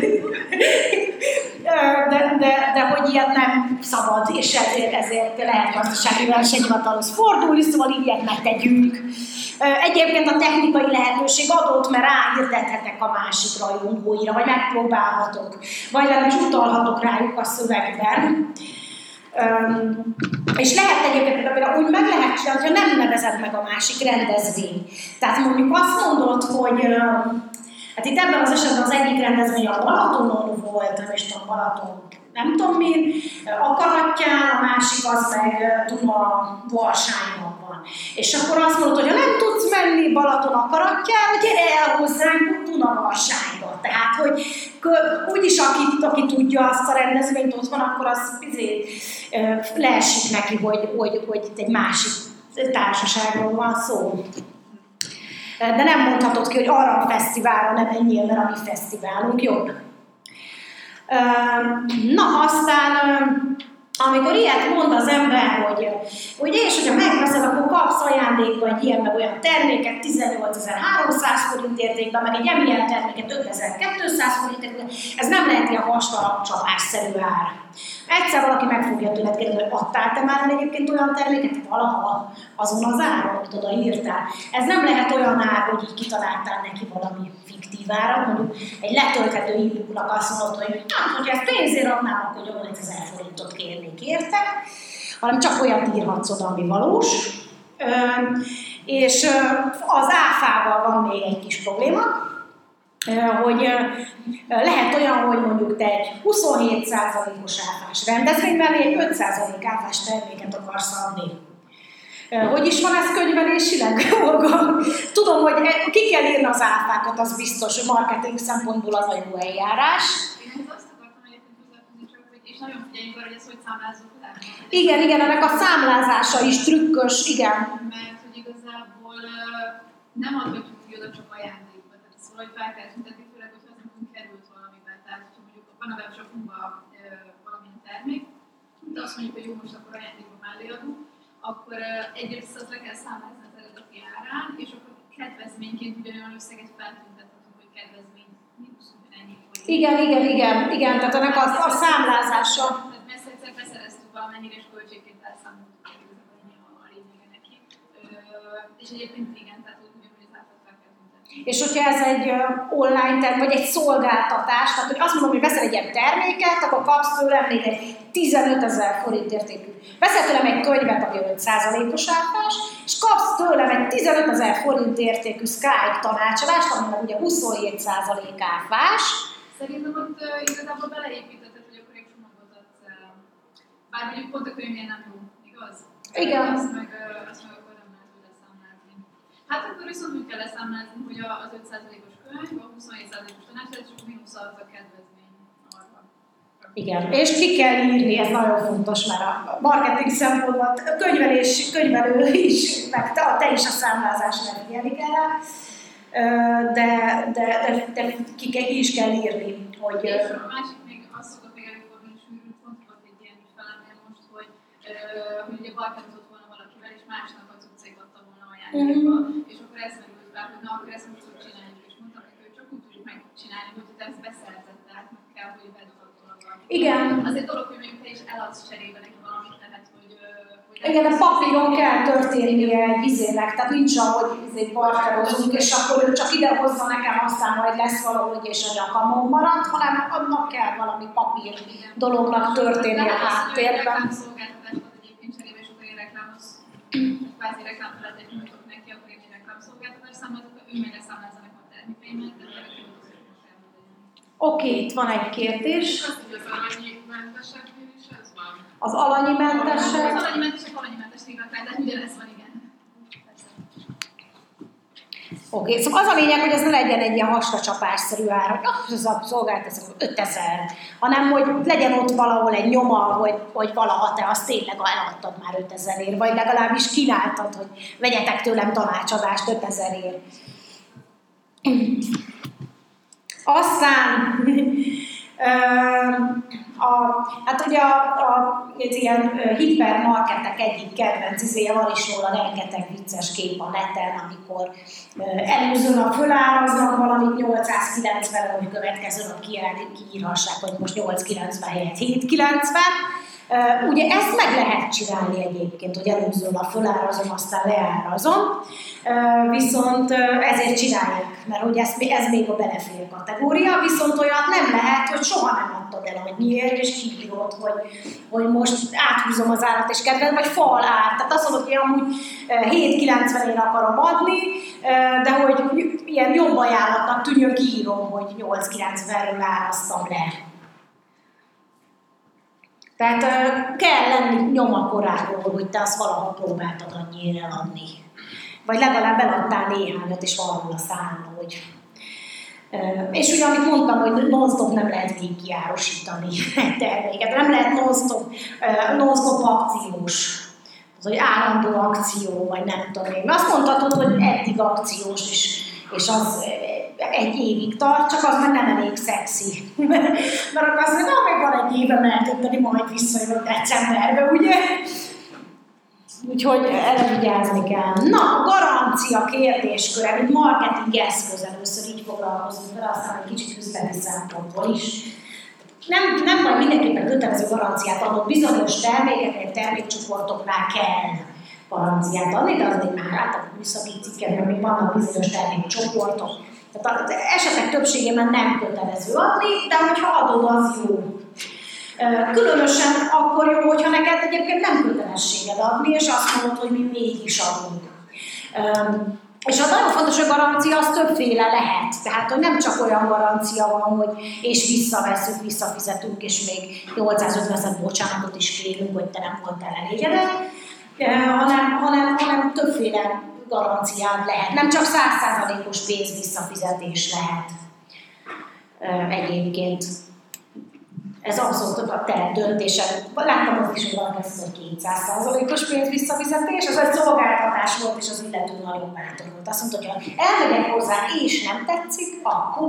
de hogy ilyet nem szabad, és ezért lehet gazdasági versenyhivatalhoz fordulni, szóval ilyet megtegyünk. Egyébként a technikai lehetőség adott, mert ráhirdethetek a másik rajongóira, vagy megpróbálhatok, vagy legalábbis utalhatok rájuk a szövegben. És lehet egyébként például úgy meg lehet csinálni, hogyha nem nevezed meg a másik rendezvény. Tehát mondjuk azt mondod, hogy hát itt ebben az esetben az egyik rendezvény a Balatonon volt, nem is tudom, Balaton, nem tudom mi, akaratján, a másik az meg Duna-Varsányban van. És akkor azt mondod, hogy ha nem tudsz menni Balaton akaratjára, gyere el hozzánk Duna-Varsányba. Tehát, hogy úgyis aki tudja azt a rendezvényt ott van, akkor az leesik neki, hogy egy másik társaságról van szó. De nem mondhatod ki, hogy arra a fesztiválra ne menjél, mert a mi fesztiválunk jobb. Na, aztán, amikor ilyet mond az ember, hogy és hogyha megveszed, akkor kapsz ajándékba egy ilyen meg olyan terméket 18.300 forint értékben, meg egy ilyen terméket 5.200 forint értékben, ez nem lehet ilyen hasracsapásszerű ár. Egyszer valaki meg fogja tőled kérdezni, hogy adtál te már egyébként olyan terméket valaha azon az áron, amit odaírtál. Ez nem lehet olyan ár, hogy így kitaláltál neki valami fiktív árat, mondjuk egy letölthető e-booknak azt mondod, hogy hát, hogyha ezt pénzért adnám, akkor 8000 forintot kérnék érte, hanem csak olyat írhatsz oda, ami valós. És az áfával van még egy kis probléma, hogy lehet olyan, hogy mondjuk te egy 27%-os áfás rendezvényben egy 5% áfás terméket akarsz adni. Hogy is van ez könyvelésileg? Tudom, hogy ki kell írni az áfákat, az biztos, hogy marketing szempontból az a jó eljárás. Én azt akartam egyébként hozzáfogni csak, hogy és nagyon figyeljünk arra, hogy ezt hogy számlázzuk le. Igen, ennek a számlázása is trükkös, igen. Mert hogy igazából nem adhatjuk ki oda csak ajándékba. Tehát szóval, hogy fel kell tüntetni, főleg, hogyha az nekünk került van a webshopunkban valamilyen termék, de azt mondjuk, hogy jó, most akkor ajándékba mellé adunk, akkor egyrészt azt le kell számlázni az eredeti árán, és akkor kedvezményként ugyanolyan összeget feltüntethetünk, hogy kedvezmény mínusz ugyanennyi forint. Igen, tehát ennek a számlázása. Tehát mi ezt egyszer beszereztük valamennyire, és költségként elszámoltuk, hogy igazából ennyi a lényege neki. És egyébként igen, tehát ugyanúgy az áfát fel kell tüntetni. És hogyha ez egy online term, vagy egy szolgáltatás, tehát hogy azt mondom, hogy veszel egy ilyen terméket, akkor kapsz tőlem még egy 15 000 forint értékű. Veszel tőlem egy könyvet, ami 5%-os áfás, és kapsz tőlem egy 15 000 forint értékű Skype tanácsadást, ami ugye 27% áfás. Szerintem ott igazából beleépítetted, hogy akkor egy csomagot adsz el. Bár mondjuk pont a könyvnél nem jó, igaz? Igen. Azt meg akkor nem lehet úgy leszámlázni. Hát akkor viszont úgy kell leszámlázni, hogy az 5%-os könyv, a 27%-os tanácsadás, és mínusz az a kedvezmény arra. Igen, és ki kell írni, ez nagyon fontos, mert a marketing szempontból a könyvelő is, meg te is a számlázásra figyelni kell rá, de ki is kell írni, hogy... És a másik még azt szokott még előfordulni, sűrűt pont volt egy ilyen ügyfelemnél most, hogy ugye barkározott volna valakivel, és másnak a cuccék adta volna ajándékba, és akkor ez merült rá, hogy na, akkor ezt most hogy csináljuk, és mondtam neki, hogy csak úgy tudjuk megcsinálni, hogy te ezt beszerzett, tehát meg kell, hogy bedobod. Igen. Azért dolog, hogy mondjuk te is eladsz cserébe neki valamit, tehát hogy... Igen, a papíron kell történnie egy izének, tehát nincs ahogy barterozunk, és akkor ő csak ide hozza nekem, aztán majd lesz valahogy, és a nyakamon marad, hanem annak kell valami papír dolognak történnie a háttérben. Reklámszolgáltatást ad egyébként cserébe, és akkor én kvázi reklámfelületet nyújtok neki, akkor én egy reklámszolgáltatást számolok, akkor ő meg leszámlázza nekem a termékeimet, tehát Oké, itt van egy kérdés. Azt, hogy az alanyimenteseknél is ez van. Az alanyimentesek. Az alanyimentesek írnak rá, de ugyanez van, igen. Oké, szóval az a lényeg, hogy ez ne legyen egy ilyen hasracsapásszerű ár, hogy ez a szolgáltatás 5000, hanem hogy legyen ott valahol egy nyoma, hogy valaha te azt tényleg eladtad már 5000-ért, vagy legalábbis kínáltad, hogy vegyetek tőlem tanácsadást 5000-ért. Aztán hát ugye az ilyen hipermarketek egyik kedvenc izéje, van is róla rengeteg vicces kép a neten, amikor előző nap föláraznak valamit 890-re, hogy következő nap kiírhassák, hogy most 890 helyett 790. Ugye ezt meg lehet csinálni egyébként, hogy előző nap fölárazom, aztán leárazom, viszont ezért csinálják, mert hogy ez még a belefér kategória, viszont olyat nem lehet, hogy soha nem adtad el annyiért, és kiírod, hogy most áthúzom az árat és kedved, vagy fal ár. Tehát azt mondod, hogy amúgy 7,90-ért akarom adni, de hogy ilyen jobb ajánlatnak tűnjön, kiírom, hogy 8,90-ről áraztam le. Tehát kell lenni nyomakoráról, hogy te azt valaha próbáltad annyira eladni. Vagy legalább eladtál néhányat, és van róla számla, hogy... És ugye, amit mondtam, hogy non-stop nem lehet végigkiárosítani terméket, nem lehet non-stop akciós, az, hogy állandó akció, vagy nem tudom én. Azt mondhatod, hogy eddig akciós, és az egy évig tart, csak az meg nem elég szexi. Mert akkor azt mondja, meg van egy éve elkötni, majd visszajövök decemberbe, ugye? Úgyhogy erre vigyázni kell. Na, garancia kérdésköre, mint marketing eszköz, először így foglalkozunk vele, aztán egy kicsit üzleti szempontból is. Nem majd mindenképpen kötelező garanciát adott, bizonyos termékeknél, termékcsoportoknál kell garanciát adni, de azért már általában műszaki cikkekben még vannak bizonyos termékcsoportok. Tehát az esetek többségében nem kötelező adni, de hogyha adod, az jó. Különösen akkor jó, hogyha neked egyébként nem kötelességed adni, és azt mondod, hogy mi mégis adunk. És az nagyon fontos, hogy a garancia az többféle lehet. Tehát, hogy nem csak olyan garancia van, hogy és visszavesszük, visszafizetünk, és még 850 bocsánatot is kérünk, hogy te nem voltál elégedett, hanem többféle garanciád lehet. Nem csak 100%-os pénz visszafizetés lehet egyébként. Ez abszolút a te döntésed. Láttam azt is, hogy valaki azt mondta, hogy 200%-os pénz visszafizetés, az egy szolgáltatás volt, és az illető nagyon bátor volt. Azt mondta, hogy ha elmegyek hozzá, és nem tetszik, akkor.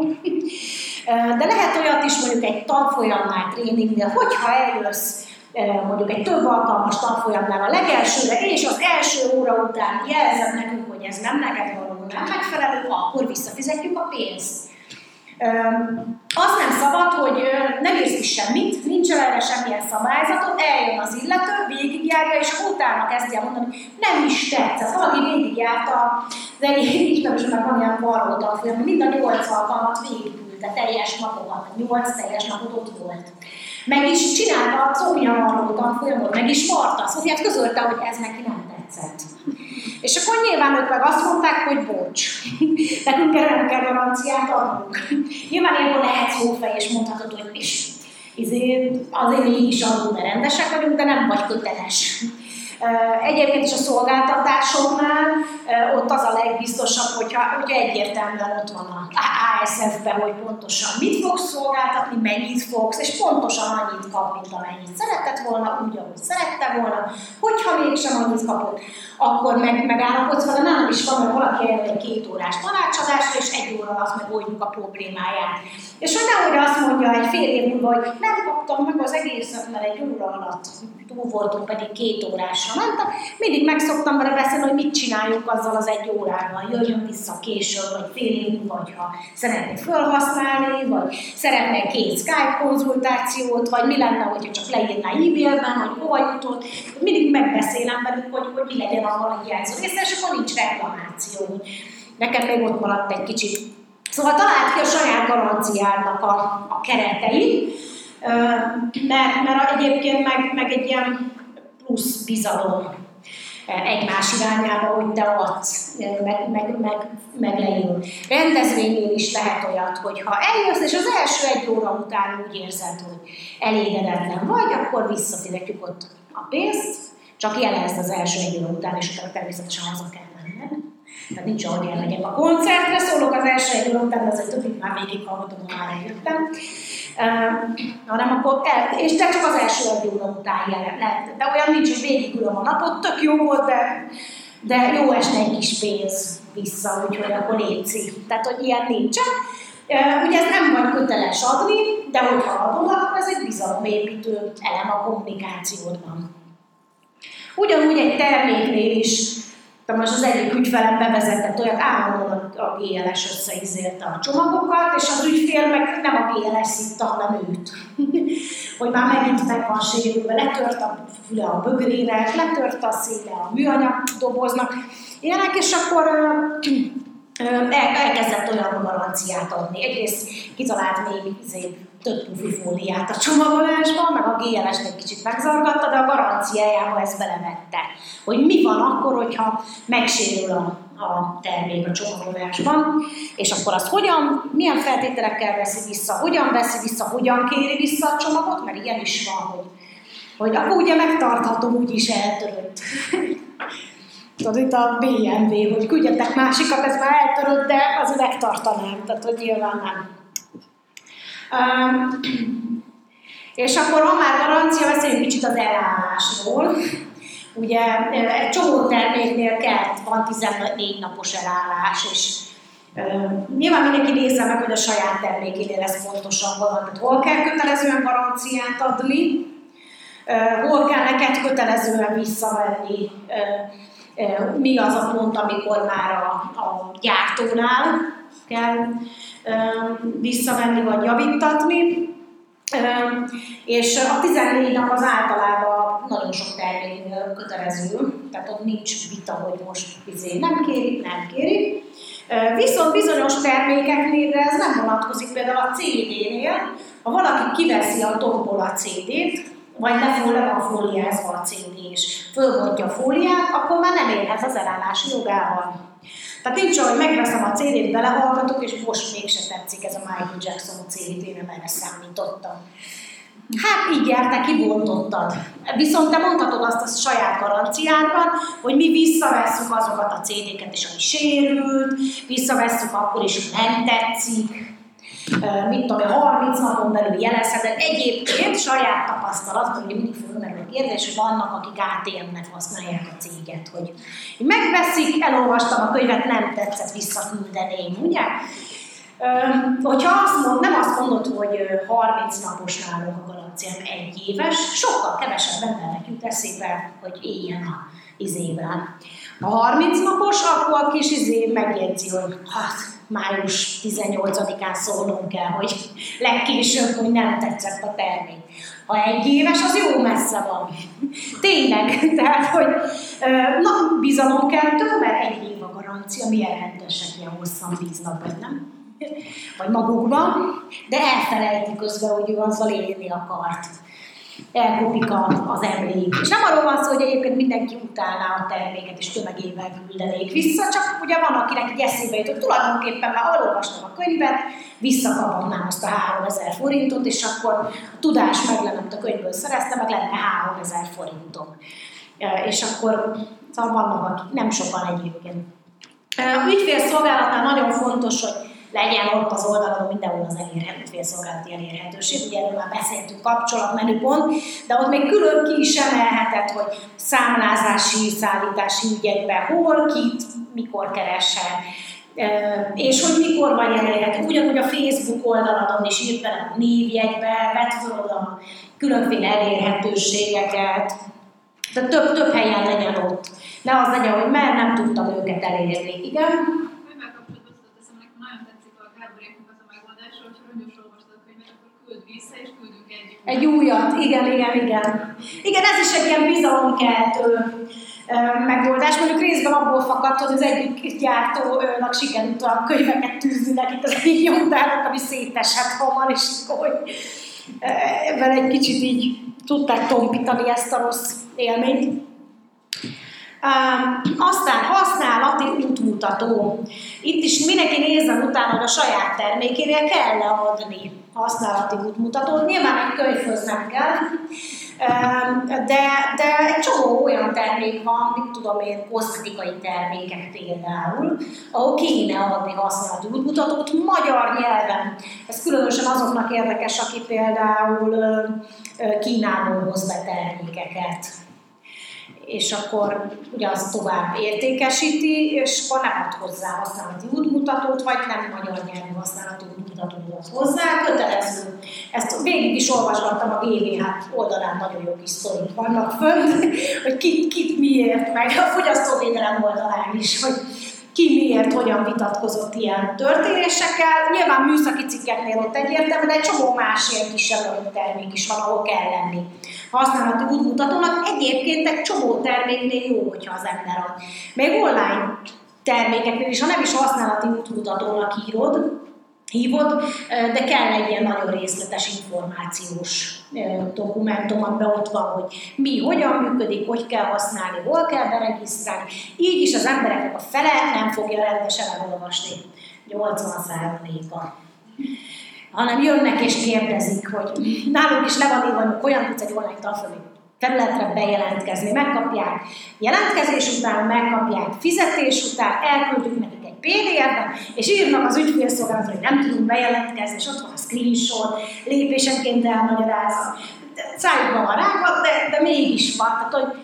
De lehet olyat is, mondjuk egy tanfolyamnál, tréningnél, hogyha eljössz mondjuk egy több alkalmas tanfolyamnál a legelsőre, és az első óra után jelzed nekünk, hogy ez nem neked való, nem megfelelő, akkor visszafizetjük a pénzt. Azt nem szabad, hogy nem érsz is semmit, nincs erre semmilyen szabályzatot, eljön az illető, végigjárja, és utána kezdje mondani, nem is tetszett. Valaki végigjárta, de én nem is meg van ilyen varró tanfolyam, mind a 8 alkalmat végigküldte, teljes napokat, 8 teljes napot ott volt. Meg is csinálta a Szónia varró tanfolyamot, meg is varta, Szófiát közölte, hogy ez neki nem tetszett. És akkor nyilván ők meg azt mondták, hogy bocs, nekünk erre nem kell garanciát adnunk. Nyilván ilyenkor lehet szófej, és mondhatod, hogy is. Azért mi is adunk, mert rendesek vagyunk, de nem vagy köteles. Egyébként is a szolgáltatásoknál ott az a legbiztosabb, hogyha egyértelműen ott van a ASF-ben, hogy pontosan mit fogsz szolgáltatni, mennyit fogsz, és pontosan annyit kap, mint amennyit szeretett volna, úgy, ahogy szerette volna. Hogyha mégsem annyit kapod, akkor megállapodsz vele, nálam is van, hogy valaki eljön egy 2 órás tanácsadásra, és 1 óra azt megoldjuk a problémáját. És hogy nehogy azt mondja egy fél év múlva, hogy nem kaptam meg az egészet, mert 1 óra alatt túl voltunk, pedig 2 órásra mentem. Mindig megszoktam vele beszélni, hogy mit csináljuk azzal az 1 órával, jöjjön vissza később, vagy fél év múlva, hogyha szeretné felhasználni, vagy szeretne 2 Skype konzultációt, vagy mi lenne, hogyha csak leírná e-mailben, hogy hova jutott. Mindig megbeszélem velük, hogy mi legyen avval a hiányzó része, és akkor nincs reklamáció. Nekem még ott maradt egy kicsit. Szóval talált ki a saját garanciádnak a kereteit, mert egyébként meg egy ilyen plusz bizalom egymás irányába, hogy te adsz, meg leír. Rendezvénynél is lehet olyat, hogy ha eljössz, és az első 1 óra után úgy érzed, hogy elégedetlen vagy, akkor visszafizetjük ott a pénzt, csak jelezd az első 1 óra után, és utána természetesen haza kell menned. Tehát nincs, ahogy elmegyek a koncertre, szólok az első 1 óra után, az egy többit már végighallgatom, ha már eljöttem. Hanem akkor és te csak az első 1 óra után lehet. De olyan nincs, hogy végigülöm a napot, tök jó volt, de jó esne egy kis pénz vissza, úgyhogy akkor létszik. Tehát, hogy ilyen nincsen. Ugye ez nem vagy köteles adni, de hogyha adod, akkor ez egy bizalomépítő elem a kommunikációdban. Ugyanúgy egy terméknél is, most az egyik ügyfelem bevezetett olyat, állandóan a GLS összeizélte a csomagokat, és az ügyfél meg nem a GLS szitta, hanem őt. Hogy már megint meg van sérülve, letört a füle a bögrének, letört a széle a műanyag doboznak, ilyenek, és akkor elkezdett olyan garanciát adni. Egyrészt kitalált még több pufifóliát a csomagolásban, meg a GLS egy kicsit megzargatta, de a garanciájába ezt belemette. Hogy mi van akkor, hogyha megsérül a termék a csomagolásban, és akkor azt milyen feltételekkel veszi vissza, hogyan kéri vissza a csomagot, mert ilyen is van, hogy akkor ugye megtarthatom, úgyis eltörött. Tudod, itt a BMW, hogy küldjetek másikat, ez már eltörött, de az megtartanám, tehát hogy nyilván nem. És akkor, ha már garancia, beszéljünk kicsit az elállásról. Ugye egy csomó terméknél van 14 napos elállás, és nyilván mindenki nézze meg, hogy a saját termékénél ez pontosan van, tehát hol kell kötelezően garanciát adni, hol kell neked kötelezően visszavenni, mi az a pont, amikor már a gyártónál kell visszavenni vagy javítatni. És a 14 nap az általában nagyon sok terméknél kötelező, tehát ott nincs vita, hogy most nem kérik. Viszont bizonyos termékeknél, de ez nem vonatkozik, például a CD-nél, ha valaki kiveszi a dobból a CD-t, vagy le van fóliázva a CD és fölbontja a fóliát, akkor már nem élhet az elállási jogával. Tehát nincs, hogy megveszem a CD-t, belehallgatok, és most mégse tetszik ez a Michael Jackson CD-t, én nem erre számítottam. Hát így jártál, kibontottad. Viszont te mondhatod azt a saját garanciádban, hogy mi visszavesszük azokat a CD-ket is, ami sérült, visszavesszük akkor is, nem tetszik. mit tudom, 30 napon belül jelezheted. Egyébként saját tapasztalat, hogy mindig fölmerül a kérdés, hogy vannak, akik ATM-nek használják a céget, hogy megveszik, elolvastam a könyvet, nem tetszett, visszaküldeném, ugye? Hogyha nem azt mondod, hogy 30 napos nálunk a Galaxia, 1 éves, sokkal kevesebb embernek jut eszébe, hogy éljen a izével. Ha 30 napos, akkor a kis megjegyzi, hogy május 18-án szólnunk kell, hogy legkésőbb, hogy nem tetszett a termék. Ha 1 éves, az jó messze van. Tényleg, tehát, hogy bizalomkeltő, mert 1 év a garancia, milyen rendesek, ilyen hosszan bíznak bennem, vagy magukban, de elfelejtik közben, hogy ő azzal élni akart. Elkopik az emlék. És nem arról van szó, hogy egyébként mindenki utálná a terméket, és tömegével küldenék vissza, csak ugye van, akinek egy eszébe jut, hogy tulajdonképpen már elolvastam a könyvet, visszakaphatnám azt a 3000 forintot, és akkor a tudás meg amit a könyvből szereztem, meg lenne 3000 forintom. És akkor szóval vannak, akik nem sokan egyébként. A ügyfélszolgálatnál nagyon fontos, hogy legyen ott az oldalon mindenhol az ügyfélszolgálati elérhetőség. Ugye erről már beszéltünk, kapcsolatmenüpont, de ott még külön ki is emelheted, hogy számlázási, szállítási ügyekben hol, kit, mikor keresel, és hogy mikor vagy elérhető. Ugyanúgy a Facebook oldaladon is írt bele a névjegybe, vedd fel oda különféle elérhetőségeket, de több helyen legyen ott. Ne az legyen, hogy mert nem tudtam őket elérni. Igen? Egy újat, igen. Igen, ez is egy ilyen bizalomkeltő megoldás. Mondjuk részben abból fakadt, hogy az egyik gyártónak sikerült a könyveket tűzni nekik az egyik nyomdának, ami szétesett hamar, és hogy ebben egy kicsit így tudták tompítani ezt a rossz élményt. Aztán használati útmutató. Itt is mindenki nézzen utána, hogy a saját termékénél kell adni használati útmutatót. Nyilván egy könyvhöz nem kell, de egy csomó olyan termék van, mit tudom én, kozmetikai termékek például, ahol kéne adni használati útmutatót magyar nyelven. Ez különösen azoknak érdekes, aki például Kínából hoz be termékeket. És akkor ugye az tovább értékesíti, és akkor nem ad hozzá használati útmutatót, vagy nem magyar nyelvű használati útmutatót ad hozzá, kötelező. Ezt végig is olvasgattam a GVH oldalán, nagyon jó kis sztorik vannak fönt, hogy kit miért, meg a fogyasztóvédelem oldalán is, hogy ki miért, hogyan vitatkozott ilyen történésekkel. Nyilván műszaki cikkeknél ott egyértelmű, de egy csomó más ilyen kisebb termék is van, ahol kell lenni. Használati útmutatónak egyébként egy csomó terméknél jó, hogyha az ember ad. Még online termékeknél is, ha nem is használati útmutatónak hívod, de kell egy ilyen nagyon részletes információs dokumentum, amiben ott van, hogy mi, hogyan működik, hogy kell használni, hol kell beregisztrálni. Így is az embereknek a fele nem fogja rendesen elolvasni, 80%-a. Hanem jönnek és kérdezik, hogy nálunk is le van írva, hogy olyan tudsz egy online tanfolyami területre bejelentkezni. Megkapják jelentkezés után, megkapják fizetés után, elküldjük nekik egy PDF-ben, és írnak az ügyfélszolgálatra, hogy nem tudunk bejelentkezni, és ott van a screenshot, lépésenként elmagyarázza. Szájukban van rágva, de mégis van. Tehát, hogy,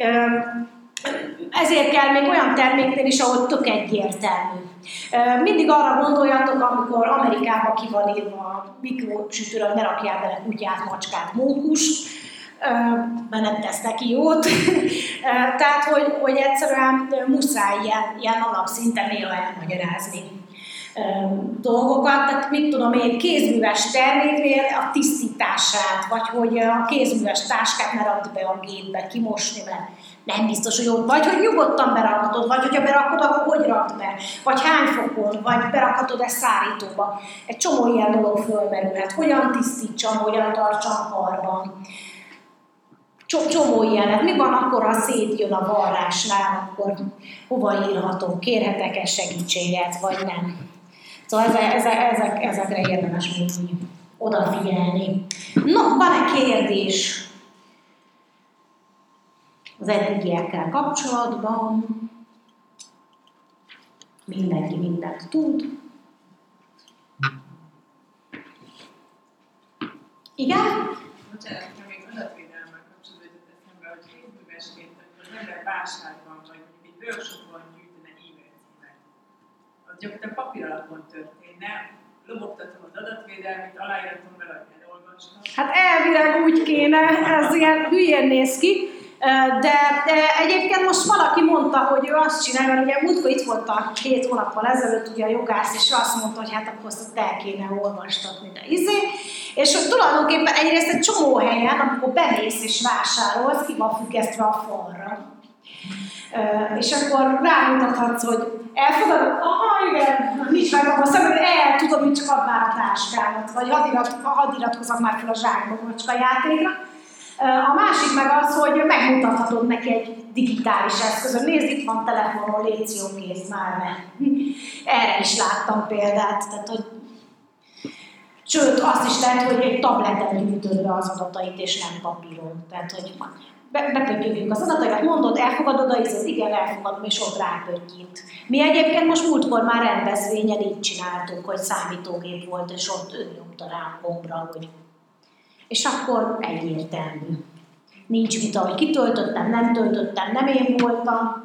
ezért kell még olyan terméknél is, ahol tök egyértelmű. Mindig arra gondoljatok, amikor Amerikában ki van írva a mikrosütőről, ne rakjál bele kutyát, macskát, mókust, mert nem tesz neki jót. Tehát, hogy egyszerűen muszáj ilyen alapszinten néha elmagyarázni dolgokat. Tehát mit tudom én, kézműves terméknél a tisztítását, vagy hogy a kézműves táskát ne rakd be a gépbe, kimosni, mert nem biztos, hogy ott vagy, hogy nyugodtan berakhatod, vagy hogyha berakod, akkor hogy rakd be, vagy hány fokon, vagy berakhatod ezt szárítóba. Egy csomó ilyen dolog fölmerülhet. Hogyan tisztítsam, hogyan tartsam karban. Csomó ilyenet. Mi van akkor, ha szétjön a varrásnál, akkor hova írhatom, kérhetek-e segítséget, vagy nem. Szóval ezekre érdemes még odafigyelni. No, van-e kérdés az eddigiekkel kapcsolatban? Mindenki mindent tud. Igen? Bocsánat, nekem még adatvédelemmel kapcsolatban jutott eszembe, hogy kézművesként, amikor az ember vásárban vagy mondjuk egy workshopon gyűjtene e-mail címet, az gyakorlatilag papír alapon történne, lobogtatom az adatvédelmét, aláíratom vele, hogy elolvastam. Hát elvileg úgy kéne, ez ilyen hülyén néz ki, de egyébként most valaki mondta, hogy ő azt csinálja, mert ugye múltkor itt volt a 2 hónappal ezelőtt ugye a jogász, és azt mondta, hogy hát akkor azt el kéne olvastatni, de és hogy tulajdonképpen egyrészt egy csomó helyen, amikor bemész és vásárolsz, ki van függesztve a falra. És akkor rámutathatsz, hogy elfogadod, igen, nincs meg a szemben, tudom, hogy csak add már a táskámat, vagy hadd iratkozzak már fel a zsákmacska játékra. A másik meg az, hogy megmutathatod neki egy digitális eszközön. Nézd, itt van telefonon, légy jó, kész már ne. Erre is láttam példát. Tehát, hogy sőt, azt is lehet, hogy egy tableten gyűjtöd be az adatait, és nem papíron. Tehát, hogy bepöttyögjük az adataikat, mondod, elfogadod, igen, elfogadom, és ott rápöttyint. Mi egyébként most múltkor már rendezvényen így csináltunk, hogy számítógép volt, és ott ő nyomta rá a gombra, hogy... És akkor egyértelmű. Nincs vita, hogy kitöltöttem, nem én voltam.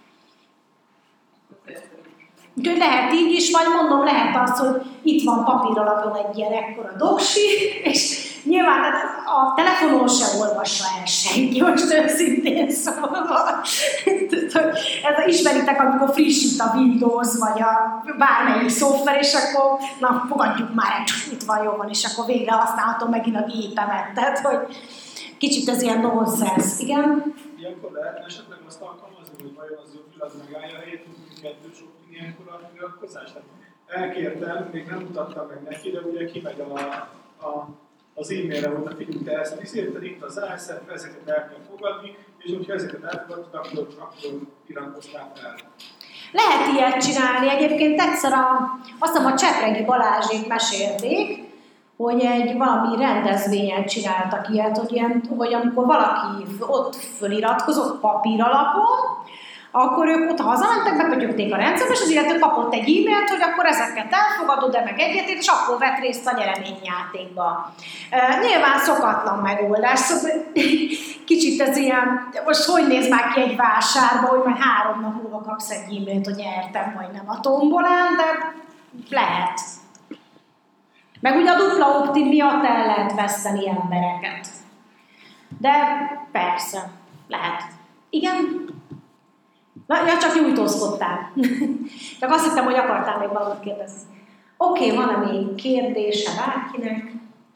Úgyhogy lehet így is, vagy mondom, lehet az, hogy itt van papír alapon egy ilyen ekkora doksi, és nyilván a telefonon sem olvassa el senki, most őszintén szóval. Ismeritek, amikor frissít a Windows, vagy a bármelyik szoftver, és akkor na, fogadjuk már, itt van, jó van, és akkor végre használhatom megint a gépemet. Tehát, hogy kicsit ez ilyen nonsense, igen? Ilyenkor lehetne esetleg azt alkalmazni, hogy vajon az jogilag megállja a helyét, hogy kettős optin ilyenkor a nyilatkozás? Elkértem, még nem mutattam meg neki, de ugye kimegy az e-mailre, hogy a figyelj, te ezt viszélted, itt az ISF, ezeket el kell fogadni, és hogyha ezeket elfogadtad, akkor iratkoztál fel. Lehet ilyet csinálni. Egyébként egyszer azt hiszem a Csepregi Balázsék mesélték, hogy egy valami rendezvényen csináltak ilyet, hogy amikor valaki ott föliratkozott papír alapon, akkor ők ott hazamentek, bepötyögték a rendszerbe, és az illető kapott egy e-mailt, hogy akkor ezeket elfogadod, de meg egyetért, és akkor vett részt a nyereményjátékba. Nyilván szokatlan megoldás, szóval kicsit ez ilyen, most hogy néz már ki egy vásárba, hogy majd 3 nap múlva kapsz egy e-mailt, hogy nyertem majdnem a tombolán, de lehet. Meg ugye a dupla optin miatt el lehet veszteni embereket. De persze, lehet. Igen? Ja, csak nyújtózkodtál. Csak azt hittem, hogy akartál még valamit kérdezni. Oké, van-e még kérdése bárkinek?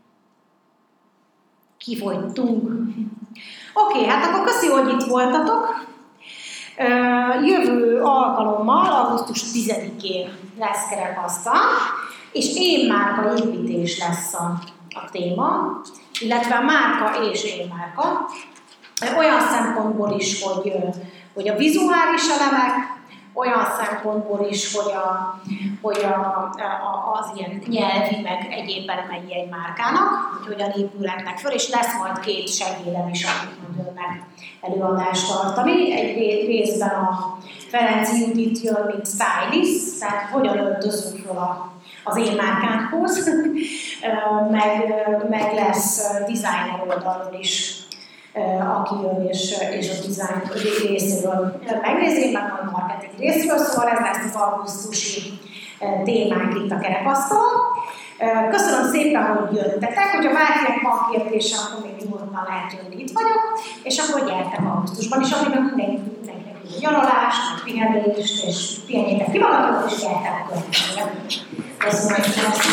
Kifogytunk. Oké, hát akkor köszi, hogy itt voltatok. Jövő alkalommal, augusztus 10-én lesz kerekasztal, és én márka építés lesz a téma, illetve márka és én márka. Olyan szempontból is, hogy a vizuális elemek, olyan szempontból is, hogy az ilyen nyelvi, meg egyéb elemei egy márkának, hogy hogyan épülhetnek föl, és lesz majd 2 segélem is, akik majd jönnek előadást tartani. Egy részben a Ferenci Judit jön, mint stylist, tehát hogyan öltözünk föl az én márkánkhoz, meg lesz designer oldalról is, aki jön és a design részéről megnézi, meg a marketing részről, szóval ez lesz az augusztusi témánk itt a kerekasztalon. Köszönöm szépen, hogy jöttetek, hogyha bárkinek van kérdése, akkor még nyugodtan lehet jönni, itt vagyok, és akkor gyertek augusztusban is, amikor mindenkinek nyaralást, pihenést, és pihenjétek ki magatokat, és gyertek a következőre. Köszönöm szépen!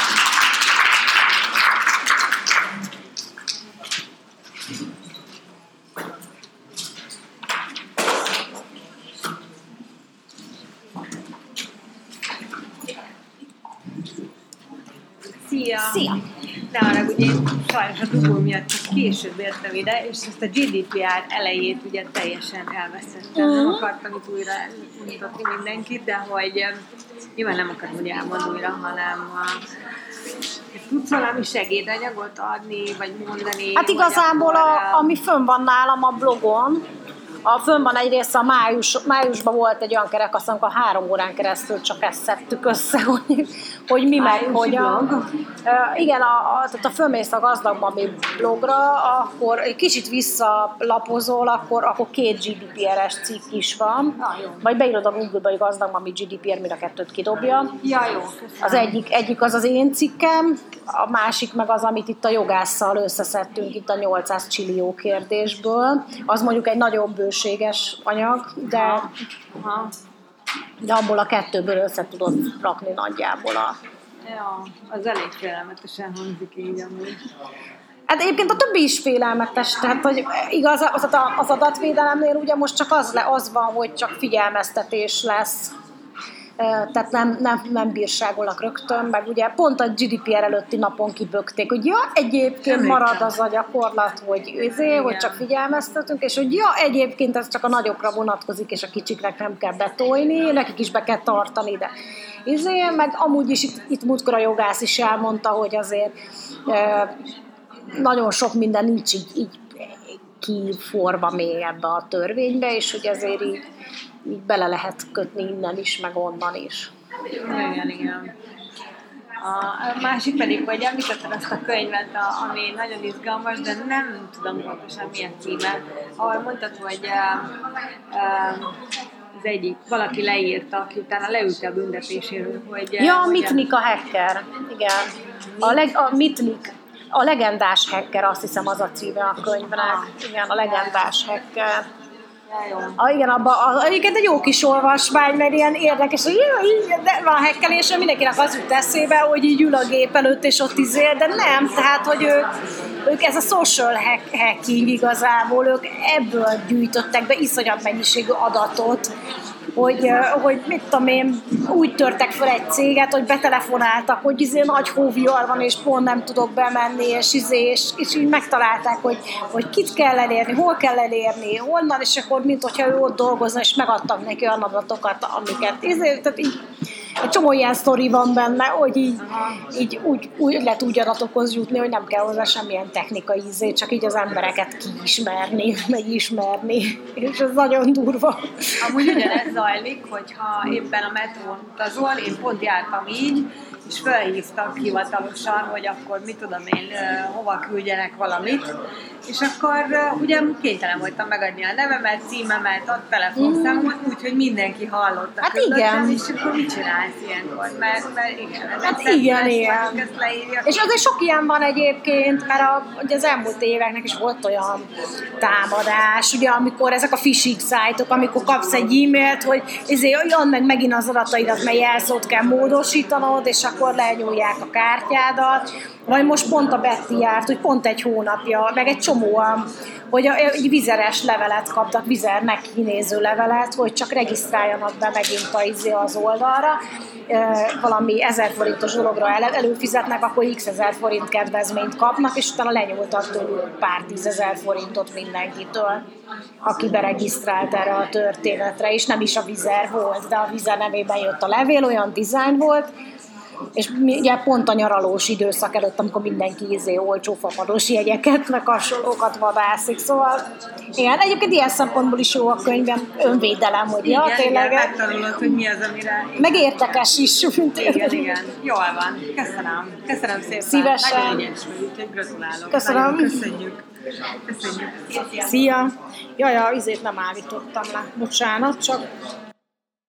Szia! Szia! Ne haragudj, én sajnos a dugó miatt csak később értem ide, és ezt a GDPR elejét ugye teljesen elvesztettem. Nem akartam itt újra mutatni mindenkit, de hogy nyilván nem akarom ugye elmondani újra, hanem tudsz valami segédanyagot adni, vagy mondani? Hát igazából, ami fönn van nálam a blogon, fönn van egy része, májusban volt egy olyan kerekasztal, amikor 3 órán keresztül csak ezt szedtük össze, hogy mi meg hogyan. Igen, tehát a fölmész a Gazdagmami blogra, akkor egy kicsit visszalapozol, akkor 2 GDPR-es cikk is van. Vagy beírod a Google-ba, hogy Gazdagmami GDPR, mind a kettőt kidobja. Ja, jó, az egyik az én cikkem, a másik meg az, amit itt a jogásszal összeszedtünk itt a 800 csillió kérdésből. Az mondjuk egy nagyon bőséges anyag, de abból a 2-ből össze tudod rakni nagyjából Ja, az elég félelmetesen hangzik így amúgy. Hát egyébként a többi is félelmetes, tehát hogy igaz, az adatvédelemnél ugye most csak az van, hogy csak figyelmeztetés lesz, tehát nem bírságolnak rögtön, meg ugye pont a GDPR előtti napon kibökték, hogy ja, egyébként marad az a gyakorlat, hogy csak figyelmeztetünk, és hogy ja, egyébként ez csak a nagyobbra vonatkozik, és a kicsiknek nem kell betolni, nekik is be kell tartani, de meg amúgy is itt múltkor a jogász is elmondta, hogy azért nagyon sok minden nincs így kiforva még ebbe a törvénybe, és hogy azért így bele lehet kötni innen is, meg onnan is. Igen. A másik pedig, hogy említetted azt a könyvet, ami nagyon izgalmas, de nem tudom pontosan milyen címe, ahol mondtad, hogy az egyik, valaki leírta, aki utána leült a büntetéséről, hogy... Ja, Mitnick a hacker, igen. A Mitnick, a legendás hacker, azt hiszem az a címe a könyvnek. Igen, a legendás hacker. Igen, egyébként egy jó kis olvasmány, mert ilyen érdekes, hogy de van a hekkelésre, mindenkinek az jut eszébe, hogy így ül a gép előtt, és ott de nem, tehát, hogy ők ez a social hacking igazából, ők ebből gyűjtöttek be iszonyat mennyiségű adatot, hogy mit tudom én, úgy törtek fel egy céget, hogy betelefonáltak, hogy nagy hóvihar van, és pont nem tudok bemenni, és így megtalálták, hogy kit kell elérni, hol kell elérni, honnan, és akkor mint hogyha ő ott dolgozna, és megadtak neki olyan adatokat, amiket tehát így egy csomó ilyen sztori van benne, hogy így úgy lehet úgy adatokhoz jutni, hogy nem kell hozzá semmilyen technikai csak így az embereket kiismerni, megismerni, és ez nagyon durva. Amúgy ugyanez zajlik, hogyha éppen a metrón utazol, én pont jártam így, és felhívtak hivatalosan, hogy akkor mit tudom én, hova küldjenek valamit, és akkor ugye kénytelen voltam megadni a nevemet, címemet, a telefonszámomat, úgyhogy mindenki hallott a hát igen. És akkor mit csinálsz ilyenkor? Mert igen, hát igen. És azért sok ilyen van egyébként, mert ugye az elmúlt éveknek is volt olyan támadás, ugye amikor ezek a phishing szájtok, amikor kapsz egy e-mailt, hogy olyan meg megint az adataidat, mert jelszót kell módosítanod, és akkor lenyúlják a kártyádat, vagy most pont a Betty járt, hogy pont egy hónapja, meg egy csomóan, hogy egy vizeres levelet kaptak, vizernek kinéző levelet, hogy csak regisztráljanak be megint az oldalra, valami 1000 forintos dologra előfizetnek, akkor x 1000 forint kedvezményt kapnak, és utána lenyúltak tőlük pár 10 000 forintot mindenkitől, aki beregisztrált erre a történetre, és nem is a vizer volt, de a vizer nevében jött a levél, olyan dizájn volt, és ugye pont a nyaralós időszak előtt, amikor mindenki olcsó fapados jegyeket, meg hasonlókat vadászik, szóval igen, egyébként ilyen szempontból is jó a könyvem, önvédelem, hogy igen, ja, tényleg. Igen, megtanulod, hogy mi az, amire... Meg értekes is. Igen, jól van, köszönöm szépen. Szívesen. Nagyon ügyes vagy, úgyhogy gratulálok. Köszönöm. Nagyon köszönjük. Szia. Jaj, izét nem állítottam le. Bocsánat, csak